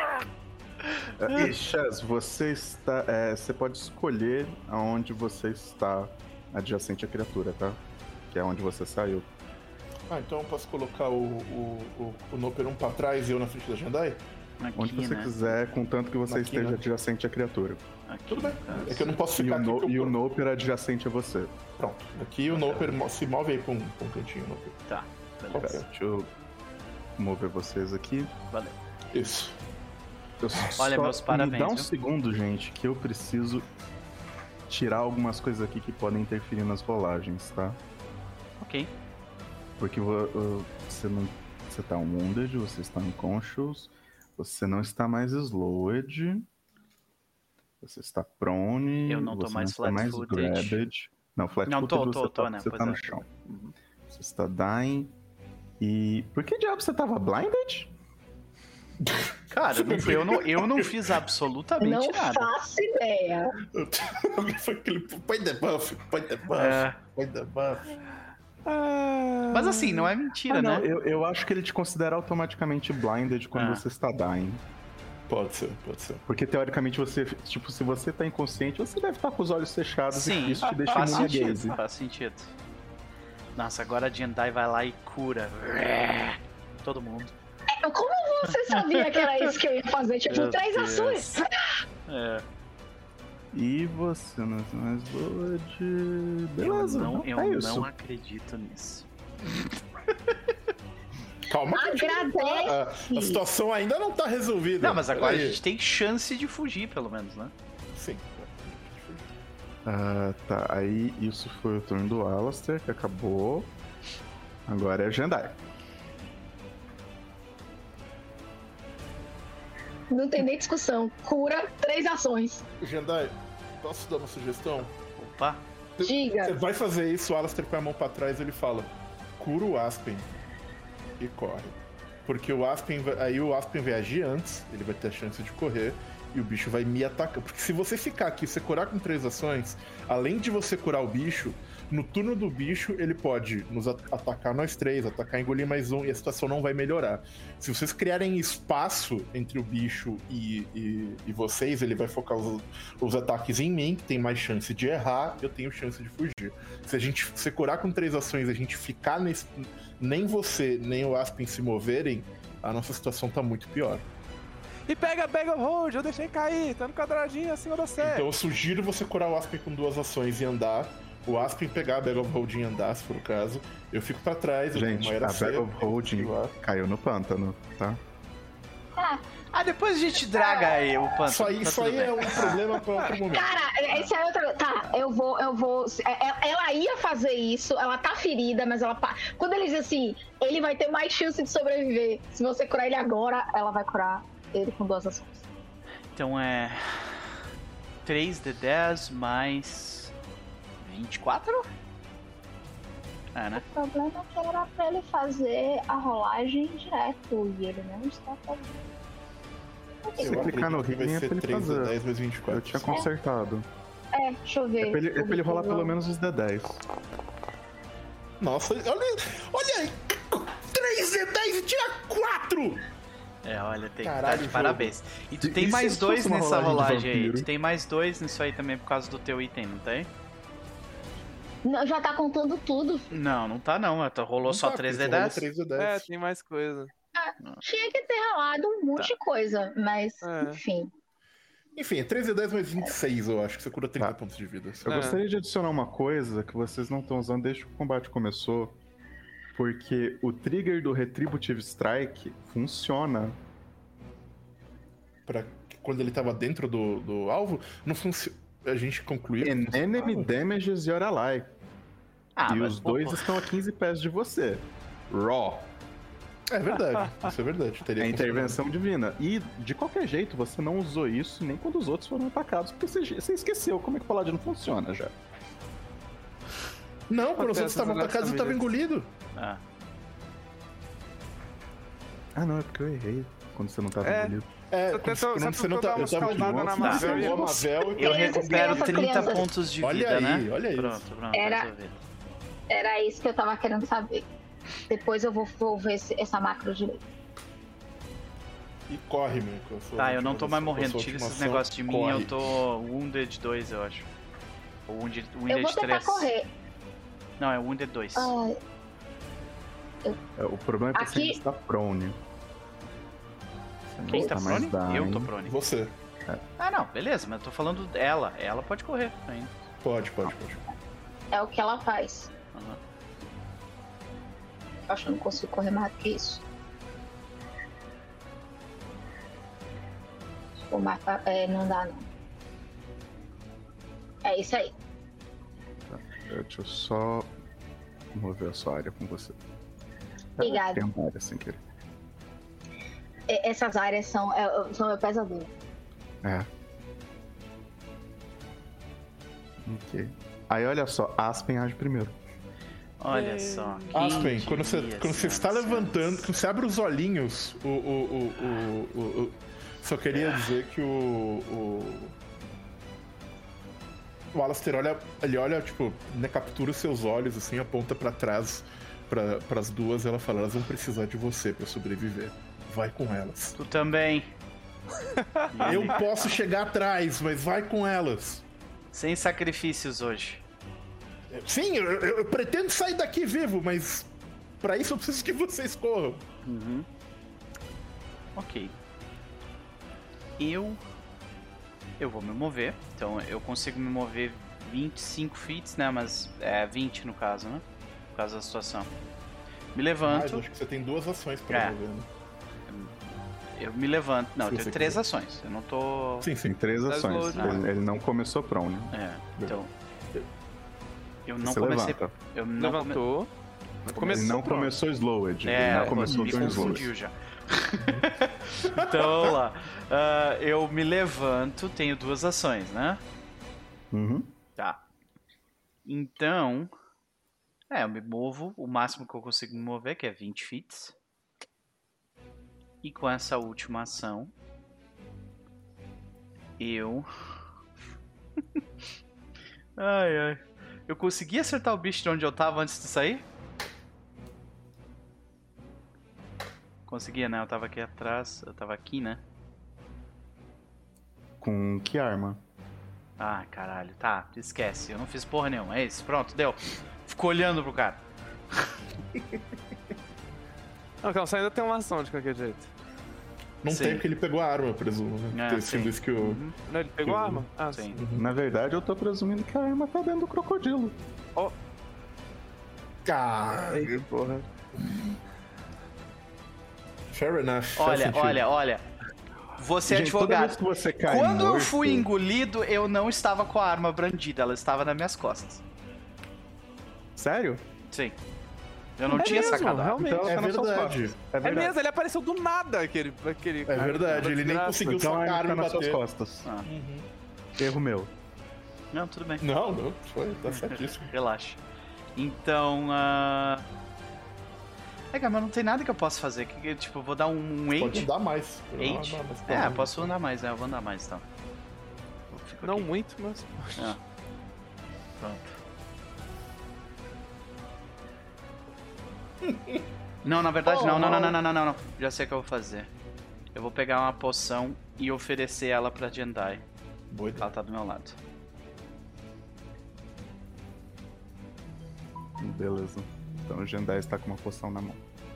E Chess, você está. é, você pode escolher aonde você está adjacente à criatura, tá? Que é onde você saiu. Ah, então eu posso colocar o, o, o, o Noper um pra trás e eu na frente da Jandai? Aqui, Onde você né? quiser, contanto que você Aqui, esteja né? adjacente à criatura. Aqui, Tudo bem. no caso. É que eu não posso E ficar o, aqui. no, que eu- e o Noper adjacente a você. Pronto. Aqui o Noper mo- se move aí pra um, pra um cantinho. Noper. Tá, Pera, beleza. Deixa eu mover vocês aqui. Valeu. Isso. Eu Olha, só- meus parabéns, Me dá um viu? segundo, gente, que eu preciso tirar algumas coisas aqui que podem interferir nas rolagens, tá? Ok. Porque vo- uh, você não. Você tá wounded, você está unconscious, você não está mais slowed, você está prone, Eu não tô você mais não está mais flat-footed. grabbed. Não, flat Não, tô, footed tô, você tô, tá, né? você Pois tá é. no chão. Uhum. Você está dying. E. Por que diabo você tava blinded? Cara, não fui- eu, não, eu não fiz absolutamente Não nada. faço ideia. Alguém foi aquele. Põe debuff, põe debuff, É. põe debuff. Mas assim, não é mentira, Ah, não, né? eu, eu acho que ele te considera automaticamente blinded quando Ah. você está dying. Pode ser, pode ser. Porque teoricamente você, tipo, se você tá inconsciente, você deve estar com os olhos fechados Sim, e isso te deixa faz imune a sentido, gaze. faz sentido. Nossa, agora a Jandai vai lá e cura. Todo mundo. É, Como você sabia que era isso que eu ia fazer? Tipo, Meu três Deus. ações. É, E você não é mais load. Beleza, eu não, eu é isso. não acredito nisso. Calma. que a, Agradece. a situação ainda não tá resolvida. Não, mas agora a Peraí. gente tem chance de fugir, pelo menos, né? Sim. Ah, tá. Aí isso foi o turno do Alastair, que acabou. Agora é a Jandai. Não tem nem discussão. Cura, três ações. Jandai, posso dar uma sugestão? Opa, Você Diga. vai fazer isso, o Alastair põe a mão pra trás e ele fala: cura o Aspen e corre. Porque o Aspen vai- aí o Aspen vai agir antes, ele vai ter a chance de correr e o bicho vai me atacar. Porque se você ficar aqui, você curar com três ações, além de você curar o bicho, no turno do bicho ele pode nos at- atacar nós três, atacar engolir mais um e a situação não vai melhorar. Se vocês criarem espaço entre o bicho e, e, e vocês, ele vai focar os, os ataques em mim, que tem mais chance de errar, eu tenho chance de fugir. Se a gente se curar com três ações e a gente ficar nesse. Nem você, nem o Aspen se moverem, a nossa situação tá muito pior. E pega Bag of Hold, eu deixei cair, tá no quadradinho acima da série. Então eu sugiro você curar o Aspen com duas ações e andar. O Aspen pegar a Bag of Holding e andar, se for o caso. Eu fico pra trás, eu Gente, tenho uma era a Bag ceia, of Holding eu acho. caiu no pântano, tá? Ah, depois a gente draga aí o pântano. Isso aí, tá isso tudo aí bem. é um problema pra outro momento. Cara, esse é outro. Tá, eu vou, eu vou. é- Ela ia fazer isso, ela tá ferida, mas ela. pa- Quando ele diz assim, ele vai ter mais chance de sobreviver. Se você curar ele agora, ela vai curar ele com duas ações. Então é. três de dez mais. vinte e quatro? É, né? O problema é que era pra ele fazer a rolagem direto e ele não está fazendo. Se Eu clicar no acredito que ring, é vai pra ser ele três fazer. D dez vezes vinte e quatro. Eu tinha consertado. É, deixa eu ver. É pra ele, é pra ele rolar pelo menos os D dez. Nossa, olha, olha aí! três D dez e tira quatro! É, olha, tem Caralho, que estar de jogo. parabéns. E tu E- tem e mais se dois fosse uma nessa rolagem de rolagem aí. vampiro? Tu tem mais dois nisso aí também por causa do teu item, não tem? Não, já tá contando tudo. Não, não tá não. Tu rolou Não só tá, três D porque rolou dez. três D É, dez. tem mais coisa. Tinha que ter rolado um monte Tá. de coisa, mas É. enfim. Enfim, é três D dez mais vinte e seis, eu acho que você cura trinta Tá. pontos de vida. Eu É. gostaria de adicionar uma coisa que vocês não estão usando desde que o combate começou. Porque o trigger do Retributive Strike funciona. Pra quando ele tava dentro do, do alvo, não funciona. A gente concluiu. que And não enemy funcionava. damages your ally. Ah, e mas, os pô, dois pô. estão a quinze pés de você. Raw. É verdade, isso é verdade. Teria É funcionado. intervenção divina. E, de qualquer jeito, você não usou isso nem quando os outros foram atacados, porque você, você esqueceu como é que o Paladino funciona já. Não, quando os Acontece outros estavam nas atacados, eu tava famílias. engolido. Ah, Ah, não, é porque eu errei quando você não tava É. engolido. É, Você quando, tentou- quando você você não tentou tá. dar Eu uma tava escaldada na Nossa, Marvel, pegou a e- Marvel e eu Crianças, recupero crianças, trinta crianças. pontos de Olha vida, aí, né? olha isso. Pronto, pronto, Era- resolvido. Era isso que eu tava querendo saber. Depois eu vou, vou ver esse- essa macro direito. E corre, meu. com a sua Tá, eu não última- tô mais com a morrendo. sua Tira última esses ação, negócios de mim, corre. eu tô Wounded dois, eu acho. Ou Wounded, Eu wounded vou tentar três. correr. Não, é Wounded dois. Ah, É, o problema é que você Aqui- ainda está prone. Você Quem não tá está mais prone? Eu tô dying. prone. Você. Ah, não, beleza, mas eu tô falando dela. Ela pode correr ainda. Pode, pode, pode. é o que ela faz. Aham. Eu acho que eu não consigo correr mais do que isso. O mapa é, não dá, não. É isso aí. É, Deixa eu só mover a sua área com você. Obrigada. Tem uma área sem querer. E- Essas áreas são, é, são meu pesadelo. É. Ok. Aí olha só, Aspen age primeiro. Olha É. só. Aspen, quem quando você, diria, quando você senhoras está e senhores? levantando, quando você abre os olhinhos, o. o, o, o, o- o- só queria dizer que o. O, o Alastair olha. Ele olha, tipo, né, captura os seus olhos, assim, aponta pra trás pra, pras duas e ela fala: elas vão precisar de você pra sobreviver. Vai com elas. Tu também. E Eu ele, posso chegar atrás, mas vai com elas. Sem sacrifícios hoje. Sim, eu, eu- eu pretendo sair daqui vivo, mas pra isso eu preciso que vocês corram. Uhum. Ok. Eu. Eu vou me mover. Então eu consigo me mover vinte e cinco feet, né? Mas é vinte no caso, né? Por causa da situação. Me Mas levanto. eu acho que você tem duas ações pra É. mover, né? Eu me levanto. Não, eu Se tenho você três quiser. ações. Eu não tô. Sim, sim. Tem três Mas ações. o- Ele, ele não começou prone. É, então. Eu não Você comecei. levanta. Eu não come- Levantou. Começou Ele não pronto. começou slowed. É, ele não começou me tão slowed. confundiu já. Então, vamos lá. Ah, eu me levanto, tenho duas ações, né? Uhum. Tá. Então. É, eu me movo o máximo que eu consigo me mover, que é vinte feet. E com essa última ação. Eu. Ai, ai. Eu consegui acertar o bicho de onde eu tava antes de sair? Conseguia, né? Eu tava aqui atrás. Eu tava aqui, né? Com que arma? Ah, caralho. Tá, esquece. Eu não fiz porra nenhuma. É isso, pronto, deu. Ficou olhando pro cara. Não, calma, você ainda tem uma ação de qualquer jeito. Não Sim. tem porque ele pegou a arma, eu presumo, né? Ah, Ter sim. sido isso que o. Uhum, Não, ele pegou a Uhum. arma? Ah, sim. Na verdade, eu tô presumindo que a arma tá dentro do crocodilo. Cara, Ai, porra. fair enough. faz Olha, sentido. olha, olha. Você é Gente, toda advogado. vez que você cai Quando eu morto- fui engolido, eu não estava com a arma brandida, ela estava nas minhas costas. Sério? Sim. Eu não É tinha mesmo, sacado a arma. realmente. Então, É tá nas suas verdade. costas. É É verdade. mesmo, ele apareceu do nada, aquele. aquele É verdade, ele nem desgraça. conseguiu Então a sacar a arma arma tá e nas suas bater. costas. Ah, Uhum. Erro meu. não, tudo bem. Não, não, foi, tá certíssimo. Relaxa. Então, ah... É, cara, mas não tem nada que eu possa fazer. Que, que, tipo, eu vou dar um Pode eight. andar mais. Eight? Não, não, mas tá É, bom. posso andar mais, né? Eu vou andar mais, então. Eu fico Não aqui. muito, mas. Ah. Pronto. Não, na verdade, Oh. não, não, não, não, não, não, não, não. Já sei o que eu vou fazer. Eu vou pegar uma poção e oferecer ela pra Jendai. Boa ideia. Ela tá do meu lado. Beleza. Então o Jendai está com uma poção na mão.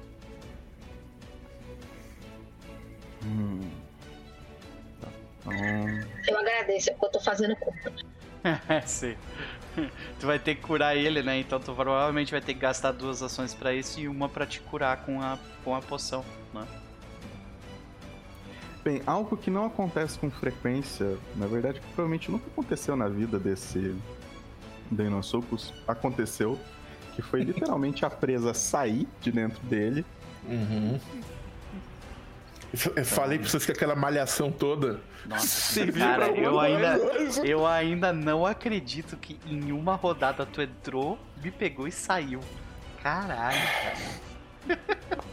Hum. Tá. Então... Eu agradeço, é porque eu tô fazendo compra. Sim. Tu vai ter que curar ele, né? Então tu provavelmente vai ter que gastar duas ações pra isso e uma pra te curar com a, com a poção, né? Bem, algo que não acontece com frequência, na verdade que provavelmente nunca aconteceu na vida desse Deinosuchus, aconteceu, que foi literalmente a presa sair de dentro dele. Uhum. Eu, eu falei pra vocês que aquela malhação toda. Nossa, serviu cara, pra eu alguma ainda, coisa. eu ainda não acredito que em uma rodada tu entrou, me pegou e saiu. Caralho, cara.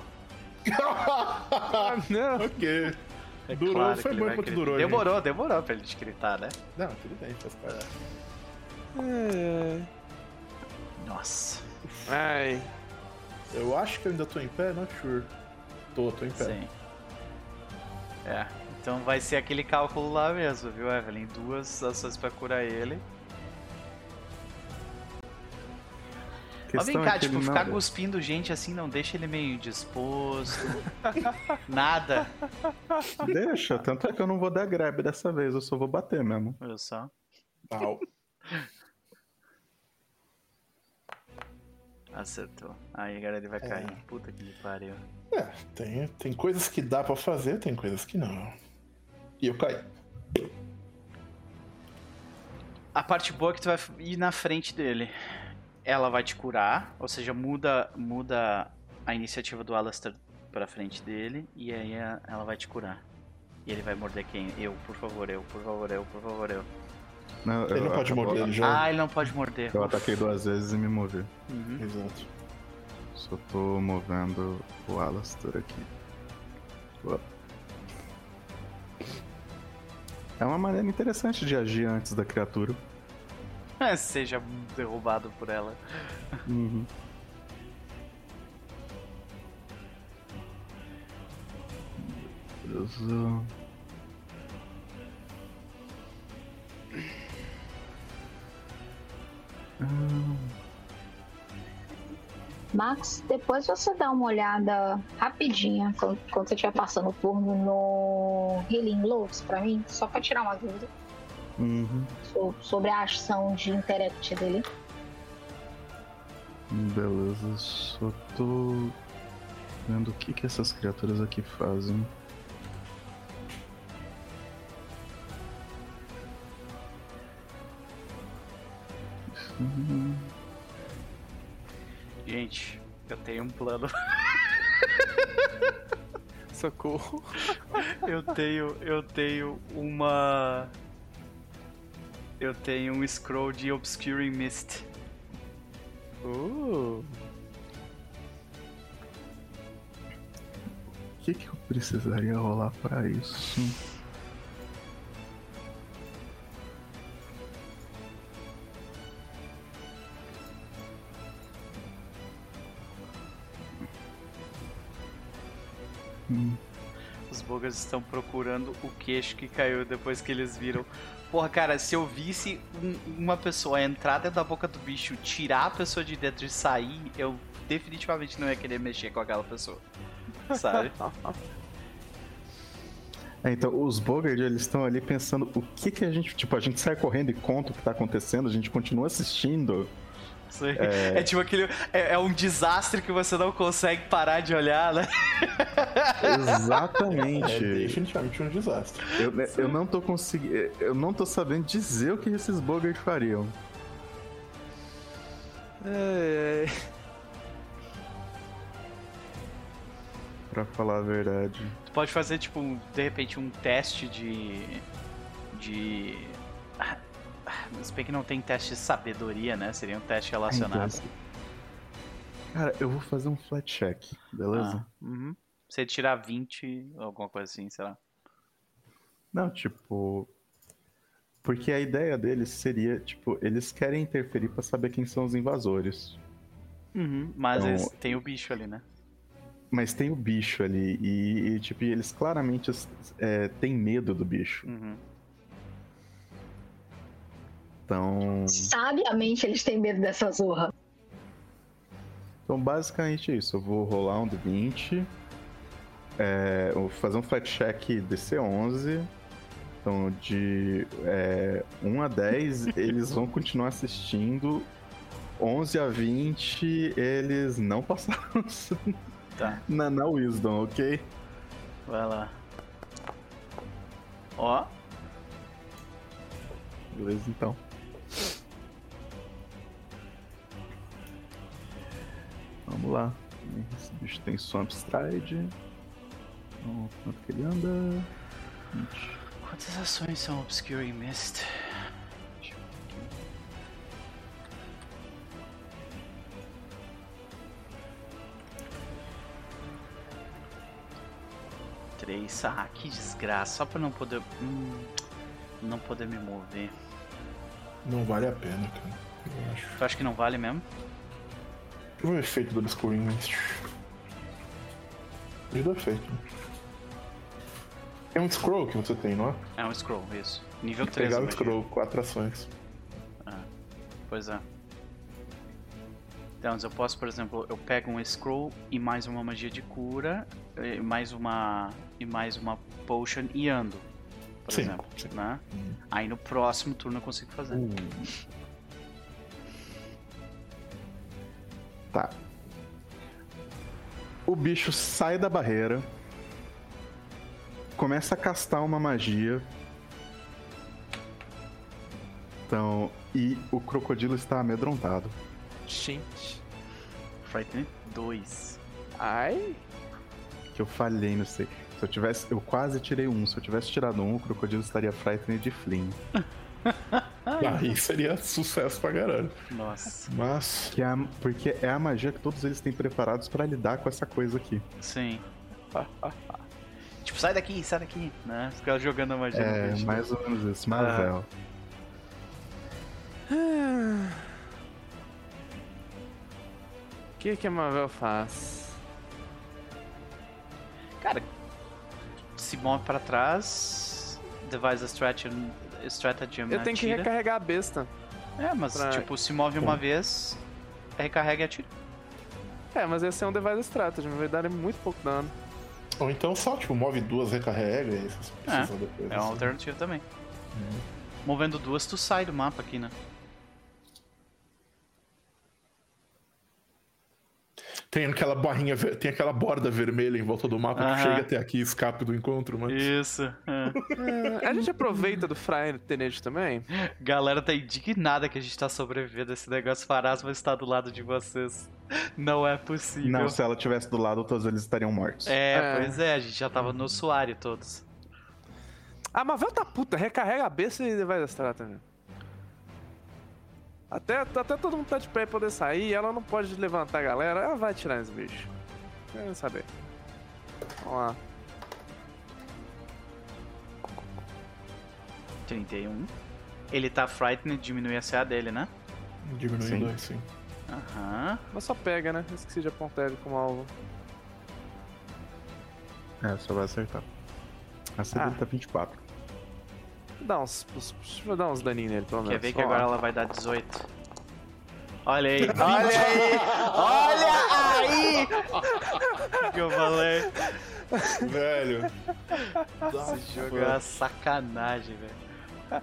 Ah, não. Ok. É Durou, claro foi que ele bom vai enquanto acreditar. durou, Demorou, demorou pra ele te gritar, né? Não, tudo bem, faz parte. É. Nossa. Ai. Eu acho que eu ainda tô em pé, not sure. Tô, tô em pé. Sim. É, então vai ser aquele cálculo lá mesmo, viu, Evelyn? Duas ações pra curar ele. Mas vem Questão cá, é que tipo, ele ficar não- cuspindo gente assim não deixa ele meio indisposto. Nada. Deixa, tanto é que eu não vou dar grab dessa vez, eu só vou bater mesmo. Olha só. Au. Acertou. Aí agora ele vai cair. Puta que me pariu. É, tem, tem coisas que dá pra fazer, tem coisas que não. E eu caí. A parte boa é que tu vai ir na frente dele. Ela vai te curar, ou seja, muda, muda a iniciativa do Alastair pra frente dele, e aí a- ela vai te curar. E ele vai morder quem? Eu, por favor, eu, por favor, eu, por favor, eu. Não, Ele eu- não pode acabou- morder, ele já. Ah, ele não pode morder. Eu ataquei duas vezes e me movi. Uhum. Exato. Só tô movendo o Alastair aqui. Ué. É uma maneira interessante de agir antes da criatura. Seja derrubado por ela. Uhum. Beleza. Hum, Max, depois você dá uma olhada rapidinha quando, quando você estiver passando o turno no Healing Loads pra mim, só pra tirar uma dúvida uhum. so- sobre a ação de interact dele. Beleza, só tô vendo o que, que essas criaturas aqui fazem. Hum, Gente, eu tenho um plano. Socorro. Eu tenho, eu tenho uma... Eu tenho um scroll de Obscuring Mist. Uh. O que, que eu precisaria rolar pra isso? Hum. Os Bogars estão procurando o queixo que caiu depois que eles viram. Porra, cara, se eu visse um- uma pessoa entrar dentro da boca do bicho, tirar a pessoa de dentro e sair, eu definitivamente não ia querer mexer com aquela pessoa. Sabe? É, então, os Bogard, eles estão ali pensando o que que a gente... Tipo, a gente sai correndo e conta o que tá acontecendo, a gente continua assistindo. Sei. É... tipo aquele. É, é um desastre que você não consegue parar de olhar, né? Exatamente. É definitivamente um desastre. Eu, eu não tô conseguindo... Eu não tô sabendo dizer o que esses Bogard fariam. Ai, ai. Pra falar a verdade. Tu pode fazer, tipo, um- de repente, um teste de. De. Ah, ah, se bem que não tem teste de sabedoria, né? Seria um teste relacionado. Então, cara, eu vou fazer um flat check, beleza? Ah, uhum. Se ele tirar vinte, alguma coisa assim, sei lá. Não, tipo... Porque a ideia deles seria, tipo, eles querem interferir pra saber quem são os invasores. Uhum, mas Então- eles- tem o bicho ali, né? Mas tem o bicho ali e, e, tipo, eles claramente é, têm medo do bicho. Uhum. Então, Sabiamente eles têm medo dessa zorra. então basicamente é isso. Eu vou rolar um D vinte. É, eu vou fazer um flat check D C onze. Então, de é, um a dez, eles vão continuar assistindo. onze a vinte, eles não passaram Tá, na, na Wisdom, ok? vai lá. Ó, Beleza, então. Vamos lá. Esse bicho tem Swamp Stride. Então, quanto que ele anda? vinte. quantas ações são Obscuring Mist? Três. Ah, que desgraça. Só pra não poder. Hum, não poder me mover. Não vale a pena, cara. Eu acho. Tu acha que não vale mesmo? O efeito do Obscuring Mist. E do efeito. É um scroll que você tem, não é? É um scroll, isso. Nível três. Pegar o magia. scroll, quatro ações. Pois é. Então, eu posso, por exemplo, eu pego um scroll e mais uma magia de cura, e mais uma e mais uma potion e ando, por Sim, exemplo, sim. né? Hum. Aí no próximo turno eu consigo fazer. Uh. Tá. O bicho sai da barreira, começa a castar uma magia. Então, e o crocodilo está amedrontado. Gente. Frightening dois. Ai. Que eu falhei, não sei. Se eu tivesse. Eu quase tirei um. Se eu tivesse tirado um, o crocodilo estaria frightened de fling. Aí seria sucesso pra caralho. Nossa. Mas. Que é a- porque é a magia que todos eles têm preparados pra lidar com essa coisa aqui. Sim. Tipo, sai daqui, sai daqui, né? Ficar jogando a magia É, no bicho. mais ou menos isso, Marvel. O que que a Marvel faz? Cara, se move pra trás, devise a stratagem, stratagem Eu tenho que atira. recarregar a besta. É, mas pra- tipo, se move uma vez, recarrega e atira. É, mas esse é um device strategy, vai dar muito pouco dano. Ou então só, tipo, move duas, recarrega e você precisa depois. É uma assim. alternativa também. Movendo duas, tu sai do mapa aqui, né? Tem aquela barrinha, ver- tem aquela borda vermelha em volta do mapa Aham. que chega até aqui e escape do encontro, mas. Isso. é. A gente aproveita do Fry Tenage também? Galera tá indignada que a gente tá sobrevivendo a esse negócio. Farasma está do lado de vocês. Não é possível. Não, se ela estivesse do lado, todos eles estariam mortos. É, É. pois é, a gente já tava no suário todos. A Marvel tá puta, recarrega a besta e device strategy. Até, até todo mundo tá de pé e poder sair, ela não pode levantar a galera, ela vai tirar esse bicho. Quero saber. Vamos lá. trinta e um. Ele tá frightened, diminui a C A dele, né? Diminui Sim. dois, sim. Aham. Mas só pega, né? Esqueci de apontar ele como alvo. É, só vai acertar. A C Ah. dele tá vinte e quatro. Dá uns, uns, deixa eu dar uns daninhos nele, pelo menos. Quer ver que Vamos agora lá. ela vai dar dezoito? Olha aí, olha aí, olha aí! O que eu falei? Velho. Esse jogo é uma sacanagem, velho.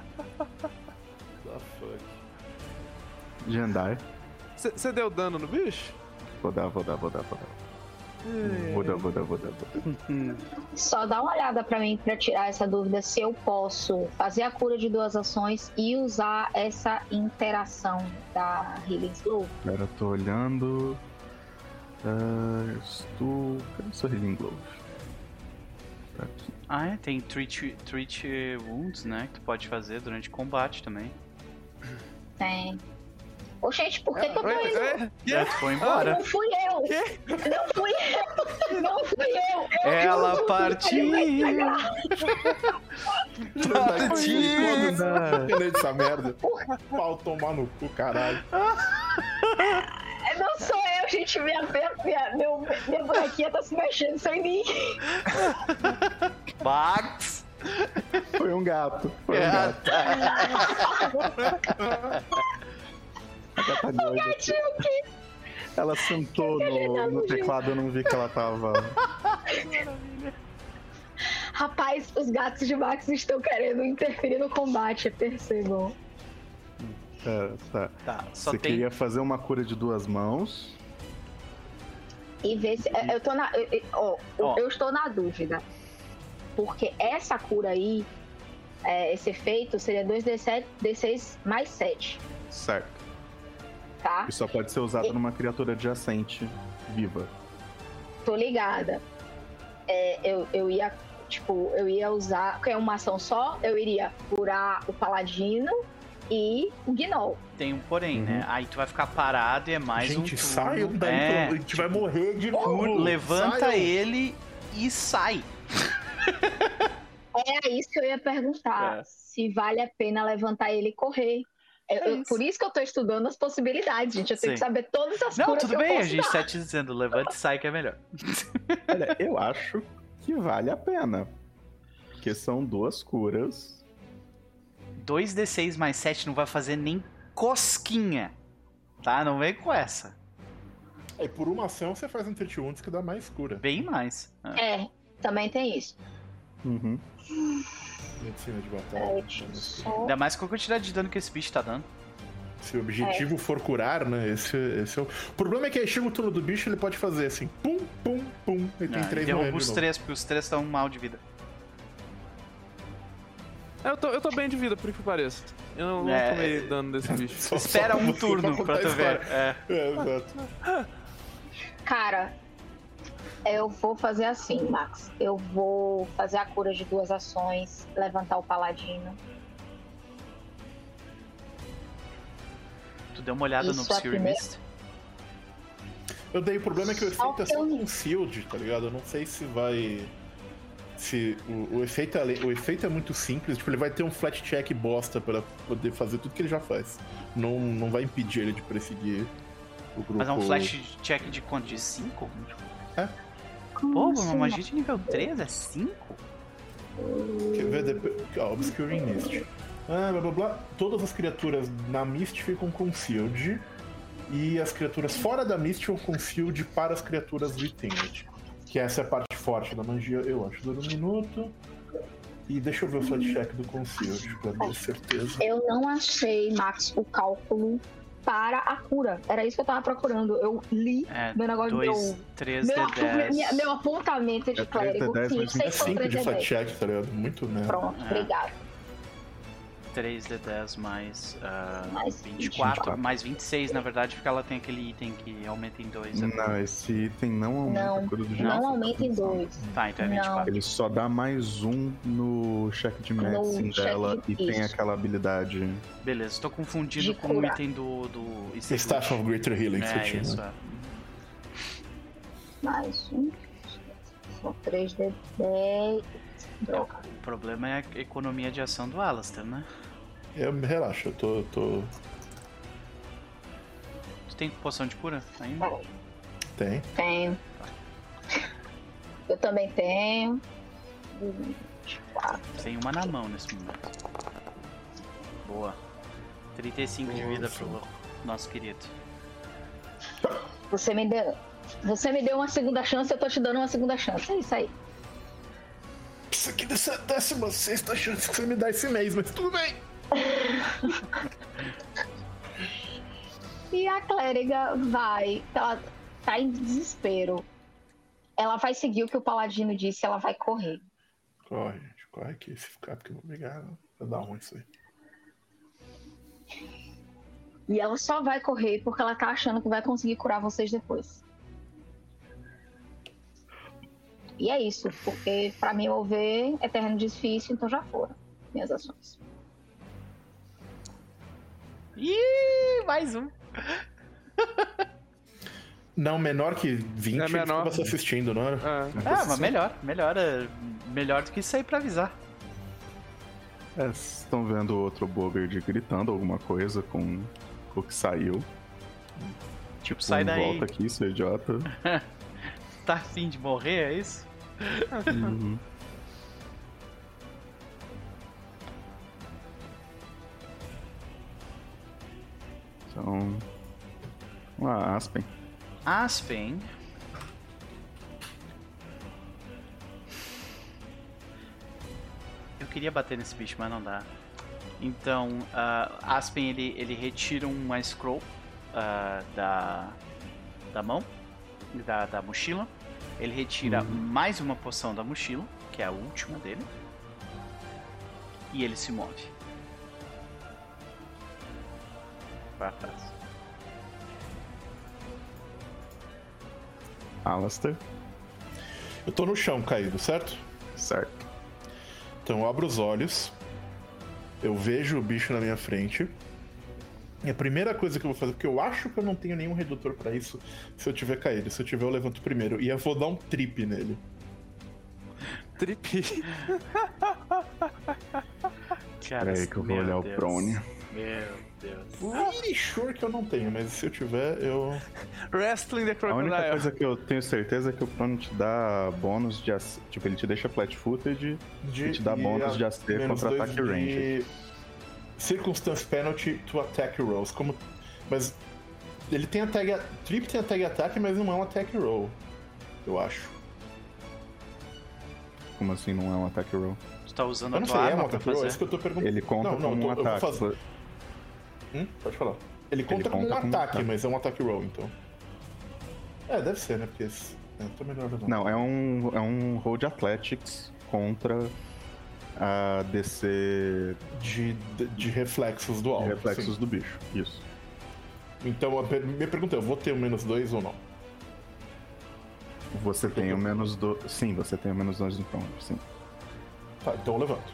Da fuck. Jandai. Você deu dano no bicho? Vou dar, vou dar, vou dar, vou dar. Vou dar, vou dar, vou dar, vou dar. Só dá uma olhada pra mim pra tirar essa dúvida se eu posso fazer a cura de duas ações e usar essa interação da Healing Slow. Agora eu tô olhando. Ah, eu estou. Cadê o seu Healing Glove? Tá aqui. Ah, é, tem treat, treat wounds, né? Que tu pode fazer durante combate também. Tem. Ô, gente, por que, que eu tô indo? É, tu foi embora. Não fui eu! Não fui eu! Não fui eu! eu Ela juro, partiu! ele vai pegar. Entendeu dessa merda? Pau tomar no cu, caralho. É, não Minha, meu, minha bonequinha tá se mexendo sem mim. Max! Foi um gato. Foi um É, gato. A gata de hoje. Gatinho que Ela sentou no, no teclado, eu não vi que ela tava. Rapaz, os gatos de Max estão querendo interferir no combate, percebam. É, tá. Tá, só Você tem. queria fazer uma cura de duas mãos? E ver se. Eu, tô na. Eu, eu- ó, Ó. eu estou na dúvida. Porque essa cura aí, é, esse efeito, seria dois D sete, D seis mais sete, Certo. tá? E só pode ser usado numa criatura adjacente viva. Tô ligada. É, eu, eu ia. Tipo, eu ia usar. Porque é uma ação só, eu iria curar o paladino e o Gnoll. Tem um porém, Uhum. né? Aí tu vai ficar parado e é mais um Gente, turno. saiam daí, É, pelo- a gente vai morrer de novo. levanta Saiam. ele e sai. É isso que eu ia perguntar. É. Se vale a pena levantar ele e correr. Eu- É eu- isso. por isso que eu tô estudando as possibilidades, gente. Eu tenho Sim. que saber todas as Não, curas tudo que eu bem, a posso gente dar. tá te dizendo, levanta e sai que é melhor. Olha, eu acho que vale a pena. Porque são duas curas. dois D seis mais sete não vai fazer nem cosquinha. Tá? Não vem com essa. Aí por uma ação você faz um treat wounds que dá mais cura. Bem mais. Ah. É, também tem isso. Uhum. Medicina de batalha. É, só... Ainda mais com a quantidade de dano que esse bicho tá dando. Se o objetivo for curar, né? Esse, esse é o... o problema é que aí chega o turno do bicho, ele pode fazer assim, pum, pum, pum, e tem Ah, três derruba morrendo de os novo. três, porque os três estão mal de vida. Eu tô, eu tô bem de vida, por que que pareça. Eu não, não É, tomei dano desse bicho. Só- Espera só um pra turno contar pra a tu ver. história. É. É, exato. Cara, eu vou fazer assim, Max. Eu vou fazer a cura de duas ações, levantar o paladino. Tu deu uma olhada Isso, no a Obscure primeira- Mist? Eu dei o problema é que o Só efeito é que só eu- concealed, tá ligado? Eu não sei se vai. Se o, o, efeito é, o efeito é muito simples, tipo, ele vai ter um flat check bosta pra poder fazer tudo que ele já faz. Não, não vai impedir ele de perseguir o grupo. Mas é um flash check de quanto? De cinco? Como Pô, assim, uma magia de nível três é cinco? Quer ver depois? Ó, Obscuring Mist. Ah, blá blá blá. Todas as criaturas na Mist ficam concealed. E as criaturas fora da Mist ficam concealed para as criaturas within it. Que essa é a parte forte da magia, eu acho. Dura um minuto. E deixa eu ver o flat check do concealed, pra ter certeza. Eu não achei, Max, o cálculo para a cura. Era isso que eu tava procurando. Eu li É, meu negócio dois, meu, três meu, D apo- dez. minha- meu apontamento de É três D clérigo. dez, Sim, mas sei É que são cinco três de D flat dez. check, tá ligado? Muito merda. Pronto, É. obrigado. três D dez mais, ah, Mais vinte e quatro, vinte e quatro. mais vinte e seis, na verdade, porque ela tem aquele item que aumenta em dois. né? Não, esse item não aumenta Não, a cura do Não ginásio. aumenta em dois. Tá, então é Não. vinte e quatro. Ele só dá mais um no check de medicine check dela de- e tem isso. aquela habilidade. Beleza, tô confundindo De com o cura. item do. do Staff of Greater Healing que você É, tinha. isso, né? é. Mais um. São três D dez. Droga. O problema é a economia de ação do Alastair, né? Eu, relaxa, eu tô, tô. Tu tem poção de cura ainda? Tem. Tenho. Eu também tenho. vinte e quatro. Tem uma na mão nesse momento. Boa. trinta e cinco de vida pro nosso querido. Você me deu. Você me deu uma segunda chance, eu tô te dando uma segunda chance. É isso aí. Isso aqui dessa décima sexta chance que você me dá esse mês, mas tudo bem. E a clériga vai. Ela tá em desespero. Ela vai seguir o que o paladino disse, ela vai correr. Corre, gente, corre aqui. Se ficar, porque eu vou pegar. Vai dar ruim isso aí. E ela só vai correr porque ela tá achando que vai conseguir curar vocês depois. E é isso, porque pra me mover é terreno difícil, então já foram minhas ações. Ih, mais um. Não, menor que vinte, É ele menor. ficava se assistindo, não era? É. Ah, mas melhor, melhor. é Melhor do que isso aí pra avisar. É, vocês estão vendo outro Bogard gritando alguma coisa com com o que saiu. Tipo, sai daí. Volta aqui, seu idiota. Tá afim de morrer, é isso? Uhum. Então. Vamos lá, Aspen. Aspen. Eu queria bater nesse bicho, mas não dá. Então, uh, Aspen ele, ele retira uma scroll uh, da, da mão, da, da mochila. Ele retira uhum. mais uma poção da mochila, que é a última dele. E ele se move. Pra trás. Alastair. Eu tô no chão caído, certo? Certo. Então eu abro os olhos. Eu vejo o bicho na minha frente. E a primeira coisa que eu vou fazer, porque eu acho que eu não tenho nenhum redutor pra isso se eu tiver caído. Se eu tiver, eu levanto primeiro. E eu vou dar um trip nele. Trip? Cara, Peraí que eu vou olhar Deus. o prone. Meu Deus. Pretty sure que eu não tenho, mas se eu tiver, eu... Wrestling the A Crocodile. única coisa que eu tenho certeza é que o prone te dá bônus de... ac- Tipo, ele te deixa flat-footed de, e te dá bônus de A C menos contra dois ataque range. de Circumstance Penalty to Attack Rolls. Como... Mas ele tem a tag... Trip tem a tag ataque, mas não é um attack roll. Eu acho. Como assim não é um ataque roll? Tu tá usando Eu a não tua sei, é arma um pra attack roll? É fazer? isso que eu tô perguntando. Ele conta não, não, como eu um tô- eu vou ataque. fazer- Hum? Pode falar. Ele conta Ele como um conta como um ataque, ataque. mas é um attack roll, então. É, deve ser, né? Porque... esse- É, tô melhor não. Não, é um, é um roll de Athletics contra a D C De, de, de reflexos do de alvo. reflexos sim. do bicho. Isso. Então, a per- minha pergunta é, eu vou ter o menos dois ou não? Você tem o menos do. Sim, você tem o menos dois no front, sim. Tá, então eu levanto.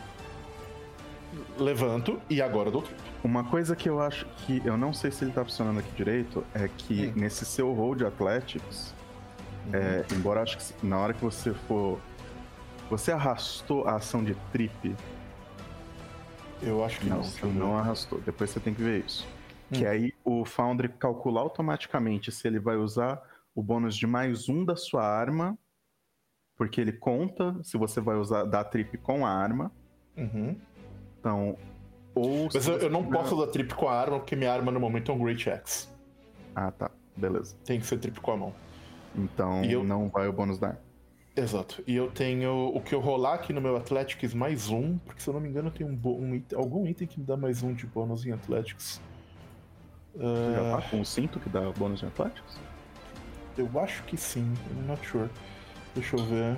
Levanto e agora eu dou trip. Uma coisa que eu acho que. Eu não sei se ele tá funcionando aqui direito, é que Hum. nesse seu roll de Athletics, é, embora acho que se- na hora que você for. Você arrastou a ação de trip? Eu acho que não. Não, deixa você eu ver. não arrastou. Depois você tem que ver isso. Hum. Que aí o Foundry calcula automaticamente se ele vai usar o bônus de mais um da sua arma, porque ele conta se você vai usar dar trip com a arma. Uhum. Então, ou Mas se eu, você eu não tiver- posso dar trip com a arma, porque minha arma no momento é um Great Axe. Ah, tá. Beleza. Tem que ser trip com a mão. Então E eu- não vai o bônus da arma. Exato. E eu tenho o que eu rolar aqui no meu Athletics mais um, porque se eu não me engano eu tenho um, bo- um item- algum item que me dá mais um de bônus em Athletics. Você já Ah, tá com o cinto que dá bônus de Athletics? eu acho que sim, I'm not sure. Deixa eu ver.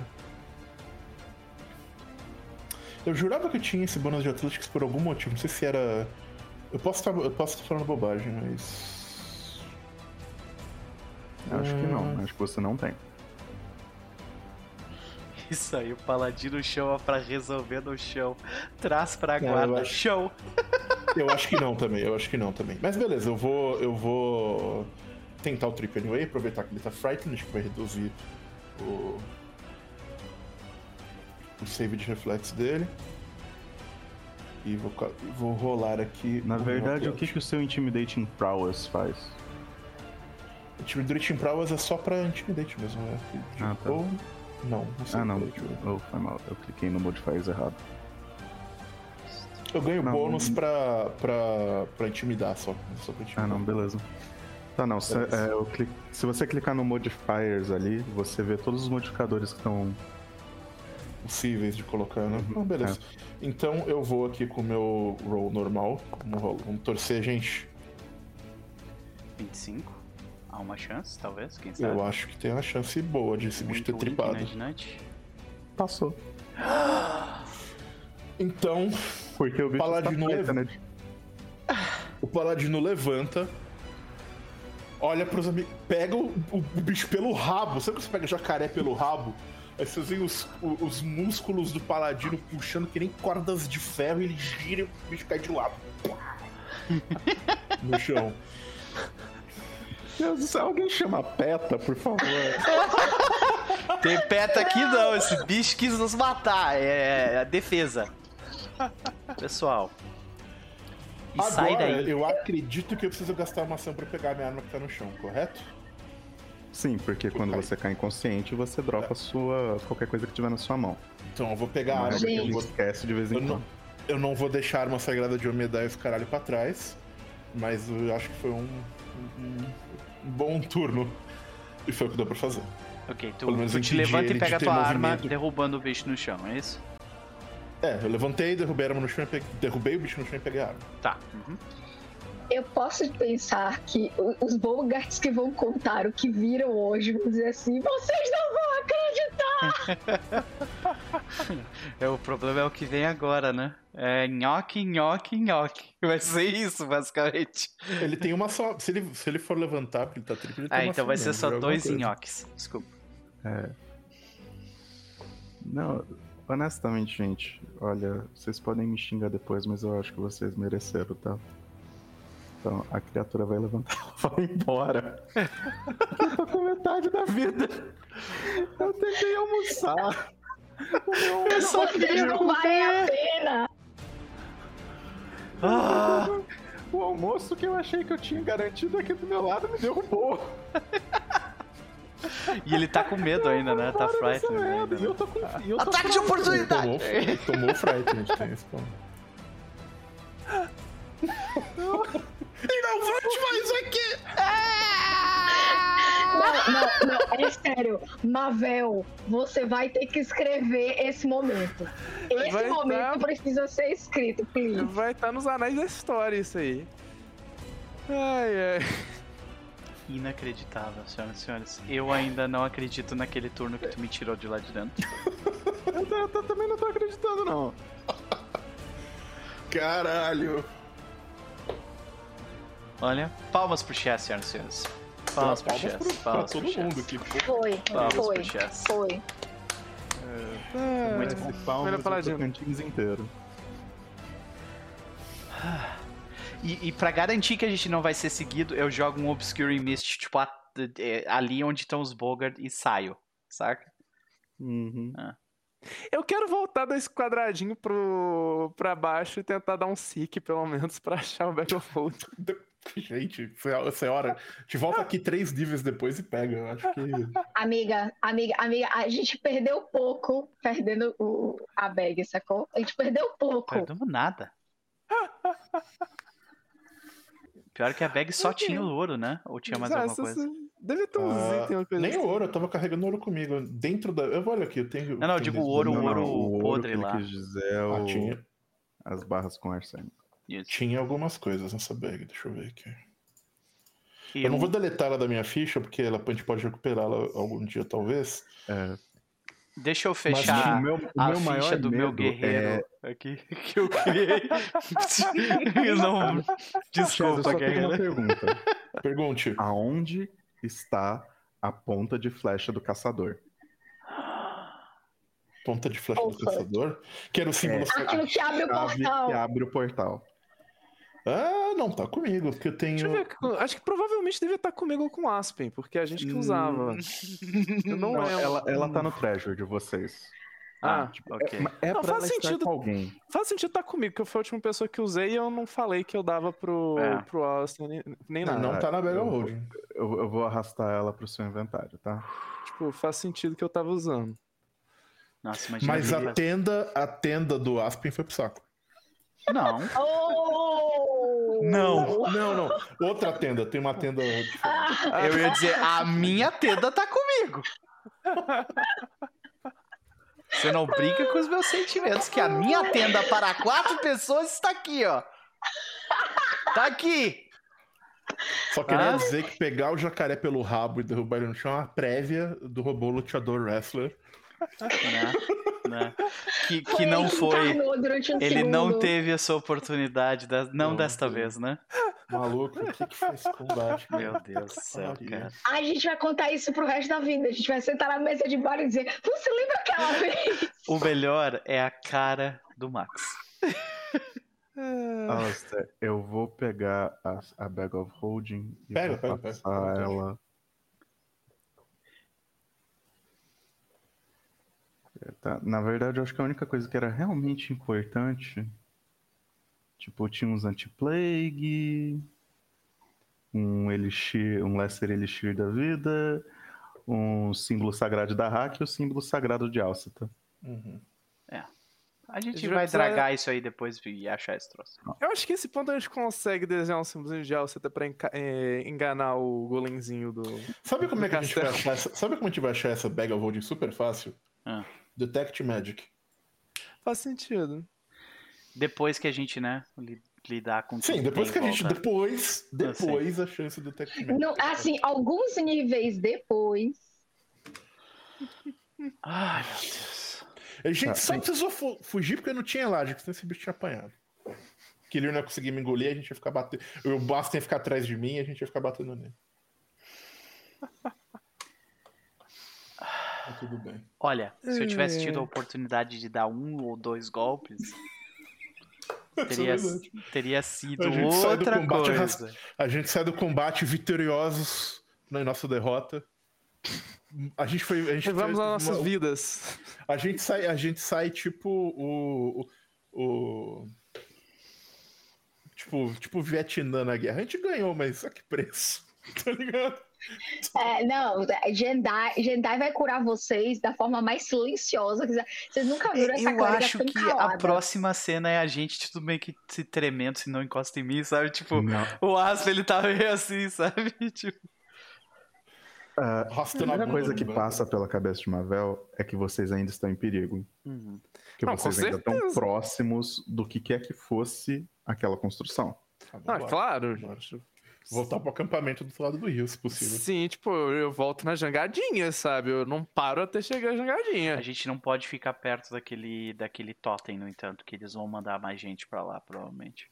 Eu jurava que eu tinha esse bônus de Athletics por algum motivo, não sei se era... Eu posso estar, eu posso estar falando bobagem, mas... Acho que Hum. não. Acho que você não tem. Isso aí, o paladino chama pra resolver no chão. Traz pra Não, eu guarda. acho- Show! Eu acho que não também, eu acho que não também. Mas beleza, eu vou. Eu vou tentar o trip anyway, aproveitar que ele tá frightened, acho que vai reduzir o. O save de reflexo dele. E vou, ca- vou rolar aqui. Na o meu verdade, o que, Athletics. que o seu Intimidating Prowess faz? Intimidate Prowess é só pra Intimidate mesmo, né? De- Ah, tá. Ou. Não, não sei. Ah, não. Deixa eu ver. Oh, foi mal. Eu cliquei no modifiers errado. Eu ganho Não, bônus não- pra, pra, pra intimidar só. Só pra intimidar. Ah, não, beleza. Tá, não. Se, Beleza. é, eu cli- se você clicar no modifiers ali, você vê todos os modificadores que estão. Possíveis de colocar, né? Uhum, Ah, beleza. Então eu vou aqui com o meu roll normal. Vamos, roll- vamos torcer, gente. vinte e cinco. Há uma chance, talvez, quem sabe? Eu acho que tem uma chance boa de esse bicho Muito ter wink, tripado. nudge, nudge. Passou. Então, Porque o bicho Paladino tá leva- né? o paladino levanta, olha pros amigos, pega o, o- o bicho pelo rabo. Sabe quando você pega jacaré pelo rabo? Aí vocês veem os, o- os músculos do paladino puxando que nem cordas de ferro e ele gira e o bicho cai de lado. No chão. Deus do céu, alguém chama a PETA, por favor. Tem peta aqui não, esse bicho quis nos matar. É a defesa. Pessoal. e sai Agora, daí. eu acredito que eu preciso gastar uma ação pra pegar a minha arma que tá no chão, correto? Sim, porque quando cai. você cai inconsciente, você dropa sua, qualquer coisa que tiver na sua mão. Então eu vou pegar a Uma arma. regra que a Eu, gente vou, esquece de vez em eu, não, quando. eu não vou deixar a arma sagrada de Omedai esse caralho pra trás, mas eu acho que foi um, um, um bom turno. E foi o que deu pra fazer. Ok, tu, Pelo menos tu eu te entendi levanta e ele pega a de tua ter arma, movimento. derrubando o bicho no chão, é isso? É, eu levantei, derrubei a arma no chão e peguei, derrubei o bicho no chão e peguei a arma. Tá. Uhum. Eu posso pensar que o- os Bogarts que vão contar o que viram hoje vão dizer assim: vocês não vão acreditar! É, o problema é o que vem agora, né? É nhoque, nhoque, nhoque. Vai ser isso, basicamente. Ele tem uma só. Se ele, se ele for levantar, porque ele tá triplo, ele tem Ah, uma então vai ser mesmo, só já é alguma dois coisa. nhoques. Desculpa. Não, honestamente, gente, olha, vocês podem me xingar depois, mas eu acho que vocês mereceram, tá? Então, a criatura vai levantar e vai embora. Eu tô com metade da vida. Eu tentei almoçar. O meu... Eu só Vocês não valem a pena! Ah, O almoço que eu achei que eu tinha garantido aqui do meu lado me derrubou. e ele tá com medo ainda, né? Tá Para dessa frightened merda, ainda. e eu Né? tô com... e eu tô Ataque de pronto. oportunidade! Tomou, tomou o fright, a gente tem esse ponto. E não volte mais aqui! Não, não, não, é sério. Mavel, você vai ter que escrever esse momento. Esse Vai momento tá. precisa ser escrito, please. Vai estar nos anais da história isso aí. Ai, ai. Inacreditável, senhoras e senhores. Eu ainda não acredito naquele turno que tu me tirou de lá de dentro. Eu, tô- eu tô- também não tô acreditando, não. Caralho! Olha, palmas pro Chess, senhoras e senhores. Palmas pro Palmas Chess. pro- pra Palmas todo pro mundo Chess. aqui. Foi, Palmas foi, pro Chess. foi. ai. Muito bom. Palmas Olha, do Paladino. Tocantins inteiro. E, e pra garantir que a gente não vai ser seguido, eu jogo um Obscuring Mist, tipo, a- é, ali onde estão os Bogart e saio, saca? Uhum. Eu quero voltar desse quadradinho pro, pra baixo e tentar dar um seek, pelo menos, pra achar o Battlefield. Gente, essa é a hora. A gente volta aqui três níveis depois e pega. Eu acho que. Amiga, amiga, amiga, a gente perdeu pouco perdendo o, a bag, sacou? A gente perdeu pouco. Perdemos nada. Pior que a bag só tinha o ouro, né? Ou tinha mais Ah, alguma essa- coisa? Deve ter uns Ah, itens, uma coisa nem assim. o ouro, eu tava carregando ouro comigo. Dentro da. Eu olho aqui, eu tenho. Não, não, eu tenho digo dentro o ouro, da- o Não, ouro não, o ouro podre que ele lá. quis dizer é Ah, o... tinha, as barras com arsênico. Isso. tinha algumas coisas nessa bag, deixa eu ver aqui. E Eu não o- vou deletar ela da minha ficha, porque ela, a gente pode recuperá-la algum dia, talvez. É, Deixa eu o fechar meu, o a meu ficha maior do meu medo guerreiro aqui que eu criei. Eu não... É... Chaz, eu Desculpa, só tenho uma guerreiro. pergunta. Pergunte. Aonde está a ponta de flecha do caçador? Ponta de flecha Oh, do fuck. caçador. Que era o símbolo. Aquilo que abre o Chave portal. que abre o portal. Ah, não, tá comigo, porque eu tenho. Deixa eu ver, acho que provavelmente devia estar comigo com Aspen, porque é a gente que usava. Eu não, Não, lembro. ela, ela tá no treasure de vocês. Ah, Ah, ok. É Não, pra faz ela estar sentido. com alguém. Faz sentido estar comigo, porque eu fui a última pessoa que usei e eu não falei que eu dava pro, É. pro Austin nem, nem Não, nada. não tá na Bag eu of vou- Holding. Eu, eu vou arrastar ela pro seu inventário, tá? Tipo, faz sentido que eu tava usando. Nossa, imagina. Mas ele- a tenda, a tenda do Aspen foi pro saco. Não. Oh! Não. Não, não. Outra tenda, tem uma tenda diferente. Eu ia dizer, a minha tenda tá comigo. Você não brinca com os meus sentimentos, que a minha tenda para quatro pessoas está aqui, ó. Tá aqui. Só queria Ah. dizer que pegar o jacaré pelo rabo e derrubar ele no chão é uma prévia do robô luteador wrestler. Né? Né? Que, Foi que não ele foi. encarnou durante um Ele não segundo. teve essa oportunidade, da- não Não desta teve. vez, né? Maluco, o que, que foi esse combate? cara? Meu Deus do céu, cara. A gente vai contar isso pro resto da vida. A gente vai sentar na mesa de bar e dizer: você lembra aquela vez? O melhor é a cara do Max. Alistair, eu vou pegar a, a Bag of Holding e Pega, vou pega, pega. passar Pega. ela. É, tá. Na verdade, eu acho que a única coisa que era realmente importante Tipo, tinha uns anti-plague, um elixir, um lesser elixir da vida, um símbolo sagrado da Hack e o símbolo sagrado de Alceta. Uhum. A gente gente vai vai precisar- dragar isso aí depois e achar esse troço. Eu acho que esse ponto a gente consegue desenhar um símbolozinho de Alceta pra enca- é, enganar o golemzinho do... Sabe como é que a gente vai Castelo. achar essa, sabe como a gente vai achar essa bag of holding super fácil? Ah. Detect Magic. Faz sentido. Depois que a gente, né, li- lidar com Sim, tudo depois que tem a em gente. volta. Depois, Ah, depois a chance do Detect Magic. Não, assim, alguns níveis depois. Ai, meu Deus. A gente Tá, só sim. precisou fu- fugir porque não tinha elástico, senão esse bicho tinha apanhado. Que ele não ia conseguir me engolir, a gente ia ficar batendo. O Basta ia ficar atrás de mim e a gente ia ficar batendo nele. Mas tudo bem. Olha, se eu tivesse É. tido a oportunidade de dar um ou dois golpes, Isso teria, é verdade. teria sido A gente sai do outra combate coisa. arras- A gente sai do combate vitoriosos na nossa derrota. A gente foi. A gente Vamos foi- às nossas uma- vidas. A gente sai, a gente sai tipo o. o, o- tipo, tipo Vietnã na guerra. A gente ganhou, mas a que preço? Tá ligado? É, não, Jendai, Jendai vai curar vocês da forma mais silenciosa. que- Vocês nunca viram essa Eu clériga acho tão que calada. a próxima cena é a gente tudo meio que se tremendo, se não encosta em mim, sabe? Tipo, Não. o Asp, ele tá meio assim, sabe? Tipo, A Arrastando a primeira bunda coisa no que banco. passa pela cabeça de Mavel é que vocês ainda estão em perigo. uhum. Que Não, com vocês ainda estão certeza. próximos do que quer que fosse aquela construção. Ah, Ah, vambora. claro. Vambora. Voltar pro acampamento do outro lado do rio, se possível. Sim, tipo, eu eu volto na jangadinha, sabe? Eu não paro até chegar a jangadinha. A gente não pode ficar perto daquele, daquele totem, no entanto, que eles vão mandar mais gente pra lá, provavelmente.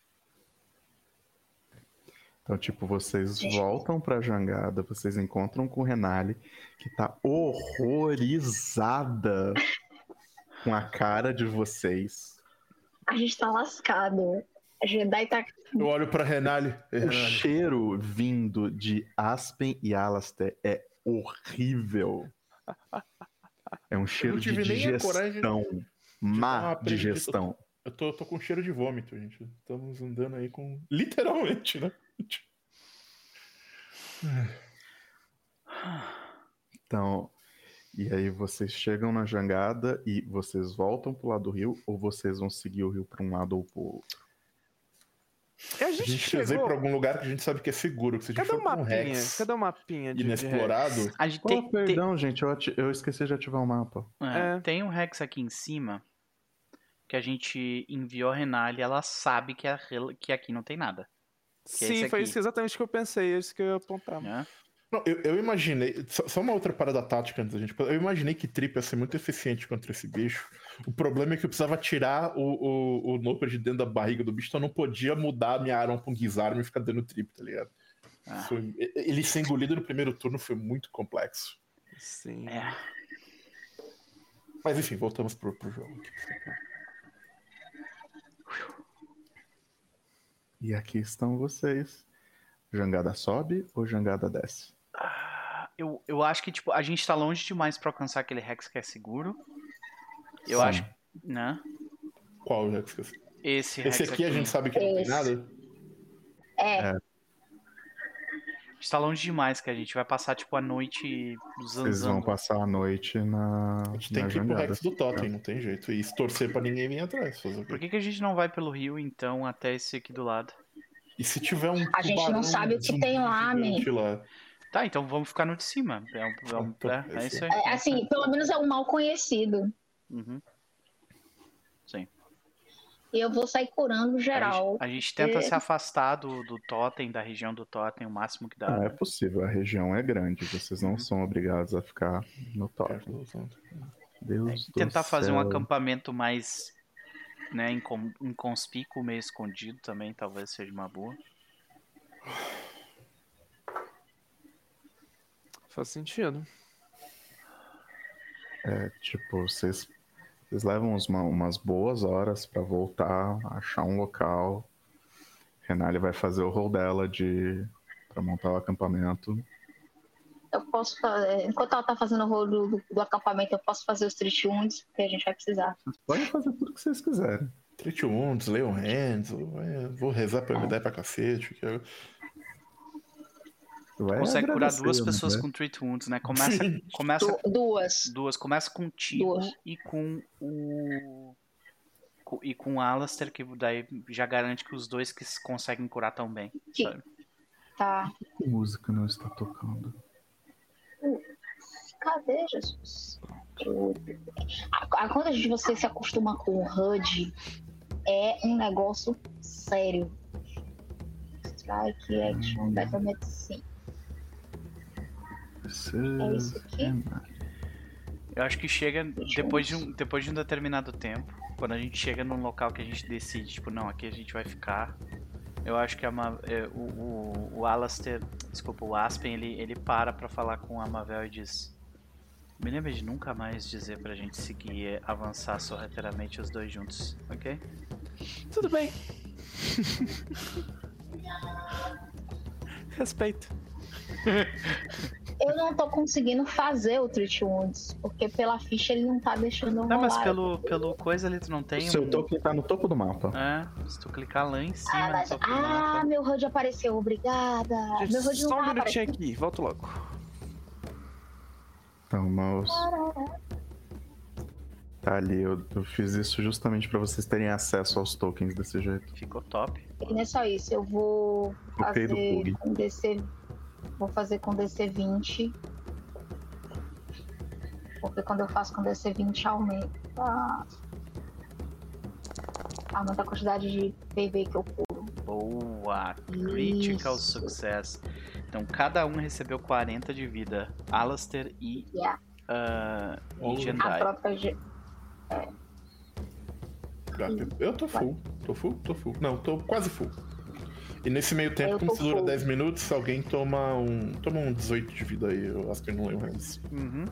Então, tipo, vocês voltam pra jangada, vocês encontram com o Renali, que tá horrorizada com a cara de vocês. A gente tá lascado. A Jendai tá. Eu olho pra Renali. O Renali. cheiro vindo de Aspen e Alastair é horrível. É um cheiro de tive nem a coragem digestão. dar Má uma aprendida. digestão. Eu tô, tô com cheiro de vômito, gente. Estamos andando aí com. Literalmente, né? Então, e aí vocês chegam na jangada e vocês voltam pro lado do rio ou vocês vão seguir o rio pra um lado ou pro outro? E a A gente, gente quer ir chegou... pra algum lugar que a gente sabe que é seguro. Que se a gente Cadê o for pra um mapinha? Rex Cadê o mapinha de, de Rex? inexplorado, A gente Oh, tem, tem, perdão, gente, eu, ati- eu esqueci de ativar o mapa. é, É. tem um Rex aqui em cima que a gente enviou a Renali e ela sabe que, a, rel- que aqui não tem nada. Que é Sim, esse foi aqui. isso exatamente que eu pensei, é isso que eu ia apontar. Né? Não, eu, eu imaginei. Só, só uma outra parada tática antes da gente. Eu imaginei que Trip ia ser muito eficiente contra esse bicho. O problema é que eu precisava tirar o, o, o Noper de dentro da barriga do bicho, então eu não podia mudar a minha arma pra um Gizarm e ficar dando Trip, tá ligado? Ah. Foi- ele ser engolido no primeiro turno foi muito complexo. Sim. É. Mas enfim, voltamos pro, pro jogo aqui. E aqui estão vocês. Jangada sobe ou jangada desce? Eu, eu acho que, tipo, a gente tá longe demais pra alcançar aquele Rex que é seguro. Eu Sim. acho, né? Qual o Rex? que eu- Esse Rex Esse aqui a gente sabe que não tem Esse. nada. É, A gente tá longe demais, que a gente vai passar, tipo, a noite Vocês vão zanzando. passar a noite na, A gente tem na que ir pro jangada. Rex do Totem, não tem jeito. E torcer pra ninguém vir atrás. Fazer o quê? Por que, que a gente não vai pelo rio, então, até esse aqui do lado? E se tiver um. A gente não tubarão sabe o que zumbi tem lá, gigante lá? Tá, então vamos ficar no de cima. É, um- é, um- Então, é, é isso aí. é, assim, pelo menos é um mal conhecido. Uhum. Sim. E eu vou sair curando A geral. gente, a gente tenta É. se afastar do, do totem, da região do totem, o máximo que dá. Ah, é possível, a região é grande, vocês não são obrigados a ficar no top. Deus do Tentar fazer um céu. acampamento mais, né, incon- inconspícuo, meio escondido também, talvez seja uma boa. Faz sentido. É, tipo, vocês, vocês levam uns- uma- umas boas horas pra voltar, achar um local. Renali vai fazer o rol dela de para montar o acampamento. Eu posso fazer. Enquanto ela tá fazendo o rolo do, do acampamento, eu posso fazer os Street Wounds, porque a gente vai precisar. Vocês podem fazer tudo que vocês quiserem. Treat Wounds, Lay on Hands, é, vou rezar pra me dar pra cacete. Que eu... Vai Consegue curar agradecer, duas pessoas né? com Treat Wounds, né? Começa, começa Du- duas. duas. Começa com o Tico Duas. e com o... co- E com o Alastair, que daí já garante que os dois que se conseguem curar tão bem. Que- Sabe? Tá. Que música não está tocando? Cadê, Jesus? A, a, quando a gente, você se acostuma com o H U D, é um negócio sério. Strike, Action, Battle Medicine. É isso aqui? Eu acho que chega depois de, um, depois de um determinado tempo, quando a gente chega num local que a gente decide, tipo, não, aqui a gente vai ficar. Eu acho que a Ma- é, o, o, o Alastair, desculpa, o Aspen, ele, ele para pra falar com a Mavel e diz: me lembra de nunca mais dizer pra gente seguir e avançar sorrateiramente os dois juntos, ok? Tudo bem. Respeito. Eu não tô conseguindo fazer o Treat Wounds, porque pela ficha ele não tá deixando eu Não, mas rolar. pelo, pelo coisa ali tu não O tem seu um... token tá no topo do mapa. É, se tu clicar lá em cima Ah, no mas... topo do ah mapa. meu H U D apareceu, obrigada. Gente, Meu H U D não só um tá minutinho aparecendo. aqui, volto logo. Então, o mouse tá ali. Eu, eu fiz isso justamente pra vocês terem acesso aos tokens desse jeito. Ficou top. E não é só isso, eu vou Bloqueio do fazer bug. com D C. Vou fazer com D C vinte. Porque quando eu faço com D C vinte aumenta. Aumenta a quantidade de P V que eu curo. Boa! Critical Isso. Success. Então cada um recebeu quarenta de vida. Alastair e, Yeah. uh, Oh. e A Jendai. própria. Ge- Eu tô full, tô full, tô full. Não, tô quase full. E nesse meio tempo, Eu como tô se dura full. dez minutos, alguém toma um. Toma um dezoito de vida aí, eu acho que eu não lembro antes. Uhum.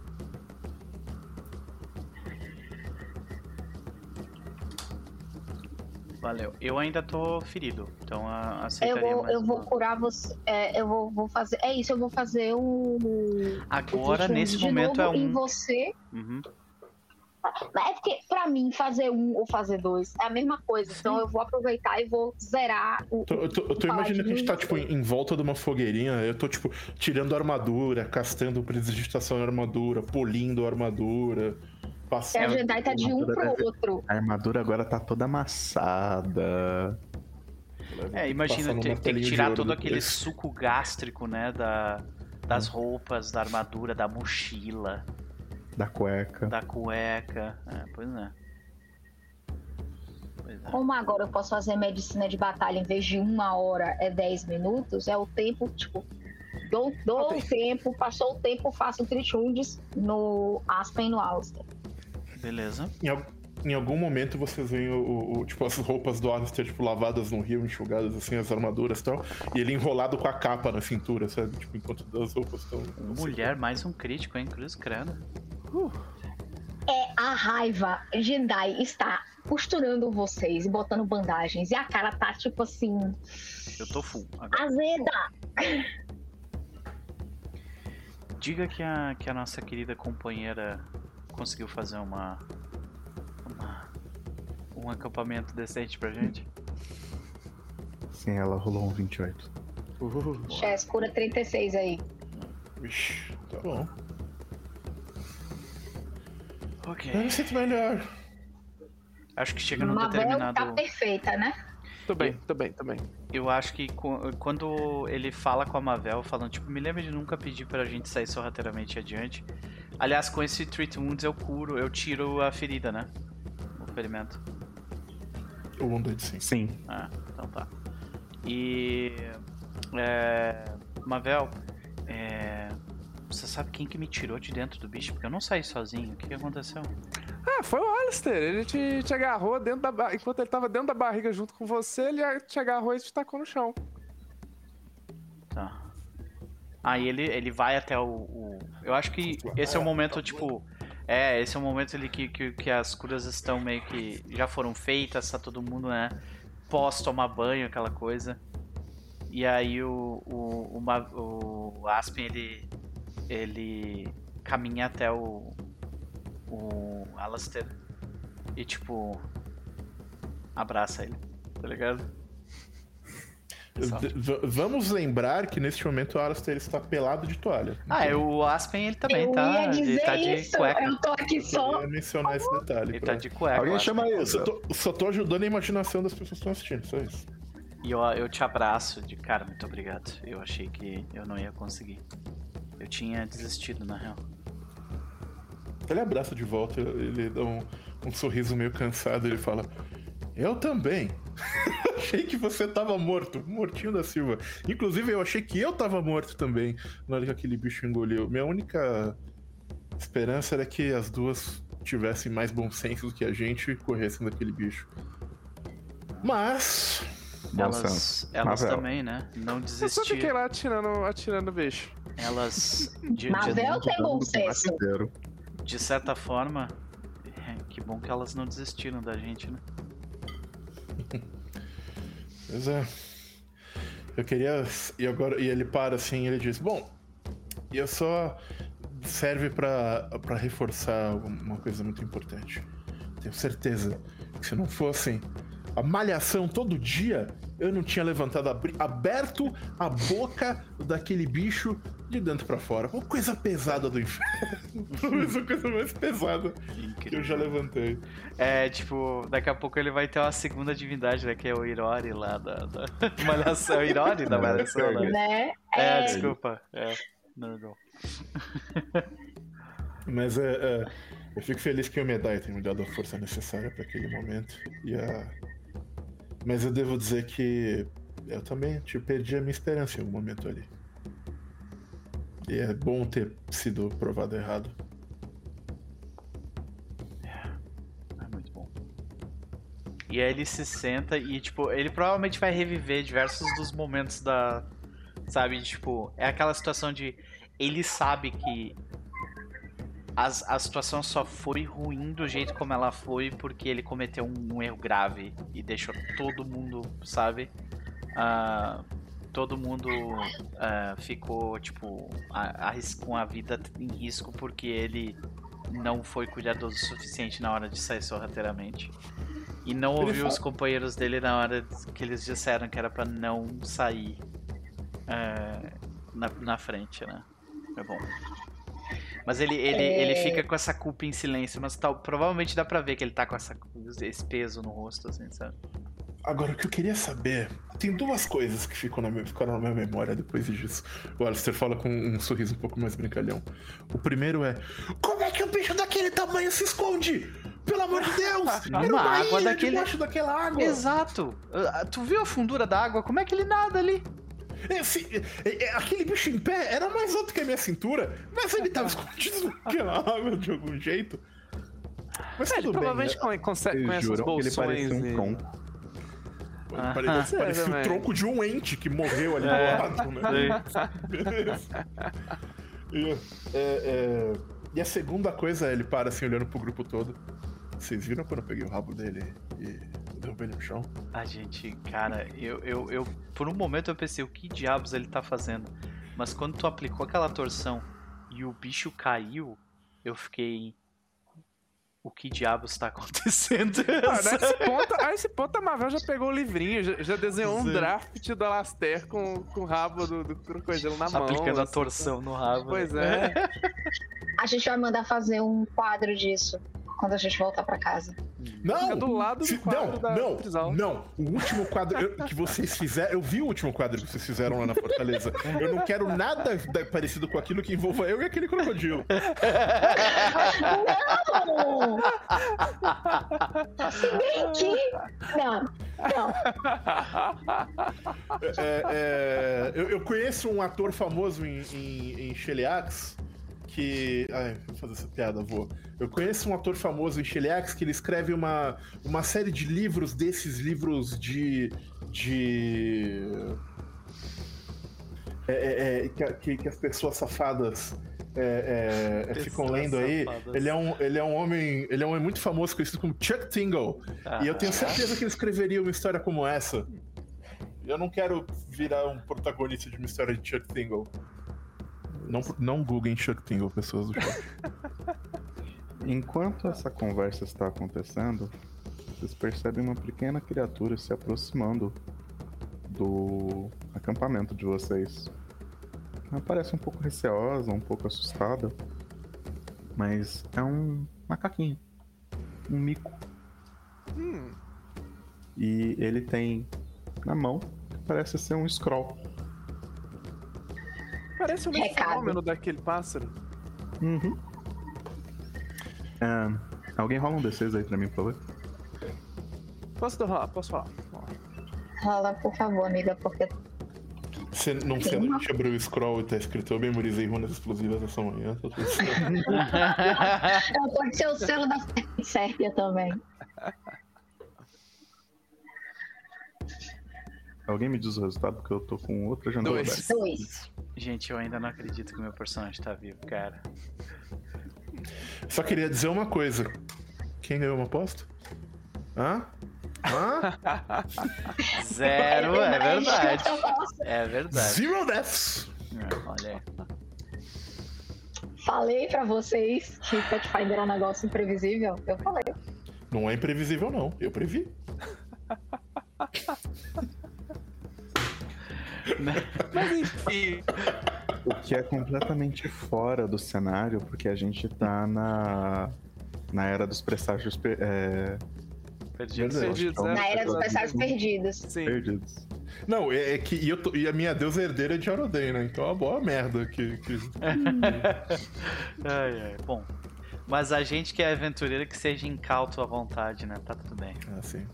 Valeu. Eu ainda tô ferido, então a, Eu aceitaria vou, mais eu vou uma. curar você. É, eu vou, vou fazer. É isso, eu vou fazer o. Agora, o nesse de momento, é novo em um. você. Uhum. É porque, pra mim, fazer um ou fazer dois é a mesma coisa. Então eu vou aproveitar e vou zerar o. Tô- Eu tô, eu tô imaginando que a gente tá, tipo, em, em volta de uma fogueirinha, eu tô, tipo, tirando a armadura, castando prestigitação na armadura, polindo a armadura, E a passando. Jedi tá de um armadura pro deve- outro. A armadura agora tá toda amassada. É, imagina Passando um ter, ter que martelinho de tirar ouro todo depois. aquele suco gástrico, né? Da, das roupas, da armadura, da mochila, Da cueca. da cueca. É, pois é. Pois é. Como agora eu posso fazer medicina de batalha em vez de uma hora é dez minutos, é o tempo, tipo, dou, dou o tempo, passou o tempo, faço o Treat Wounds no Aspen e no Alastair. Beleza. Em, al- em algum momento vocês veem o, o- o- tipo, as roupas do Alistair, tipo, lavadas no rio, enxugadas, assim, as armaduras e tal, e ele enrolado com a capa na cintura, sabe? Tipo, enquanto as roupas estão... Mulher, mais um crítico, hein? Cruz credo. É a raiva. Jedi está costurando vocês e botando bandagens. E a cara tá, tipo assim, Eu tô full. Agora. azeda. Diga que a, que a nossa querida companheira conseguiu fazer uma, uma- um acampamento decente pra gente. Sim, ela rolou um vinte e oito. Chess, cura trinta e seis aí. Ixi, tá bom. Ok. Eu me sinto melhor. Acho que chega num Mabel determinado. tá perfeita, né? Tô bem, tô bem, tô bem. Eu acho que co- quando ele fala com a Mavel, falando, tipo, me lembra de nunca pedir pra gente sair sorrateiramente adiante. Aliás, com esse Treat Wounds eu curo, eu tiro a ferida, né? O ferimento. O Wounded, sim. Sim. Ah, então tá. E. É, Mavel, é, você sabe quem que me tirou de dentro do bicho? Porque eu não saí sozinho. O que, que aconteceu? Ah, foi o Alistair. Ele te, te agarrou dentro da barriga. Enquanto ele tava dentro da barriga junto com você, ele te agarrou e te tacou no chão. Tá. Aí ele, ele vai até o, o- Eu acho que esse é o momento, tipo. É, esse é o momento ali que, que, que as curas estão meio que. Já foram feitas, tá todo mundo, né? Pós tomar banho, aquela coisa. E aí o. O, o, Ma- o Aspen, ele. Ele caminha até o. O Alastair. E tipo. abraça ele, tá ligado? Só. D- v- vamos lembrar que neste momento o Alastair está pelado de toalha. Ah, é, o Aspen ele também eu tá. ia Ele dizer tá de isso, cueca. eu tô aqui Eu só. ia mencionar esse detalhe. Ele pra- tá de cueca. Alguém eu acho. chama Eu ele. só tô, só tô ajudando a imaginação das pessoas que estão assistindo, só isso. E eu, eu te abraço de cara, muito obrigado. Eu achei que eu não ia conseguir. Eu tinha desistido, na real. Ele abraça de volta, ele dá um, um sorriso meio cansado, ele fala: eu também. Achei que você tava morto, mortinho da Silva. Inclusive, eu achei que eu tava morto também na hora que aquele bicho engoliu. Minha única esperança era que as duas tivessem mais bom senso do que a gente e corressem daquele bicho. Mas. Bom Elas, senso. elas Mavel. também, né? Não Eu só fiquei desistiram. lá atirando, atirando o bicho. Elas, de, de, Mavel tem bom Do combate senso. inteiro. de certa forma, é, que bom que elas não desistiram da gente, né? Pois é. Eu queria. E agora. E ele para assim e ele diz: bom, eu só. Serve pra, pra reforçar uma coisa muito importante. Tenho certeza que se não fossem a malhação todo dia, eu não tinha levantado, abri- aberto a boca daquele bicho de dentro pra fora. Uma coisa pesada do inferno. Talvez a coisa mais pesada que eu já levantei. É, tipo, daqui a pouco ele vai ter uma segunda divindade, né? Que é o Irori lá da, da Malhação. O Irori da Malhação, né? Né? É, É, desculpa. É, normal. Mas é, é, eu fico feliz que o Medai tenha me dado a força necessária para aquele momento. E a... Mas eu devo dizer que eu também tipo, perdi a minha esperança em algum momento ali. E é bom ter sido provado errado. É muito bom. E aí ele se senta e, tipo, ele provavelmente vai reviver diversos dos momentos da. Sabe, tipo, é aquela situação de. Ele sabe que as, a situação só foi ruim do jeito como ela foi porque ele cometeu um, um erro grave e deixou todo mundo, sabe? Ah, todo mundo ah, ficou, tipo, a, a, com a vida em risco porque ele não foi cuidadoso o suficiente na hora de sair sorrateiramente. E não Ele ouviu fala- os companheiros dele na hora que eles disseram que era pra não sair ah, na, na frente, né? É bom. Mas ele, ele, É. ele fica com essa culpa em silêncio, mas tal, provavelmente dá pra ver que ele tá com essa, esse peso no rosto, assim, sabe? Agora, o que eu queria saber... Tem duas coisas que ficam na minha, ficaram na minha memória depois disso. O Alistair fala com um sorriso um pouco mais brincalhão. O primeiro é... Como é que um bicho daquele tamanho se esconde? Pelo amor de Deus! Numa Era uma água ilha daquele- debaixo daquela água! Exato! Ah, tu viu a fundura da água? Como é que ele nada ali? Esse, é- é- aquele bicho em pé era mais alto que a minha cintura, mas ele tava escondido naquela água de algum jeito. Mas É, ele tudo bem, provavelmente né? conhe- conse- Vocês conhece os juram que ele bolsões. parecia um e- tronco. Ah, Parecia, parecia é, o também. tronco de um ente que morreu ali É. do lado, né? Beleza. E, é, é, e a segunda coisa é ele para assim olhando pro grupo todo. Vocês viram quando eu peguei o rabo dele e derrubei ele no chão? A gente, cara, eu, eu, eu. Por um momento eu pensei, o que diabos ele tá fazendo? Mas quando tu aplicou aquela torção e o bicho caiu, eu fiquei. O que diabos tá acontecendo? Ah, nesse ponto, a esse ponto a Marvel já pegou o livrinho, já, já desenhou um Sim. draft do Alastair com, com o rabo do, do crocodilo na mão. Aplicando a assim. torção no rabo. Pois né? é. A gente vai mandar fazer um quadro disso quando a gente voltar pra casa. Não! Fica do lado do Se- quadro não, da não, prisão. não. O último quadro eu- que vocês fizeram. Eu vi o último quadro que vocês fizeram lá na Fortaleza. Eu não quero nada da- parecido com aquilo que envolva eu e aquele crocodilo. Não! Se bem que. Não, não. É, é, eu, eu conheço um ator famoso em, em, em Cheliax que. Ai, vou fazer essa piada, vou. Eu conheço um ator famoso em Cheliax que ele escreve uma, uma série de livros desses livros de. de. É, é, é, que, que- que as pessoas safadas é, é, é, ficam Pessoas lendo aí. safadas. Ele é, um, ele é um homem. Ele é um homem muito famoso, conhecido como Chuck Tingle. E eu tenho certeza que ele escreveria uma história como essa. Eu não quero virar um protagonista de uma história de Chuck Tingle. Não, não googlem Chuck Tingle, pessoas do chat. Enquanto essa conversa está acontecendo, vocês percebem uma pequena criatura se aproximando do acampamento de vocês. Ela parece um pouco receosa, um pouco assustada, mas é um macaquinho, um mico. Hum. E ele tem na mão, parece ser um scroll. Parece o mesmo Recado. fenômeno daquele pássaro. Uhum. Ah, alguém rola um D seis aí pra mim, por favor? Posso rolar? Posso falar? Rola, por favor, amiga, porque Você não sei, a gente abriu o scroll e tá escrito: eu memorizei runas explosivas essa manhã. Tá tudo certo. ela pode ser o selo da Sérpia também. Alguém me diz o resultado, porque eu tô com outra janela Dois. aberta. Dois. Gente, eu ainda não acredito que o meu personagem tá vivo, cara. Só queria dizer uma coisa: quem ganhou uma aposta? Hã? Hã? Zero, é verdade. É verdade. Zero deaths! É, olha aí. Falei pra vocês que Pathfinder é um negócio imprevisível. Eu falei. Não é imprevisível, não. Eu previ. Mas enfim. O que é completamente fora do cenário, porque a gente tá na, na era dos presságios per- é, Perdido. Verdade. Perdidos, né? Na era dos passagens perdidos. Sim. perdidos. Não, é, é que e, eu tô- e a minha deusa herdeira é de Aroden, né? Então é uma boa merda que. que... Ai, ai. Bom, mas a gente que é aventureiro que seja incauto à vontade, né? Tá tudo bem. Ah, sim.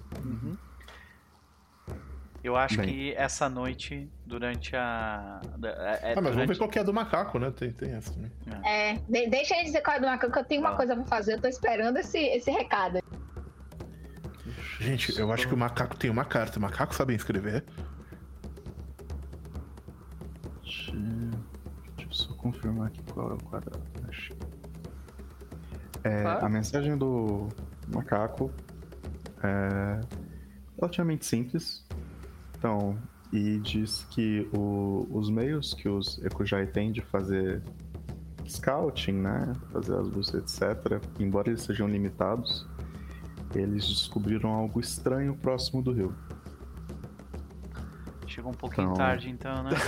Eu acho Bem. que essa noite, durante a. É, é Ah, mas vamos ver durante... qual que é a do macaco, né? Tem, tem essa também. É, de- deixa ele dizer qual é do macaco, que eu tenho uma Ah. coisa pra fazer. Eu tô esperando esse, esse recado. Gente, eu acho que o macaco tem uma carta. O macaco sabe escrever. Deixa, deixa eu só confirmar aqui qual é o quadrado. Achei. É, Ah. A mensagem do macaco é relativamente simples. Então, e diz que o- os meios que os Ekujai têm de fazer scouting, né, fazer as buscas, etcétera, embora eles sejam limitados, eles descobriram algo estranho próximo do rio. Chegou um pouquinho Então- tarde, então, né?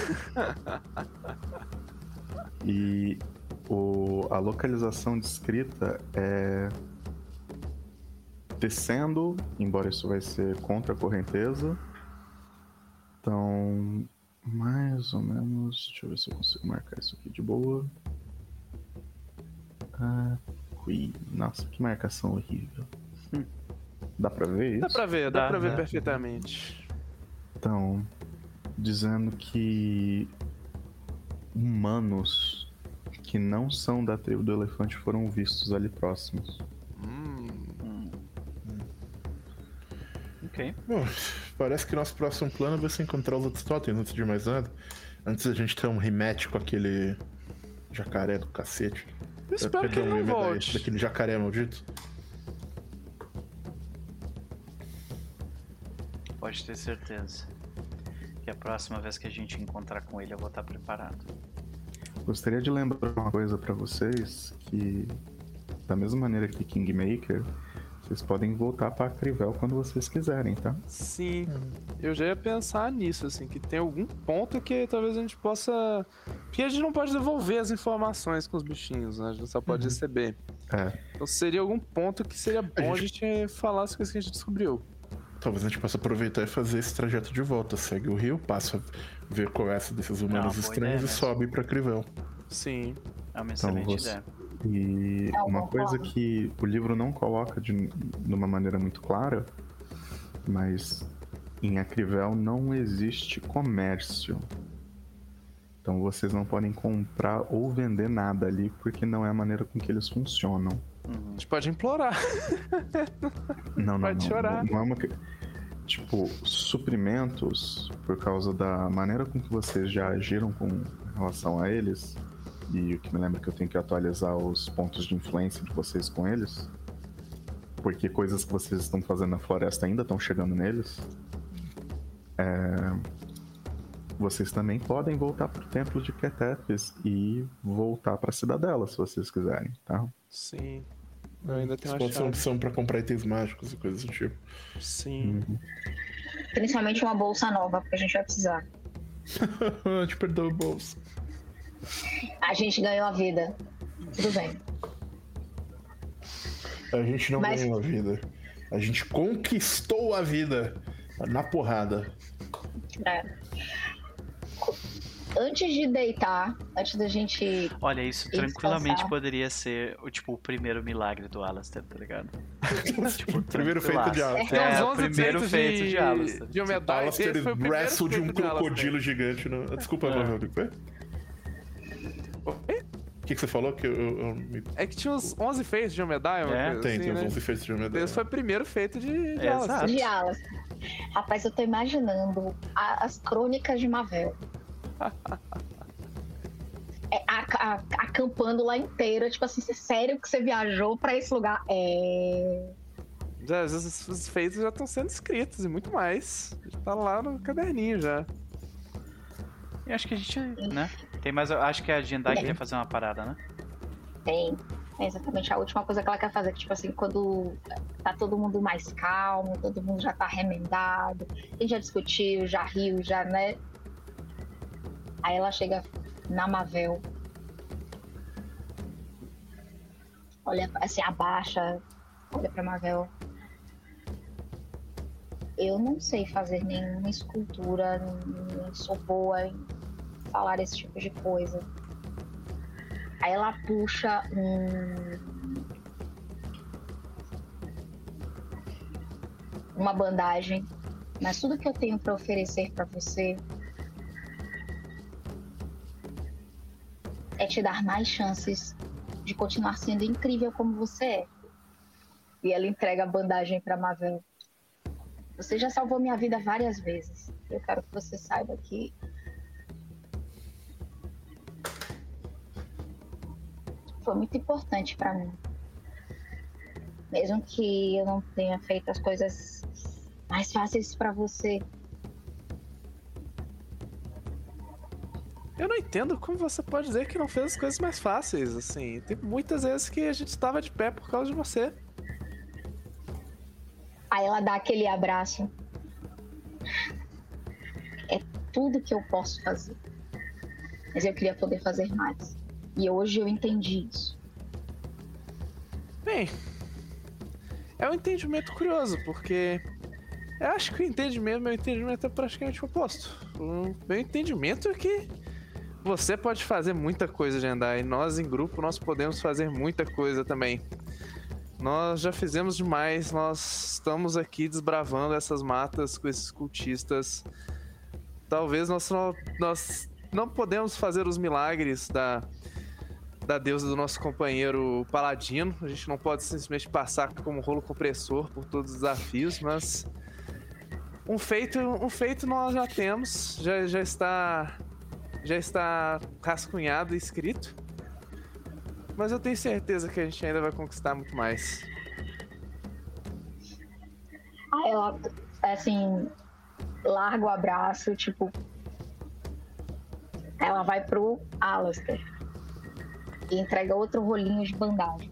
E o- a localização descrita é descendo, embora isso vai ser contra a correnteza. Então, mais ou menos. Deixa eu ver se eu consigo marcar isso aqui de boa. Ah, ui, nossa, que marcação horrível. Hum. Dá pra ver isso? Dá pra ver, dá, Dá, pra ver dá. perfeitamente. Então, dizendo que humanos que não são da tribo do elefante foram vistos ali próximos. Hum. Hum. Ok. Bom, parece que nosso próximo plano vai ser encontrar os outros totens antes de mais nada. Antes da gente ter um rematch com aquele jacaré do cacete. Eu espero que ele Perdão, não eu ia dar volte. Daquele jacaré maldito. Pode ter certeza. Que a próxima vez que a gente encontrar com ele, eu vou estar preparado. Gostaria de lembrar uma coisa pra vocês, que da mesma maneira que Kingmaker, vocês podem voltar pra Crivel quando vocês quiserem, tá? Sim, eu já ia pensar nisso, assim, que tem algum ponto que talvez a gente possa. Porque a gente não pode devolver as informações com os bichinhos, né? A gente só pode receber. É, Então seria algum ponto que seria bom a gente, falar as coisas que a gente descobriu. Talvez a gente possa aproveitar e fazer esse trajeto de volta. Segue o rio, passa a ver qual é essa desses humanos boa estranhos ideia e sobe pra Crivel. Sim. É uma Então, excelente você- ideia. e É uma uma coisa forma. que o livro não coloca de, de uma maneira muito clara, mas em Acrivel não existe comércio. Então vocês não podem comprar ou vender nada ali, porque não é a maneira com que eles funcionam. Uhum. A gente pode implorar. Não, não, Pode não. chorar. Não, não é uma... que- Tipo, suprimentos, por causa da maneira com que vocês já agiram com relação a eles, e o que me lembra que eu tenho que atualizar os pontos de influência de vocês com eles, porque coisas que vocês estão fazendo na floresta ainda estão chegando neles. É, vocês também podem voltar pro templo de Ketepes e voltar pra cidadela, se vocês quiserem, tá? Sim. Eu ainda tenho Isso uma pode ser uma chave. opção pra comprar itens mágicos e coisas do tipo. Sim. Principalmente uma bolsa nova, porque a gente vai precisar. A gente perdeu o bolso. A gente ganhou a vida. Tudo bem. A gente não Mas- ganhou a vida. A gente conquistou a vida na porrada. É. Antes de deitar, antes da gente. Olha, isso E tranquilamente descansar. poderia ser o, tipo, o primeiro milagre do Alastair, tá ligado? tipo, Primeiro feito de tranquilaço. Alastair. É, Tem o uns onze primeiro feitos feito de Alastair. de um medalha. Alastair Esse foi o primeiro wrestle de um feito Alastair. crocodilo gigante. No... Desculpa, É. Flávio, o que foi? Oi? O que, que você falou? Que eu, eu- eu me- É que tinha uns onze feitos de um medalha, uma É, coisa Tem, assim, tem os né? onze feitos de uma medalha. Esse foi o primeiro feito de, de É, Alastair. exato. De alas. Rapaz, eu tô imaginando a- as crônicas de Mavel. É, a- a- acampando lá inteira, tipo assim, é sério que você viajou pra esse lugar? É. Já, os, os feitos já estão sendo escritos e muito mais. Já tá lá no caderninho já. E acho que a gente, né? Tem mais. Acho que a Jendai quer fazer uma parada, né? Tem. É exatamente a última coisa que ela quer fazer. Tipo assim, quando tá todo mundo mais calmo, todo mundo já tá remendado, a gente já discutiu, já riu, já, né? Aí ela chega na Mavel. Olha, assim, abaixa, olha pra Mavel. Eu não sei fazer nenhuma escultura, não sou boa em falar esse tipo de coisa. Aí ela puxa um... uma bandagem, mas tudo que eu tenho para oferecer para você é te dar mais chances de continuar sendo incrível como você é. E ela entrega a bandagem para Mavel. Você já salvou minha vida várias vezes. Eu quero que você saiba que foi muito importante para mim. Mesmo que eu não tenha feito as coisas mais fáceis para você. Eu não entendo como você pode dizer que não fez as coisas mais fáceis, assim. Tem muitas vezes que a gente estava de pé por causa de você. Aí ela dá aquele abraço. É tudo que eu posso fazer. Mas eu queria poder fazer mais. E hoje eu entendi isso. Bem, é um entendimento curioso, porque eu acho que o entendimento, meu entendimento é praticamente o oposto. O meu entendimento é que você pode fazer muita coisa, Jendai, e nós em grupo nós podemos fazer muita coisa também. Nós já fizemos demais, nós estamos aqui desbravando essas matas com esses cultistas. Talvez nós não, nós não podemos fazer os milagres da, da deusa do nosso companheiro Paladino. A gente não pode simplesmente passar como rolo compressor por todos os desafios, mas um feito, um feito nós já temos, já, já está já está rascunhado e escrito. Mas eu tenho certeza que a gente ainda vai conquistar muito mais. Aí ela, assim, larga o abraço, tipo... Ela vai pro Alastair e entrega outro rolinho de bandagem.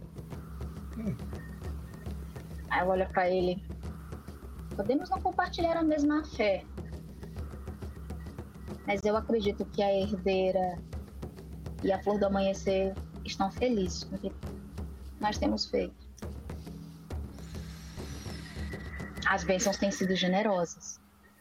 Aí ela olha pra ele. Podemos não compartilhar a mesma fé, mas eu acredito que a herdeira e a Flor do Amanhecer estão felizes com o que nós temos feito. As bênçãos têm sido generosas.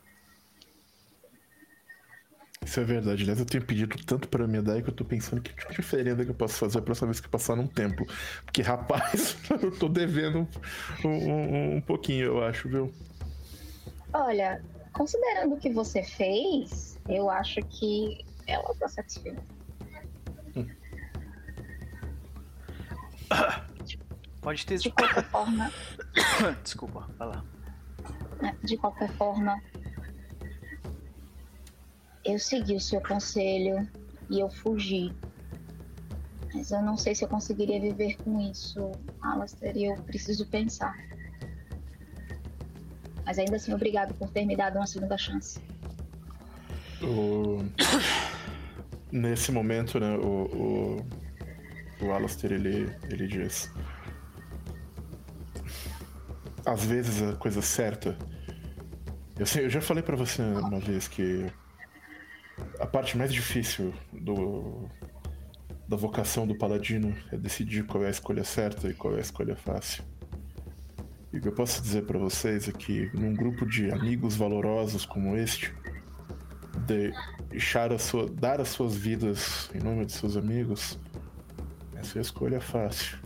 Isso é verdade. Aliás, eu tenho pedido tanto pra minha Dai que eu tô pensando que tipo de oferenda que eu posso fazer a próxima vez que eu passar num templo. Porque, rapaz, eu tô devendo um, um, um pouquinho, eu acho, viu? Olha, considerando o que você fez, eu acho que ela tá satisfeita. Pode ter. De qualquer forma, Desculpa, vai lá. né, de qualquer forma, eu segui o seu conselho e eu fugi. Mas eu não sei se eu conseguiria viver com isso, Alastair, e eu preciso pensar. Mas ainda assim, obrigado por ter me dado uma segunda chance. O... Nesse momento, né, o, o, o Alastair, ele, ele diz: às vezes, a coisa certa. Eu, sei, eu já falei pra você uma vez que a parte mais difícil do, da vocação do paladino é decidir qual é a escolha certa e qual é a escolha fácil. E o que eu posso dizer pra vocês é que num grupo de amigos valorosos como este, deixar a sua, dar as suas vidas em nome de seus amigos, essa é a escolha fácil.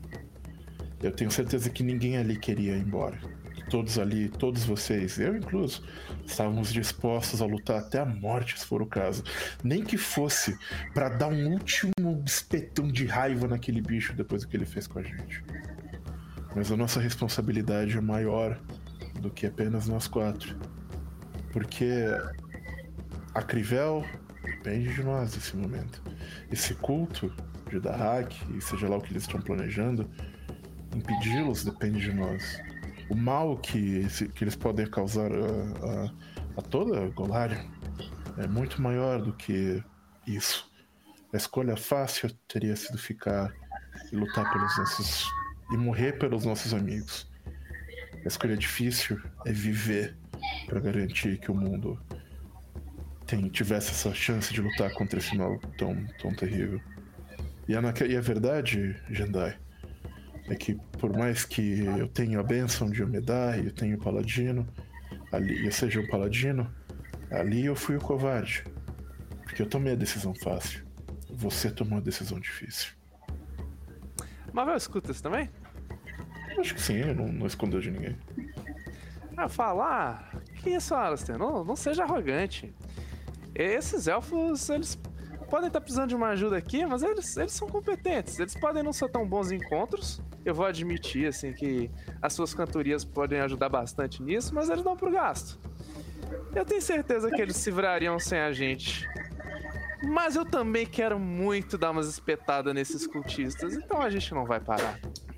Eu tenho certeza que ninguém ali queria ir embora. Todos ali, todos vocês, eu incluso, estávamos dispostos a lutar até a morte, se for o caso. Nem que fosse pra dar um último espetão de raiva naquele bicho depois do que ele fez com a gente. Mas a nossa responsabilidade é maior do que apenas nós quatro. Porque a Crivel depende de nós nesse momento. Esse culto de Dahak, e seja lá o que eles estão planejando, impedi-los depende de nós. O mal que, que eles podem causar a, a, a toda a Golarion é muito maior do que isso. A escolha fácil teria sido ficar e lutar pelos nossos... e morrer pelos nossos amigos. A escolha difícil é viver para garantir que o mundo tem, tivesse essa chance de lutar contra esse mal tão, tão terrível. E a, e a verdade, Jendai, é que por mais que eu tenha a bênção de Omedai, eu tenho o paladino, ali eu seja um paladino, ali eu fui o covarde. Porque eu tomei a decisão fácil. Você tomou a decisão difícil. Marvel escuta isso também? Acho que sim, eu não, não escondeu de ninguém. Ah, falar? Ah, que isso, Alistair? Não, não seja arrogante. Esses elfos, eles podem estar precisando de uma ajuda aqui, mas eles, eles são competentes. Eles podem não ser tão bons encontros. Eu vou admitir, assim, que as suas cantorias podem ajudar bastante nisso, mas eles dão pro gasto. Eu tenho certeza que eles se virariam sem a gente. Mas eu também quero muito dar umas espetadas nesses cultistas, então a gente não vai parar.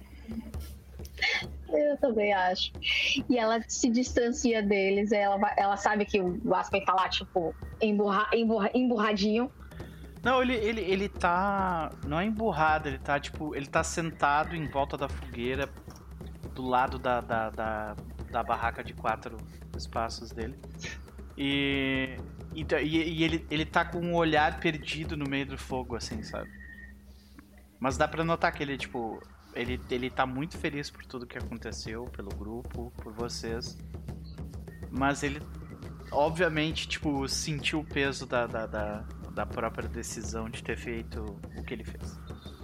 Eu também acho. E ela se distancia deles, ela, vai, ela sabe que o Aspen tá lá, tipo, emburra, emburra, emburradinho. Não, ele, ele, ele tá... Não é emburrado, ele tá, tipo... Ele tá sentado em volta da fogueira, do lado da, da, da, da barraca de quatro espaços dele. E... E, e ele, ele tá com um olhar perdido no meio do fogo, assim, sabe? Mas dá pra notar que ele, tipo... Ele, ele tá muito feliz por tudo que aconteceu, pelo grupo, por vocês. Mas ele, obviamente, tipo, sentiu o peso da, da, da, da própria decisão de ter feito o que ele fez.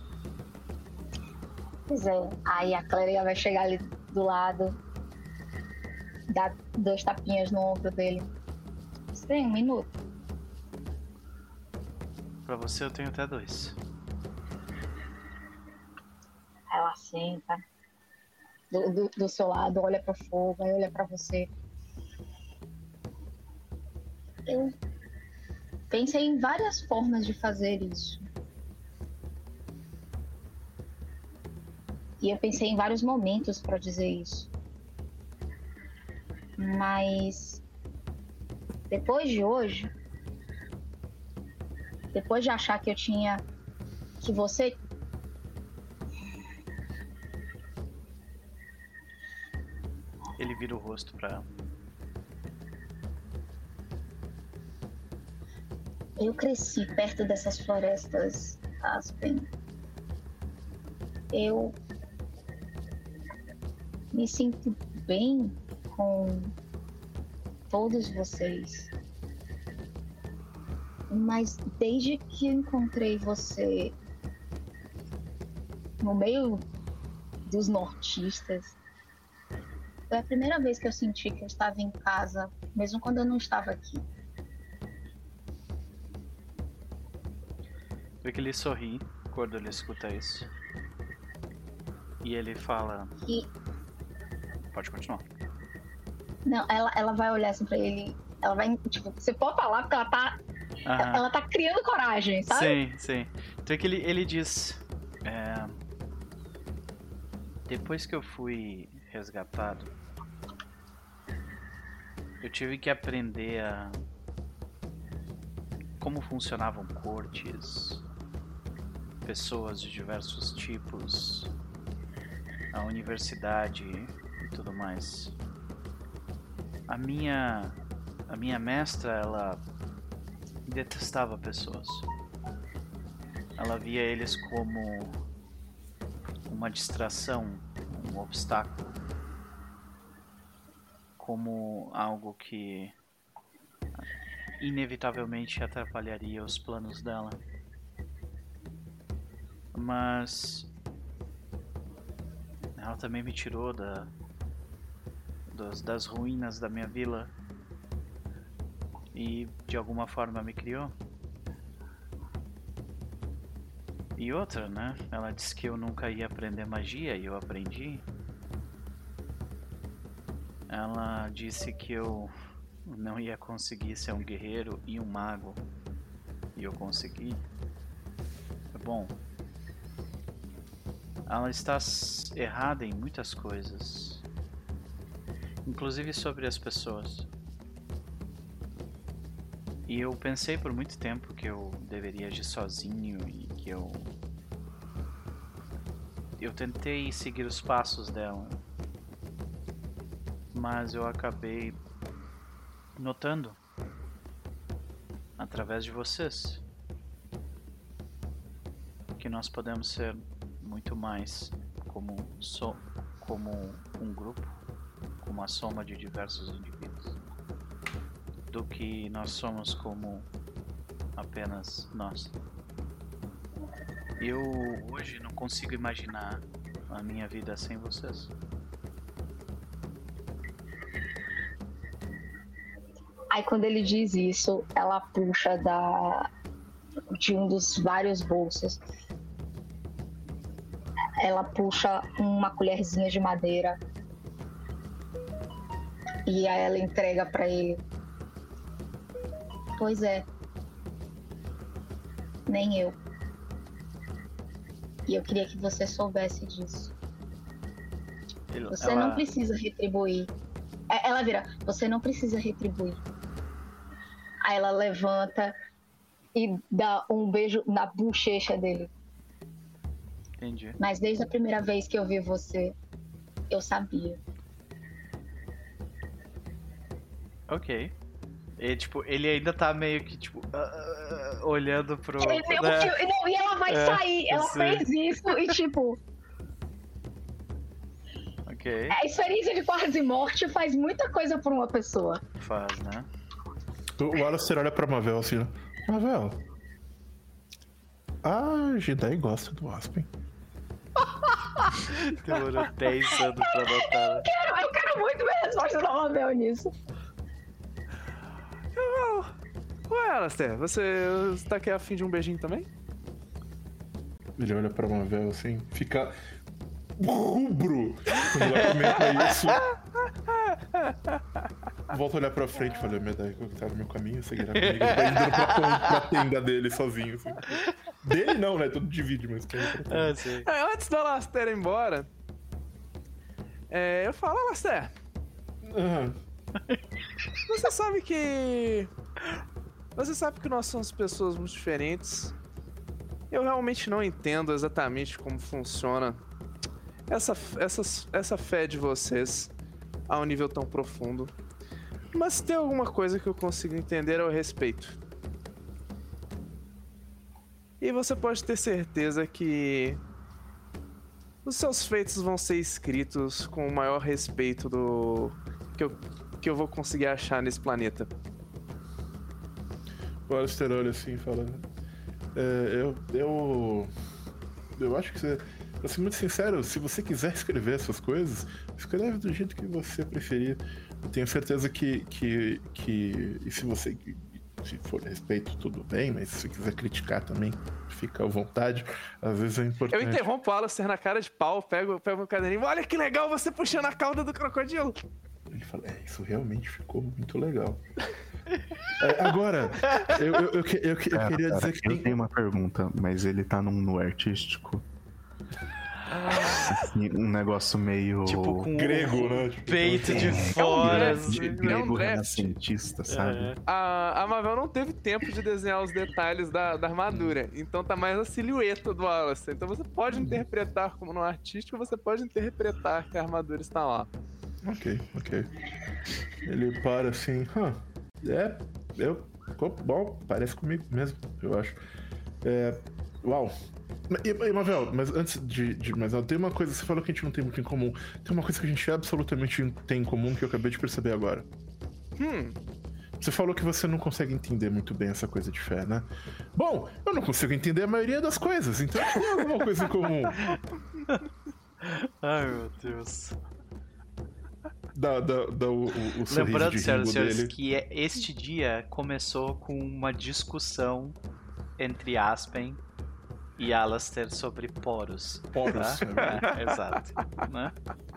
Pois é. Aí a Clériga vai chegar ali do lado, dar dois tapinhas no ombro dele. Você tem um minuto? Pra você eu tenho até dois. Ela senta do, do, do seu lado, olha pro fogo, aí olha pra você. Eu pensei em várias formas de fazer isso. E eu pensei em vários momentos pra dizer isso. Mas depois de hoje, depois de achar que eu tinha, que você Ele vira o rosto pra ela. Eu cresci perto dessas florestas, Aspen. Eu me sinto bem com todos vocês. Mas desde que eu encontrei você no meio dos nortistas, foi a primeira vez que eu senti que eu estava em casa, mesmo quando eu não estava aqui. Vê que ele sorri quando ele escuta isso. E ele fala... E... Pode continuar. Não, ela, ela vai olhar assim pra ele, ela vai, tipo, você pode falar porque ela tá... Aham. Ela tá criando coragem, sabe? Sim, sim. Então é que ele, ele diz... É... Depois que eu fui resgatado, eu tive que aprender a... como funcionavam cortes, pessoas de diversos tipos, a universidade, tudo mais. A minha a minha mestra, ela detestava pessoas. Ela via eles como uma distração, um obstáculo, como algo que inevitavelmente atrapalharia os planos dela. Mas ela também me tirou da, das, das ruínas da minha vila e de alguma forma me criou. E outra, né? Ela disse que eu nunca ia aprender magia e eu aprendi. Ela disse que eu não ia conseguir ser um guerreiro e um mago. E eu consegui. Bom, ela está errada em muitas coisas, inclusive sobre as pessoas. E eu pensei por muito tempo que eu deveria agir sozinho e que eu... Eu tentei seguir os passos dela, mas eu acabei notando, através de vocês, que nós podemos ser muito mais como, so, como um grupo, como a soma de diversos indivíduos, do que nós somos como apenas nós. Eu hoje não consigo imaginar a minha vida sem vocês. Aí quando ele diz isso, ela puxa da, de um dos vários bolsos. Ela puxa uma colherzinha de madeira e aí ela entrega pra ele. Pois é. Nem eu. E eu queria que você soubesse disso. Você ela... não precisa retribuir. Ela vira, você não precisa retribuir. Aí ela levanta e dá um beijo na bochecha dele. Entendi. Mas desde a primeira vez que eu vi você, eu sabia. Ok. E, tipo, ele ainda tá meio que, tipo, uh, olhando pro... Ele, né? eu, não, e ela vai é, sair, ela sei. fez isso e, tipo... Ok. A experiência de quase morte faz muita coisa por uma pessoa. Faz, né? O Alistair olha pra Mavel assim, ó. Mavel, a Jedi gosta do Aspen. Demorou dez anos pra notar. Eu quero, eu quero muito ver a resposta da Mavel nisso. Ué, Alastair, você tá aqui a fim de um beijinho também? Ele olha pra Mavel assim, fica rubro quando ela comenta isso. Volta a olhar pra frente e fala, medalha que tá no meu caminho, seguirá comigo. Ele vai indo pra, pra tenda dele sozinho, assim. Dele não, né? Tudo divide, mas tem outra Ah, sim. É, antes do Alastair ir embora, é, eu falo, Alastair, ah, você sabe que... Você sabe que nós somos pessoas muito diferentes. Eu realmente não entendo exatamente como funciona essa, essa, essa fé de vocês a um nível tão profundo. Mas tem alguma coisa que eu consigo entender ao respeito. E você pode ter certeza que os seus feitos vão ser escritos com o maior respeito do que eu, que eu vou conseguir achar nesse planeta. o Alistair olha assim e fala, é, eu, eu... Eu acho que você... Pra ser muito sincero, se você quiser escrever essas coisas, escreve do jeito que você preferir. Eu tenho certeza que... que, que e se você... Se for respeito, tudo bem, mas se você quiser criticar também, fica à vontade. Às vezes é importante. Eu interrompo o Alastair na cara de pau, pego, pego um caderninho. Olha que legal você puxando a cauda do crocodilo. Ele fala, é, isso realmente ficou muito legal. É, agora, eu, eu, eu, eu, eu, eu Pera, queria pera, dizer que eu tem... tenho uma pergunta, mas ele tá num no artístico? Assim, um negócio meio... Tipo, com grego, né? Tipo, peito de É, fora. de, de assim. grego é um draft. renascentista, sabe? É. A, a Mavel não teve tempo de desenhar os detalhes da, da armadura, então tá mais a silhueta do Alastair. Então você pode interpretar como no artístico, você pode interpretar que a armadura está lá. Ok, ok. Ele para assim, hã, é, eu, bom, parece comigo mesmo, eu acho. É, uau. E, e Mavel, mas antes de, de mas tem uma coisa, você falou que a gente não tem muito em comum. Tem uma coisa que a gente absolutamente tem em comum que eu acabei de perceber agora. Hum. Você falou que você não consegue entender muito bem essa coisa de fé, né? Bom, eu não consigo entender a maioria das coisas, então tem alguma coisa em comum. Ai, meu Deus. Dá, dá, dá o, o, o sorriso Lembrando, de senhoras e ringo senhores, dele. que é- este dia começou com uma discussão entre Aspen e Alastair sobre poros. Poros, tá? é verdade. É, exato. Né?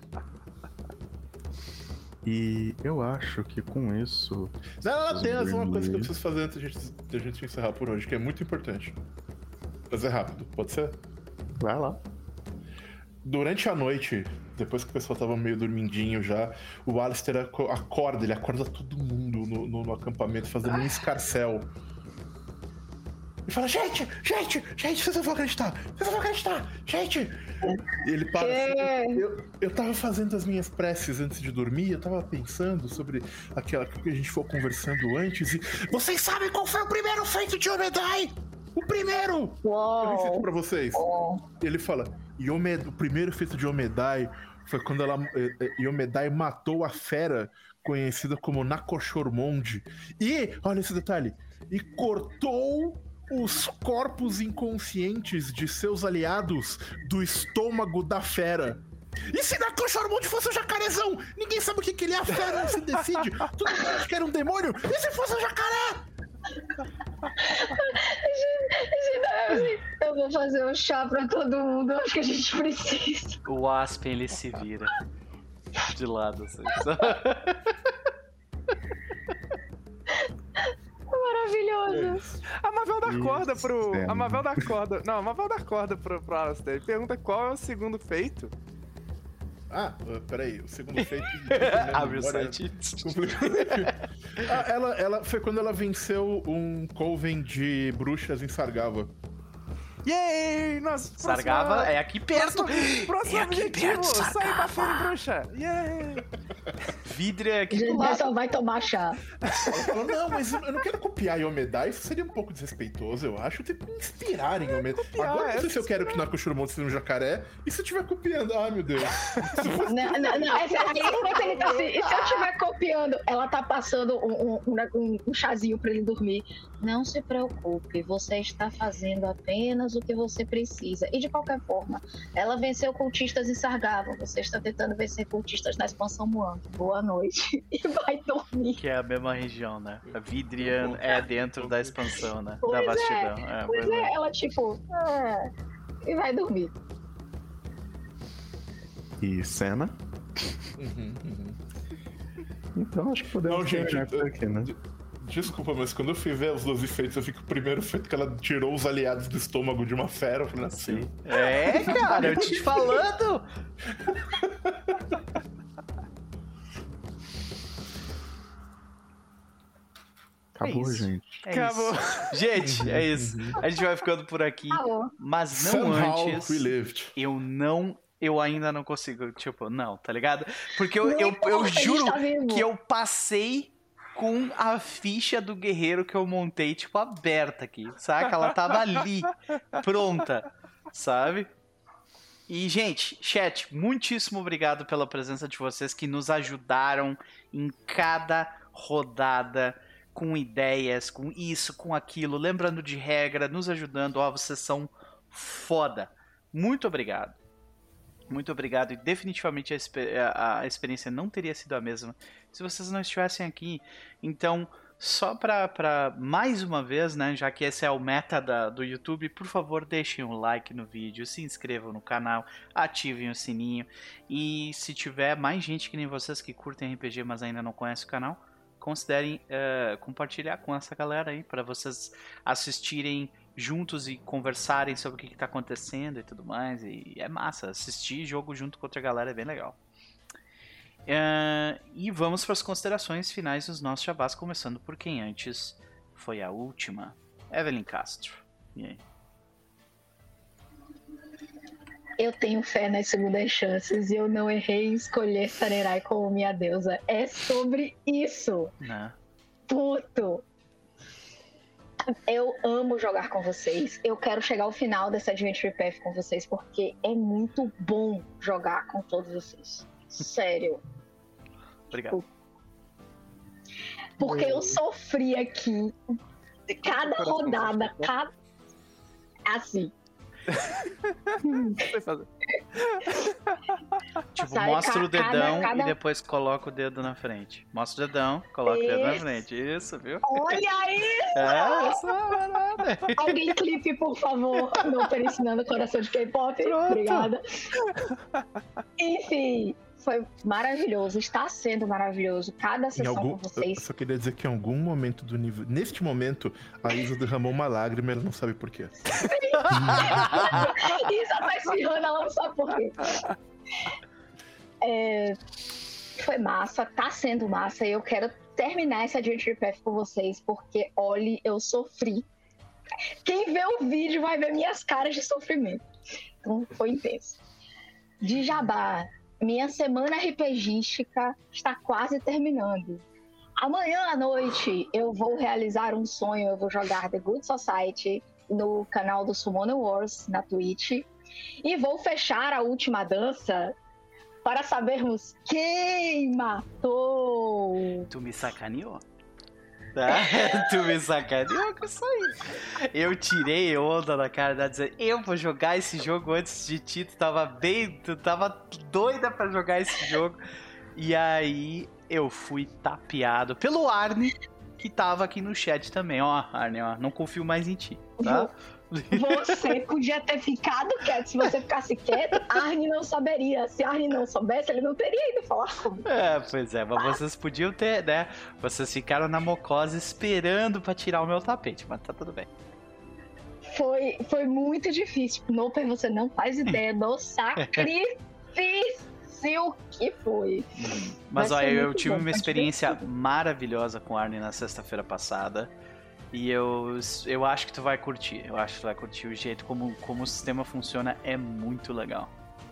E eu acho que com isso. Não, não, não, tem Os uma coisa que eu Greenleaf- preciso fazer antes de a gente, de a gente encerrar por hoje, que é muito importante. Fazer rápido, pode ser? Vai lá. Durante a noite, depois que o pessoal tava meio dormindinho já, o Alistair aco- acorda, ele acorda todo mundo no, no- no acampamento, fazendo um escarcel. E fala, gente, gente, gente, vocês não vão acreditar, vocês não vão acreditar, gente! E ele para assim, eu, eu tava fazendo as minhas preces antes de dormir, eu tava pensando sobre aquela que a gente foi conversando antes e... Vocês sabem qual foi o primeiro feito de Omedai? O primeiro! Eu recito Uou! pra vocês. Ele fala, Yomed... o primeiro feito de Omedai foi quando ela, eh, eh, Yomedai matou a fera conhecida como Nakoshormond. E, olha esse detalhe, e cortou os corpos inconscientes de seus aliados do estômago da fera. E se Nakoshormond fosse um jacarezão? Ninguém sabe o que, que ele é, a fera não se decide. Todo mundo acha que era um demônio. E se fosse um jacaré? Eu vou fazer um chá pra todo mundo, eu acho que a gente precisa. O Aspen, ele se vira de lado, assim. Maravilhoso. A Mavel dá corda pro. Isso, A Mavel dá corda. Não, a Mavel dá corda pro, pro Alastair. Ele pergunta qual é o segundo feito. Ah, uh, peraí, o segundo feito... Abre o Memória- site. Complicado. Ah, ela, ela foi quando ela venceu um coven de bruxas em Sargava. Yay! Nossa, Sargava próxima- é aqui perto. Próximo, próximo É aqui objetivo! perto, Sai da Sargava. feira bruxa! Yay! Vidre é A aqui do gente lado. só vai tomar chá. Ela falou, não, mas eu eu não quero copiar Yomedai, isso seria um pouco desrespeitoso, eu acho. Tem que me inspirar em Yomedai. copiar, Agora eu não sei é se eu quero que Nakoshormond seja um jacaré, e se eu estiver copiando? Ai, meu Deus. Não, não, não. Essa, aí, enquanto ele tá assim, e se eu estiver copiando, ela tá passando um, um, um, um chazinho pra ele dormir. Não se preocupe, você está fazendo apenas o que você precisa. E de qualquer forma, ela venceu cultistas em Sargava. Você está tentando vencer cultistas na expansão Muang. Boa noite. E vai dormir. Que é a mesma região, né? A Vidrian é dentro da expansão, né? Pois da é, vastidão. É, Pois é, ela tipo. É, e vai dormir. E cena. Uhum, uhum. Então acho que podemos Não, gente, terminar por aqui, né? Desculpa, mas quando eu fui ver os doze feitos, eu vi que o primeiro feito que ela tirou os aliados do estômago de uma fera. Eu falei assim, É, cara, eu te falando! Acabou, isso. gente. É Acabou. isso. Gente, é isso. A gente vai ficando por aqui. Alô. Mas não somehow antes. we lived. Eu não. Eu ainda não consigo. Tipo, não, tá ligado? Porque eu, Não eu, importa, eu a gente juro tá vivo. que eu passei com a ficha do guerreiro que eu montei, tipo, aberta aqui. Saca? Ela tava ali, pronta, sabe? E, gente, chat, muitíssimo obrigado pela presença de vocês que nos ajudaram em cada rodada, com ideias, com isso, com aquilo, lembrando de regra, nos ajudando. Ó, vocês são foda. Muito obrigado. Muito obrigado. E definitivamente a, exper- a- a experiência não teria sido a mesma se vocês não estivessem aqui. Então, só pra, pra mais uma vez, né, já que esse é o meta da, do YouTube, por favor, deixem um like no vídeo, se inscrevam no canal, ativem o sininho. E se tiver mais gente que nem vocês que curtem R P G, mas ainda não conhecem o canal, considerem uh, compartilhar com essa galera aí, para vocês assistirem juntos e conversarem sobre o que, que tá acontecendo e tudo mais. E é massa, assistir jogo junto com outra galera é bem legal. Uh, e vamos para as considerações finais dos nossos jabás, começando por quem antes foi a última, Evelyn Castro. E aí? Eu tenho fé nas segundas chances e eu não errei em escolher Sanerai como minha deusa. É sobre isso. Não. Puto. Eu amo jogar com vocês. Eu quero chegar ao final dessa Adventure Path com vocês, porque é muito bom jogar com todos vocês. Sério. Obrigado. Porque eu sofri aqui. Cada rodada, cada... Assim. Tipo, Sabe, mostra o cada- dedão cada- e depois coloca o dedo na frente. Mostra o dedão, coloca o dedo na Isso. frente. Isso, viu? Olha isso! É, essa é a parada. Alguém clipe, por favor. Não tô ensinando coração de K-pop. Pronto. Obrigada. Enfim, foi maravilhoso. Está sendo maravilhoso. Cada Em sessão algum, com vocês. eu só queria dizer que em algum momento do nível. Neste momento, a Isa derramou uma lágrima e ela não sabe por quê. Isa tá espirrando, ela não sabe por quê. É, foi massa, tá sendo massa. E eu quero terminar essa Adventure Path com vocês, porque, olhe, eu sofri. Quem vê o vídeo vai ver minhas caras de sofrimento. Então, foi intenso. De jabá, minha semana RPGística está quase terminando. Amanhã à noite eu vou realizar um sonho, eu vou jogar The Good Society no canal do Summoner Wars, na Twitch. E vou fechar a última dança para sabermos quem matou. Tu me sacaneou? Tá? Tu me sacaneou com isso aí. Eu tirei onda da cara da dizer, eu vou jogar esse jogo antes de ti. Tu tava bem, tu tava doida pra jogar esse jogo. E aí eu fui tapeado pelo Arne, que tava aqui no chat também. Ó, Arne, ó, não confio mais em ti, tá? Você podia ter ficado quieto. Se você ficasse quieto, Arne não saberia. Se Arne não soubesse, ele não teria ido falar comigo. É, pois é, mas vocês podiam ter, né? Vocês ficaram na mocosa esperando pra tirar o meu tapete, mas tá tudo bem. Foi, foi muito difícil. Noper, você não faz ideia do sacrifício que foi. Mas Vai olha, ser eu muito tive bom, uma tá experiência divertido. maravilhosa com o Arne na sexta-feira passada. E eu, eu acho que tu vai curtir. Eu acho que tu vai curtir. O jeito como, como o sistema funciona é muito legal.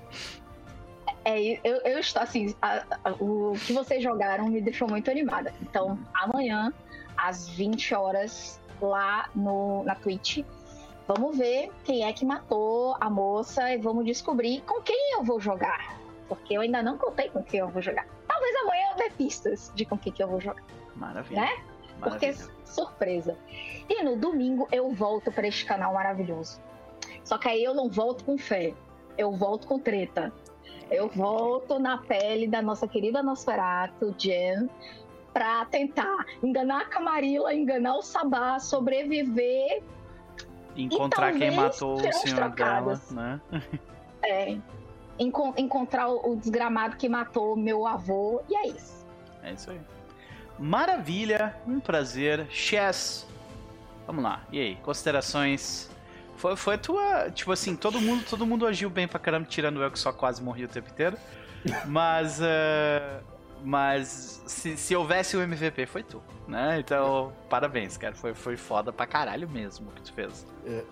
É, eu, eu estou assim, a- a- o que vocês jogaram me deixou muito animada. Então, amanhã, às vinte horas, lá no, na Twitch, vamos ver quem é que matou a moça e vamos descobrir com quem eu vou jogar. Porque eu ainda não contei com quem eu vou jogar. Talvez amanhã eu dê pistas de com quem que eu vou jogar. Maravilha. Né? Porque Maravilha. surpresa. E no domingo eu volto para este canal maravilhoso. Só que aí eu não volto com fé. Eu volto com treta. Eu volto na pele da nossa querida Nosferatu, Jen, pra tentar enganar a Camarilla, enganar o Sabá, sobreviver. Encontrar e quem talvez matou o ter uns senhor dela, trocados. né? É, enco- encontrar o, o desgramado que matou meu avô. E é isso. É isso aí. Maravilha, um prazer. Chess, vamos lá. E aí, considerações? Foi, foi a tua. Tipo assim, todo mundo, todo mundo agiu bem pra caramba, tirando eu que só quase morri o tempo inteiro. Mas. Uh, mas se, se houvesse o M V P, foi tu, né? Então, parabéns, cara. Foi, foi foda pra caralho mesmo o que tu fez. É,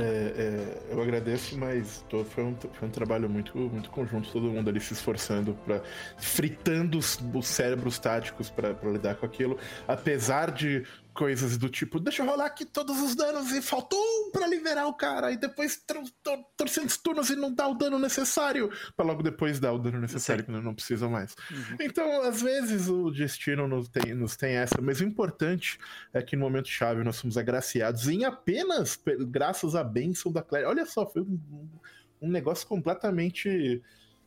é, eu agradeço, mas tô- foi, um, foi um trabalho muito, muito conjunto, todo mundo ali se esforçando, pra, fritando os, os cérebros táticos pra, pra lidar com aquilo, apesar de coisas do tipo, deixa eu rolar aqui todos os danos e faltou um pra liberar o cara, e depois tro- tro- trocentos turnos e não dá o dano necessário, pra logo depois dar o dano necessário Sim. quando não precisa mais. Uhum. Então, às vezes o destino nos tem, nos tem essa, mas o importante é que no momento chave nós fomos agraciados em apenas pe- graças à bênção da Claire. Olha só, foi um, um negócio completamente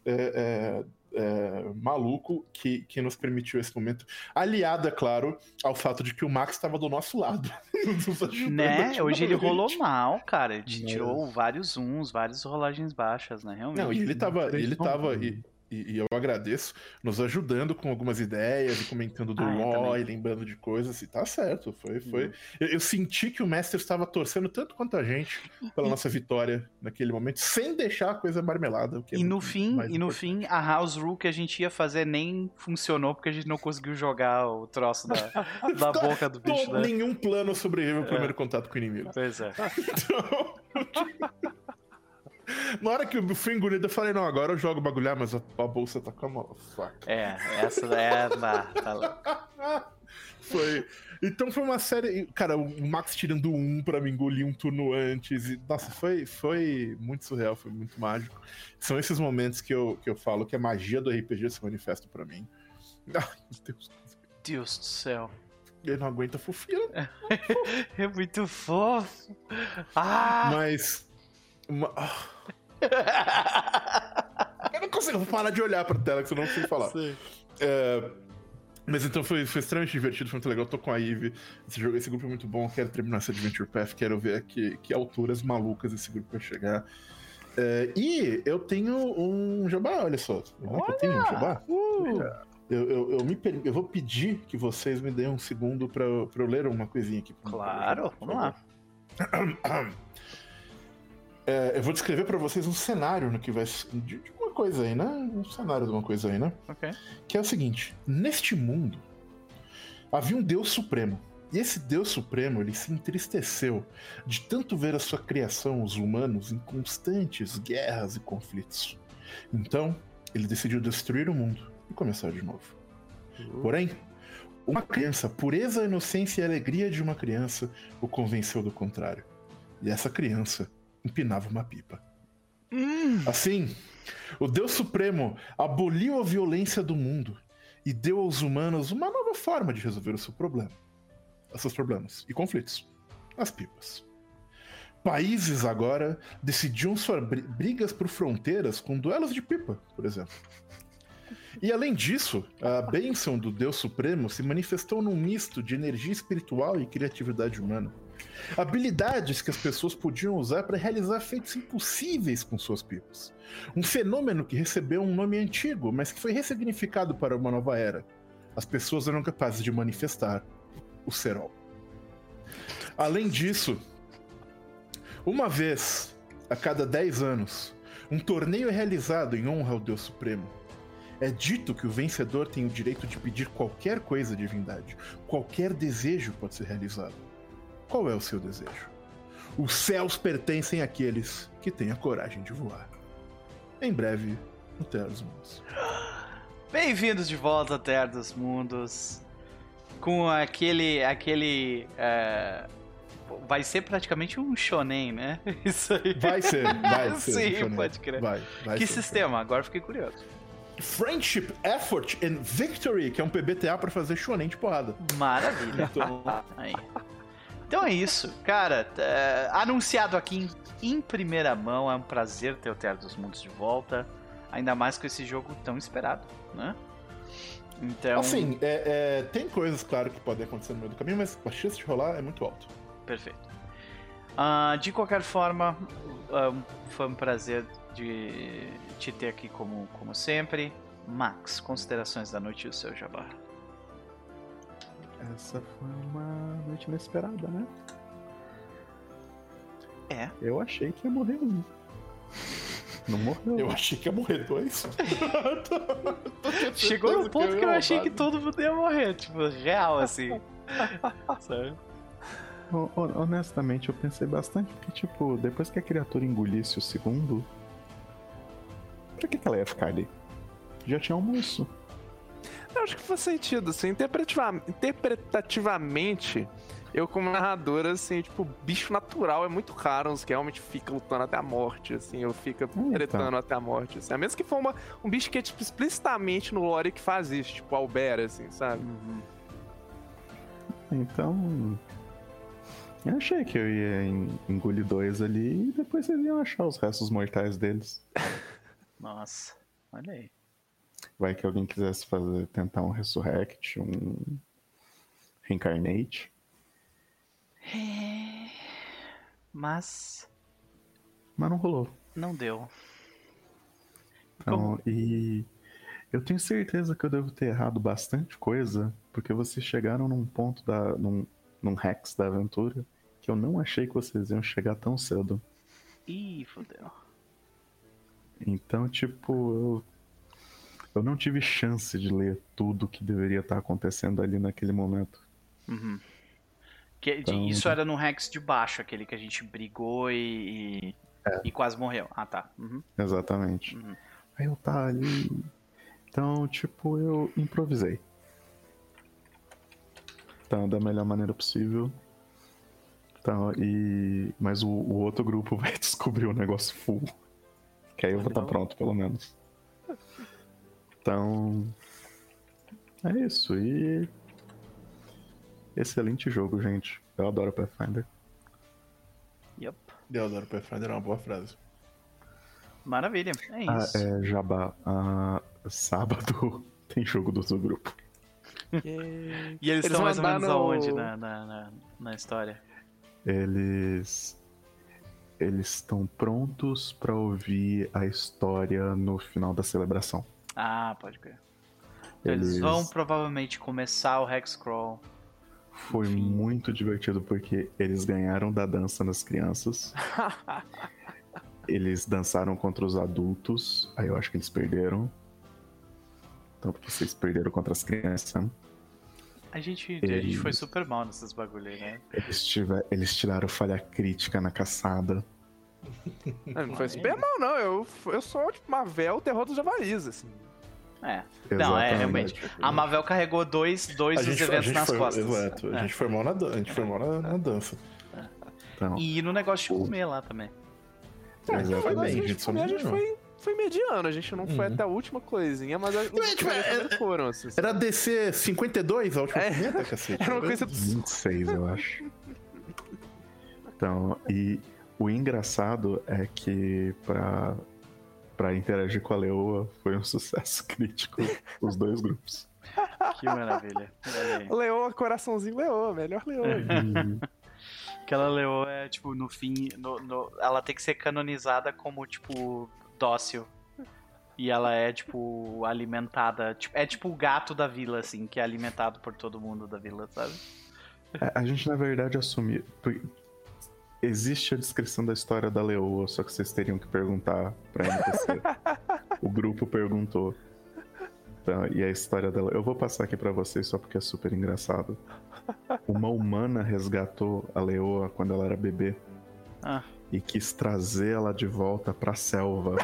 é, é, é, maluco que, que nos permitiu esse momento, aliado, é claro, ao fato de que o Max estava do nosso lado. Nos ajudando Né? Hoje ele ativamente. rolou mal, cara. Ele te Mas- tirou vários uns, várias rolagens baixas, né? Realmente. Não, e ele tava, Vocês ele são tava, bons. e, e- e eu agradeço, nos ajudando com algumas ideias, e comentando do Ah, eu lore, também. lembrando de coisas, e tá certo, foi, foi. Uhum. Eu, eu senti que o mestre estava torcendo tanto quanto a gente pela nossa vitória naquele momento, sem deixar a coisa marmelada. o que é E no muito fim, mais e no importante. fim, a house rule que a gente ia fazer nem funcionou porque a gente não conseguiu jogar o troço da, da boca do bicho, Todo- né? Nenhum plano sobreviveu ao primeiro contato com o inimigo. Pois é. Então, Na hora que eu fui engolido, eu falei, não, agora eu jogo bagulhar, mas a, a bolsa tá com a mão. Faca. É, essa é. Tá, tá... Foi. Então foi uma série. Cara, o Max tirando um pra me engolir um turno antes. E, nossa, foi, foi muito surreal, foi muito mágico. São esses momentos que eu, que eu falo que a magia do R P G se manifesta pra mim. Ai, meu Deus. Deus do céu. Eu não aguento a fofinha. É muito fofo. Ah! Mas. Uma... Eu não consigo parar de olhar pra tela, que senão eu não consigo falar. É, mas então foi, foi extremamente divertido, foi muito legal. Eu tô com a Eve. Esse, jogo, esse grupo é muito bom. Quero terminar esse Adventure Path. Quero ver que, que alturas malucas esse grupo vai chegar. É, e eu tenho um jabá, olha só. Olha! Eu tenho um jabá. Uh! Eu, eu, eu, me, eu vou pedir que vocês me deem um segundo pra, eu- pra eu ler uma coisinha aqui. Claro, Por vamos lá. É, eu vou descrever pra vocês um cenário no que vai de, de uma coisa aí, né? Um cenário de uma coisa aí, né? Ok. Que é o seguinte: neste mundo havia um Deus Supremo. E esse Deus Supremo, ele se entristeceu de tanto ver a sua criação, os humanos, em constantes guerras e conflitos. Então, ele decidiu destruir o mundo e começar de novo. Porém, uma criança, a pureza, a inocência e a alegria de uma criança o convenceu do contrário. E essa criança empinava uma pipa. Assim, o Deus Supremo aboliu a violência do mundo e deu aos humanos uma nova forma de resolver o seu problema. Os seus problemas e conflitos. As pipas. Países agora decidiam suas bri- brigas por fronteiras com duelos de pipa, por exemplo. E além disso, a bênção do Deus Supremo se manifestou num misto de energia espiritual e criatividade humana. Habilidades que as pessoas podiam usar para realizar feitos impossíveis com suas pipas. Um fenômeno que recebeu um nome antigo, mas que foi ressignificado para uma nova era. As pessoas eram capazes de manifestar o Serol. Além disso, uma vez a cada dez anos, um torneio é realizado em honra ao Deus Supremo. É dito que o vencedor tem o direito de pedir qualquer coisa à divindade. Qualquer desejo pode ser realizado. Qual é o seu desejo? Os céus pertencem àqueles que têm a coragem de voar. Em breve, no Terra dos Mundos. Bem-vindos de volta à Terra dos Mundos. Com aquele. aquele. é, Vai ser praticamente um shonen, né? Isso aí. Vai ser, vai ser. Sim, Shonen. pode crer. Vai, vai Que ser. sistema? Agora fiquei curioso. Friendship, Effort and Victory, que é um P B T A pra fazer shonen de porrada. Maravilha. Aí. Então é isso, cara. é, anunciado aqui em, em primeira mão, é um prazer ter o Terra dos Mundos de volta. Ainda mais com esse jogo tão esperado, né? Então. Assim, é, é, tem coisas, claro, que podem acontecer no meio do caminho, mas a chance de rolar é muito alta. Perfeito. Ah, de qualquer forma, ah, foi um prazer de te ter aqui como, como sempre. Max, considerações da noite e o seu jabá. Essa foi uma noite inesperada, né? É. Eu achei que ia morrer um. Não morreu. Eu achei que ia morrer dois. Chegou no ponto que eu, ia achei que roubar. todo mundo ia morrer, tipo, real, assim. Sabe? Ho- ho- Honestamente, eu pensei bastante, porque, tipo, depois que a criatura engolisse o segundo, pra que, que ela ia ficar ali? Já tinha almoço. Eu acho que faz sentido, assim, interpretativa- interpretativamente, eu como narrador, assim, tipo, bicho natural é muito raro uns que realmente fica lutando até a morte, assim, ou fica então. tretando até a morte, assim. A menos que for uma, um bicho que é, tipo, explicitamente no lore que faz isso, tipo, Albera, assim, sabe? Uhum. Então. Eu achei que eu ia en- engolir dois ali e depois vocês iam achar os restos mortais deles. Nossa, olha aí. Vai que alguém quisesse fazer, tentar um Resurrect, um Reincarnate. É, mas Mas não rolou. não deu. Então, e eu tenho certeza que eu devo ter errado bastante coisa, porque vocês chegaram num ponto da. num, num hex da aventura que eu não achei que vocês iam chegar tão cedo. Ih, fodeu. Então, tipo, eu, eu não tive chance de ler tudo que deveria estar acontecendo ali naquele momento. Uhum. Que, de- Então- Isso era no Rex de baixo, aquele que a gente brigou e. e- É. E quase morreu. Ah, tá. Uhum. Exatamente. Uhum. Aí eu tá ali. Então, tipo, eu improvisei. Então, da melhor maneira possível. Então, e... Mas o, o outro grupo vai descobrir o negócio full. Que aí eu vou estar pronto, pelo menos. Então... É isso. E... Excelente jogo, gente. Eu adoro Pathfinder. Yep. Eu adoro Pathfinder, é uma boa frase. Maravilha. É Ah, isso. é, Jabá. Ah, sábado tem jogo do outro grupo. E E eles estão mais ou menos mandaram- aonde na, na, na, na história? Eles eles estão prontos pra ouvir a história no final da celebração. Ah, pode crer. Então eles... Eles vão provavelmente começar o Hexcrawl. Foi Enfim. muito divertido porque eles ganharam da dança nas crianças. Eles dançaram contra os adultos. Aí eu acho que eles perderam. Então porque vocês perderam contra as crianças. A gente, a gente foi super mal nessas bagulho aí, né? Eles, tiver, eles tiraram falha crítica na caçada. Não, não foi super mal, não. Eu, eu sou, tipo, Mavel, o terror dos javalis, assim. É. Não, é Exatamente. realmente. A Mavel carregou dois, dois A dos gente, a eventos gente nas foi, costas. exato, a É. gente foi mal na, dan- a gente foi mal na, na dança. Então, E no negócio de comer lá também. É, Exatamente. foi Mas a bem, gente, gente, só foi, a não gente ganhou. foi, foi mediano, a gente não foi Uhum. até a última coisinha, mas a, os É, tipo, outros é- também foram, assim. Era D C cinquenta e dois a última É. cometa, cacete. Era uma coisa vinte e seis, eu acho. Então, e o engraçado é que pra, pra interagir com a Leoa foi um sucesso crítico os dois grupos. Que maravilha. Olha aí. Leoa, coraçãozinho Leoa, melhor Leoa. E Aquela Leoa é, tipo, no fim, no, no- ela tem que ser canonizada como, tipo, dócil. E ela é, tipo, alimentada. Tipo, é tipo o gato da vila, assim, que é alimentado por todo mundo da vila, sabe? a, a gente, na verdade, assumir. por- Existe a descrição da história da Leoa, só que vocês teriam que perguntar pra N P C. O grupo perguntou. Então, e a história dela. Eu vou passar aqui pra vocês só porque é super engraçado. Uma humana resgatou a Leoa quando ela era bebê Ah. e quis trazer ela de volta pra selva.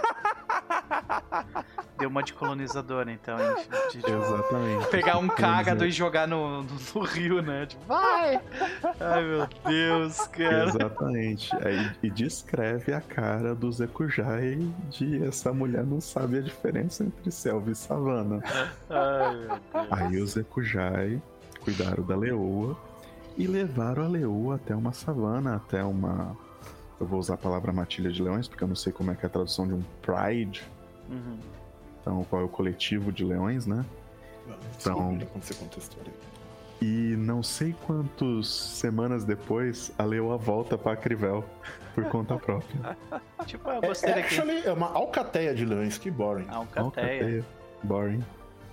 Deu uma de colonizadora, então, hein? De, de- Exatamente. pegar um cágado Exato. e jogar no, no, no rio, né? Tipo, vai! Ai, meu Deus, cara. Exatamente. Aí, e descreve a cara do Zekujai de essa mulher não sabe a diferença entre selva e savana. Ai, meu Deus. Aí os Zekujai cuidaram da Leoa e levaram a Leoa até uma savana, até uma... Eu vou usar a palavra matilha de leões, porque eu não sei como é que é a tradução de um pride. Uhum. Então, qual é o coletivo de leões, né? Então... Quando você conta a história. E não sei quantas semanas depois, a Leoa volta pra Crivel por conta própria. Tipo, eu É, gostei é, daqui. actually, é uma alcateia de leões, que boring. Alcateia. Alcateia. Boring.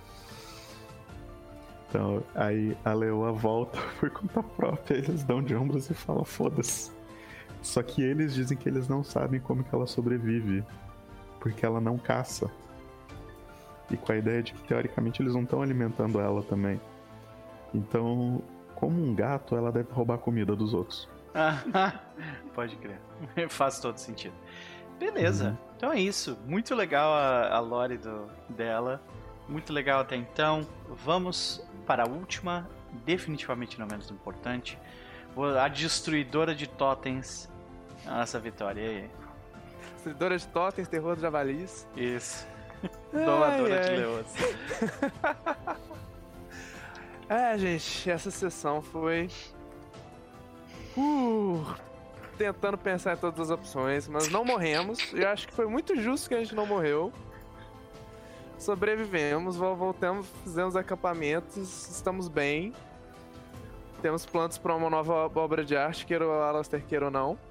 Então, aí a Leoa volta por conta própria, eles dão de ombros e falam, foda-se. Só que eles dizem que eles não sabem como que ela sobrevive, porque ela não caça. E com a ideia de que, teoricamente, eles não estão alimentando ela também. Então, como um gato, ela deve roubar a comida dos outros. Pode crer. Faz todo sentido. Beleza. Uhum. Então é isso. Muito legal a, a lore do, dela. Muito legal até então. Vamos para a última, definitivamente não menos importante. A destruidora de totens. A nossa vitória. E aí? Destruidora de totens, terror dos javalis. Isso. Domadora Ai, de ai. leões. É, gente, essa sessão foi. Uh, tentando pensar em todas as opções, mas não morremos. Eu acho que foi muito justo que a gente não morreu. Sobrevivemos, vol- voltamos, fizemos acampamentos, estamos bem. Temos planos para uma nova obra de arte, queira o Alastair, queira ou não.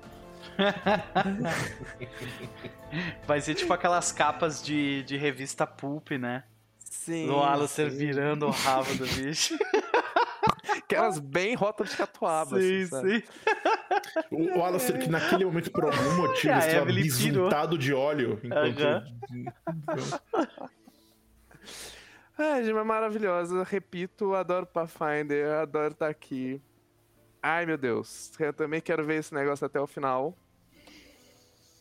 Vai ser tipo aquelas capas de, de revista Pulp, né? Sim. O Alastair sim. virando o rabo do bicho. Aquelas bem rota de catuaba. Sim, assim, sabe? sim. O, o Alastair, que naquele momento, por algum motivo, A estava Evelyn bisuntado de óleo. Enquanto... Aham. Ai, gente, é maravilhosa. Repito, adoro Pathfinder, adoro estar aqui. Ai, meu Deus. Eu também quero ver esse negócio até o final.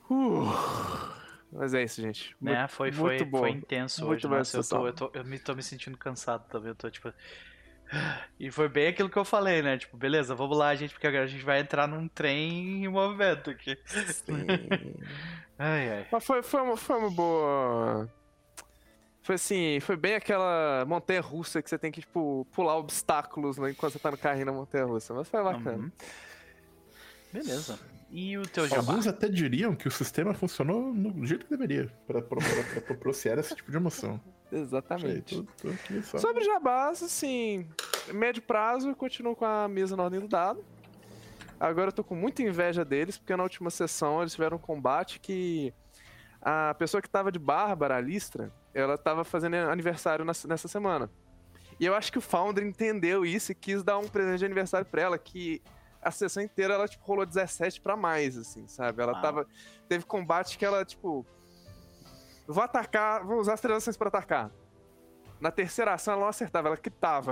Uh, mas é isso, gente. Muito, né? Foi, muito foi, boa. foi intenso Muito hoje. boa Nossa, eu, essa tô, eu, tô, eu me, tô me sentindo cansado também. Eu tô tipo. E foi bem aquilo que eu falei, né? Tipo, beleza, vamos lá, gente, porque agora a gente vai entrar num trem em movimento aqui. Sim. Ai, ai. Mas foi, foi, uma, foi uma boa. Foi assim, foi bem aquela montanha russa que você tem que, tipo, pular obstáculos, né, enquanto você tá no carrinho na montanha russa. Mas foi bacana. Uhum. Beleza. E o teu jabá? Alguns até diriam que o sistema funcionou no jeito que deveria, pra, pra, pra, pra propiciar esse tipo de emoção. Exatamente. Sei, tô- tô aqui só- Sobre jabás, assim, médio prazo, eu continuo com a mesa na ordem do dado. Agora eu tô com muita inveja deles, porque na última sessão eles tiveram um combate que a pessoa que tava de Bárbara, a Listra, ela tava fazendo aniversário nas- nessa semana. E eu acho que o Founder entendeu isso e quis dar um presente de aniversário pra ela, que a sessão inteira ela, tipo, rolou dezessete pra mais, assim, sabe? Ela Uau. tava... Teve combate que ela, tipo... Vou atacar, vou usar as três ações pra atacar. Na terceira ação ela não acertava, ela quitava.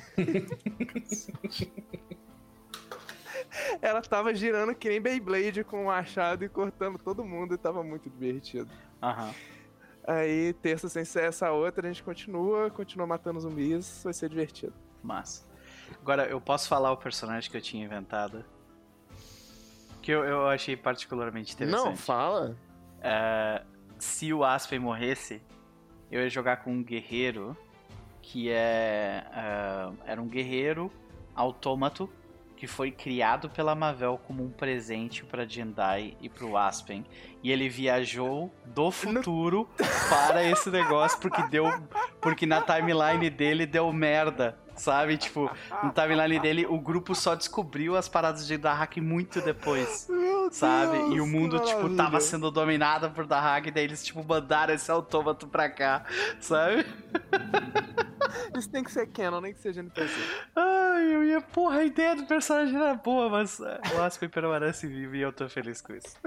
Ela tava girando que nem Beyblade com o machado e cortando todo mundo e tava muito divertido. Aham. Aí, terça sem ser essa outra, a gente continua, continua matando zumbis, vai ser divertido. Massa. Agora, eu posso falar o personagem que eu tinha inventado? Que eu, eu achei particularmente interessante. Não, fala. É, se o Aspen morresse, eu ia jogar com um guerreiro que é, é, era um guerreiro autômato que foi criado pela Mavel como um presente pra Jendai e pro Aspen. E ele viajou do futuro para esse negócio porque deu, porque na timeline dele deu merda, sabe? Tipo, na timeline dele o grupo só descobriu as paradas de Dahak muito depois. Meu Sabe? Deus, E o mundo, que tipo, maravilha. tava sendo dominado por Dahak, e daí eles, tipo, mandaram esse autômato pra cá, sabe? Isso tem que ser canon, nem que seja N P C. Ai, eu ia, porra, a ideia do personagem era boa, mas é, o Aspen permanece vivo e eu tô feliz com isso.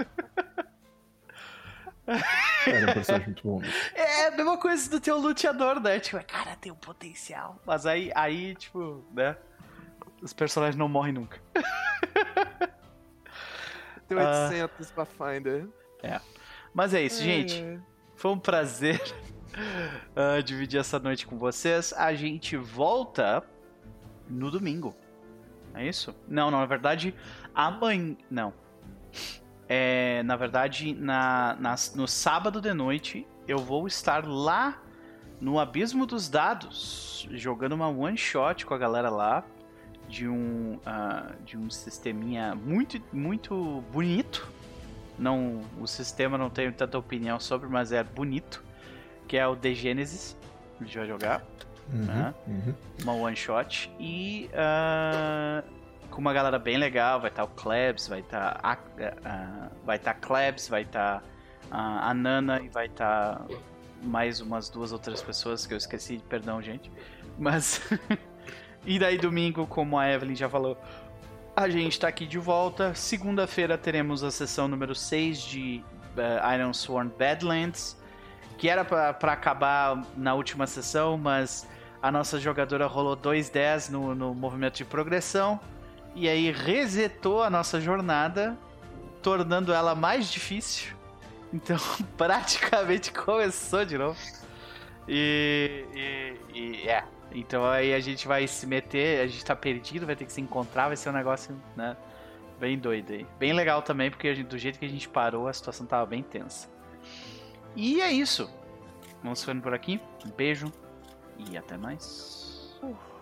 Era um personagem muito bom. É a mesma coisa do teu luteador, né? Tipo, cara, tem um potencial. Mas aí, aí, tipo, né? Os personagens não morrem nunca. Tem oitocentos Pathfinder. É. Mas é isso, gente. É. Foi um prazer uh, dividir essa noite com vocês. A gente volta no domingo. É isso? Não, não, na verdade, amanhã. Não. É, na verdade, na, na, no sábado de noite, eu vou estar lá no Abismo dos Dados, jogando uma one shot com a galera lá. De um, uh, de um sisteminha muito, muito bonito. Não, o sistema não tenho tanta opinião sobre, mas é bonito. Que é o The Genesis. A gente vai jogar. Uhum, né? uhum. Uma one shot. E uh, com uma galera bem legal. Vai estar o Klebs, vai estar a, uh, vai estar Klebs, vai estar uh, a Nana e vai estar mais umas duas ou três pessoas que eu esqueci. Perdão, gente. Mas... E daí domingo, como a Evelyn já falou, a gente tá aqui de volta. Segunda-feira teremos a sessão número seis de uh, Ironsworn Badlands, que era pra, pra acabar na última sessão, mas a nossa jogadora rolou dois dez no, no movimento de progressão, e aí resetou a nossa jornada, tornando ela mais difícil. Então praticamente começou de novo. E, e, e é... Então aí a gente vai se meter, a gente tá perdido, vai ter que se encontrar, vai ser um negócio, né, bem doido aí. Bem legal também, porque a gente, do jeito que a gente parou, a situação tava bem tensa. E é isso. Vamos ficando por aqui. Um beijo e até mais. Uh.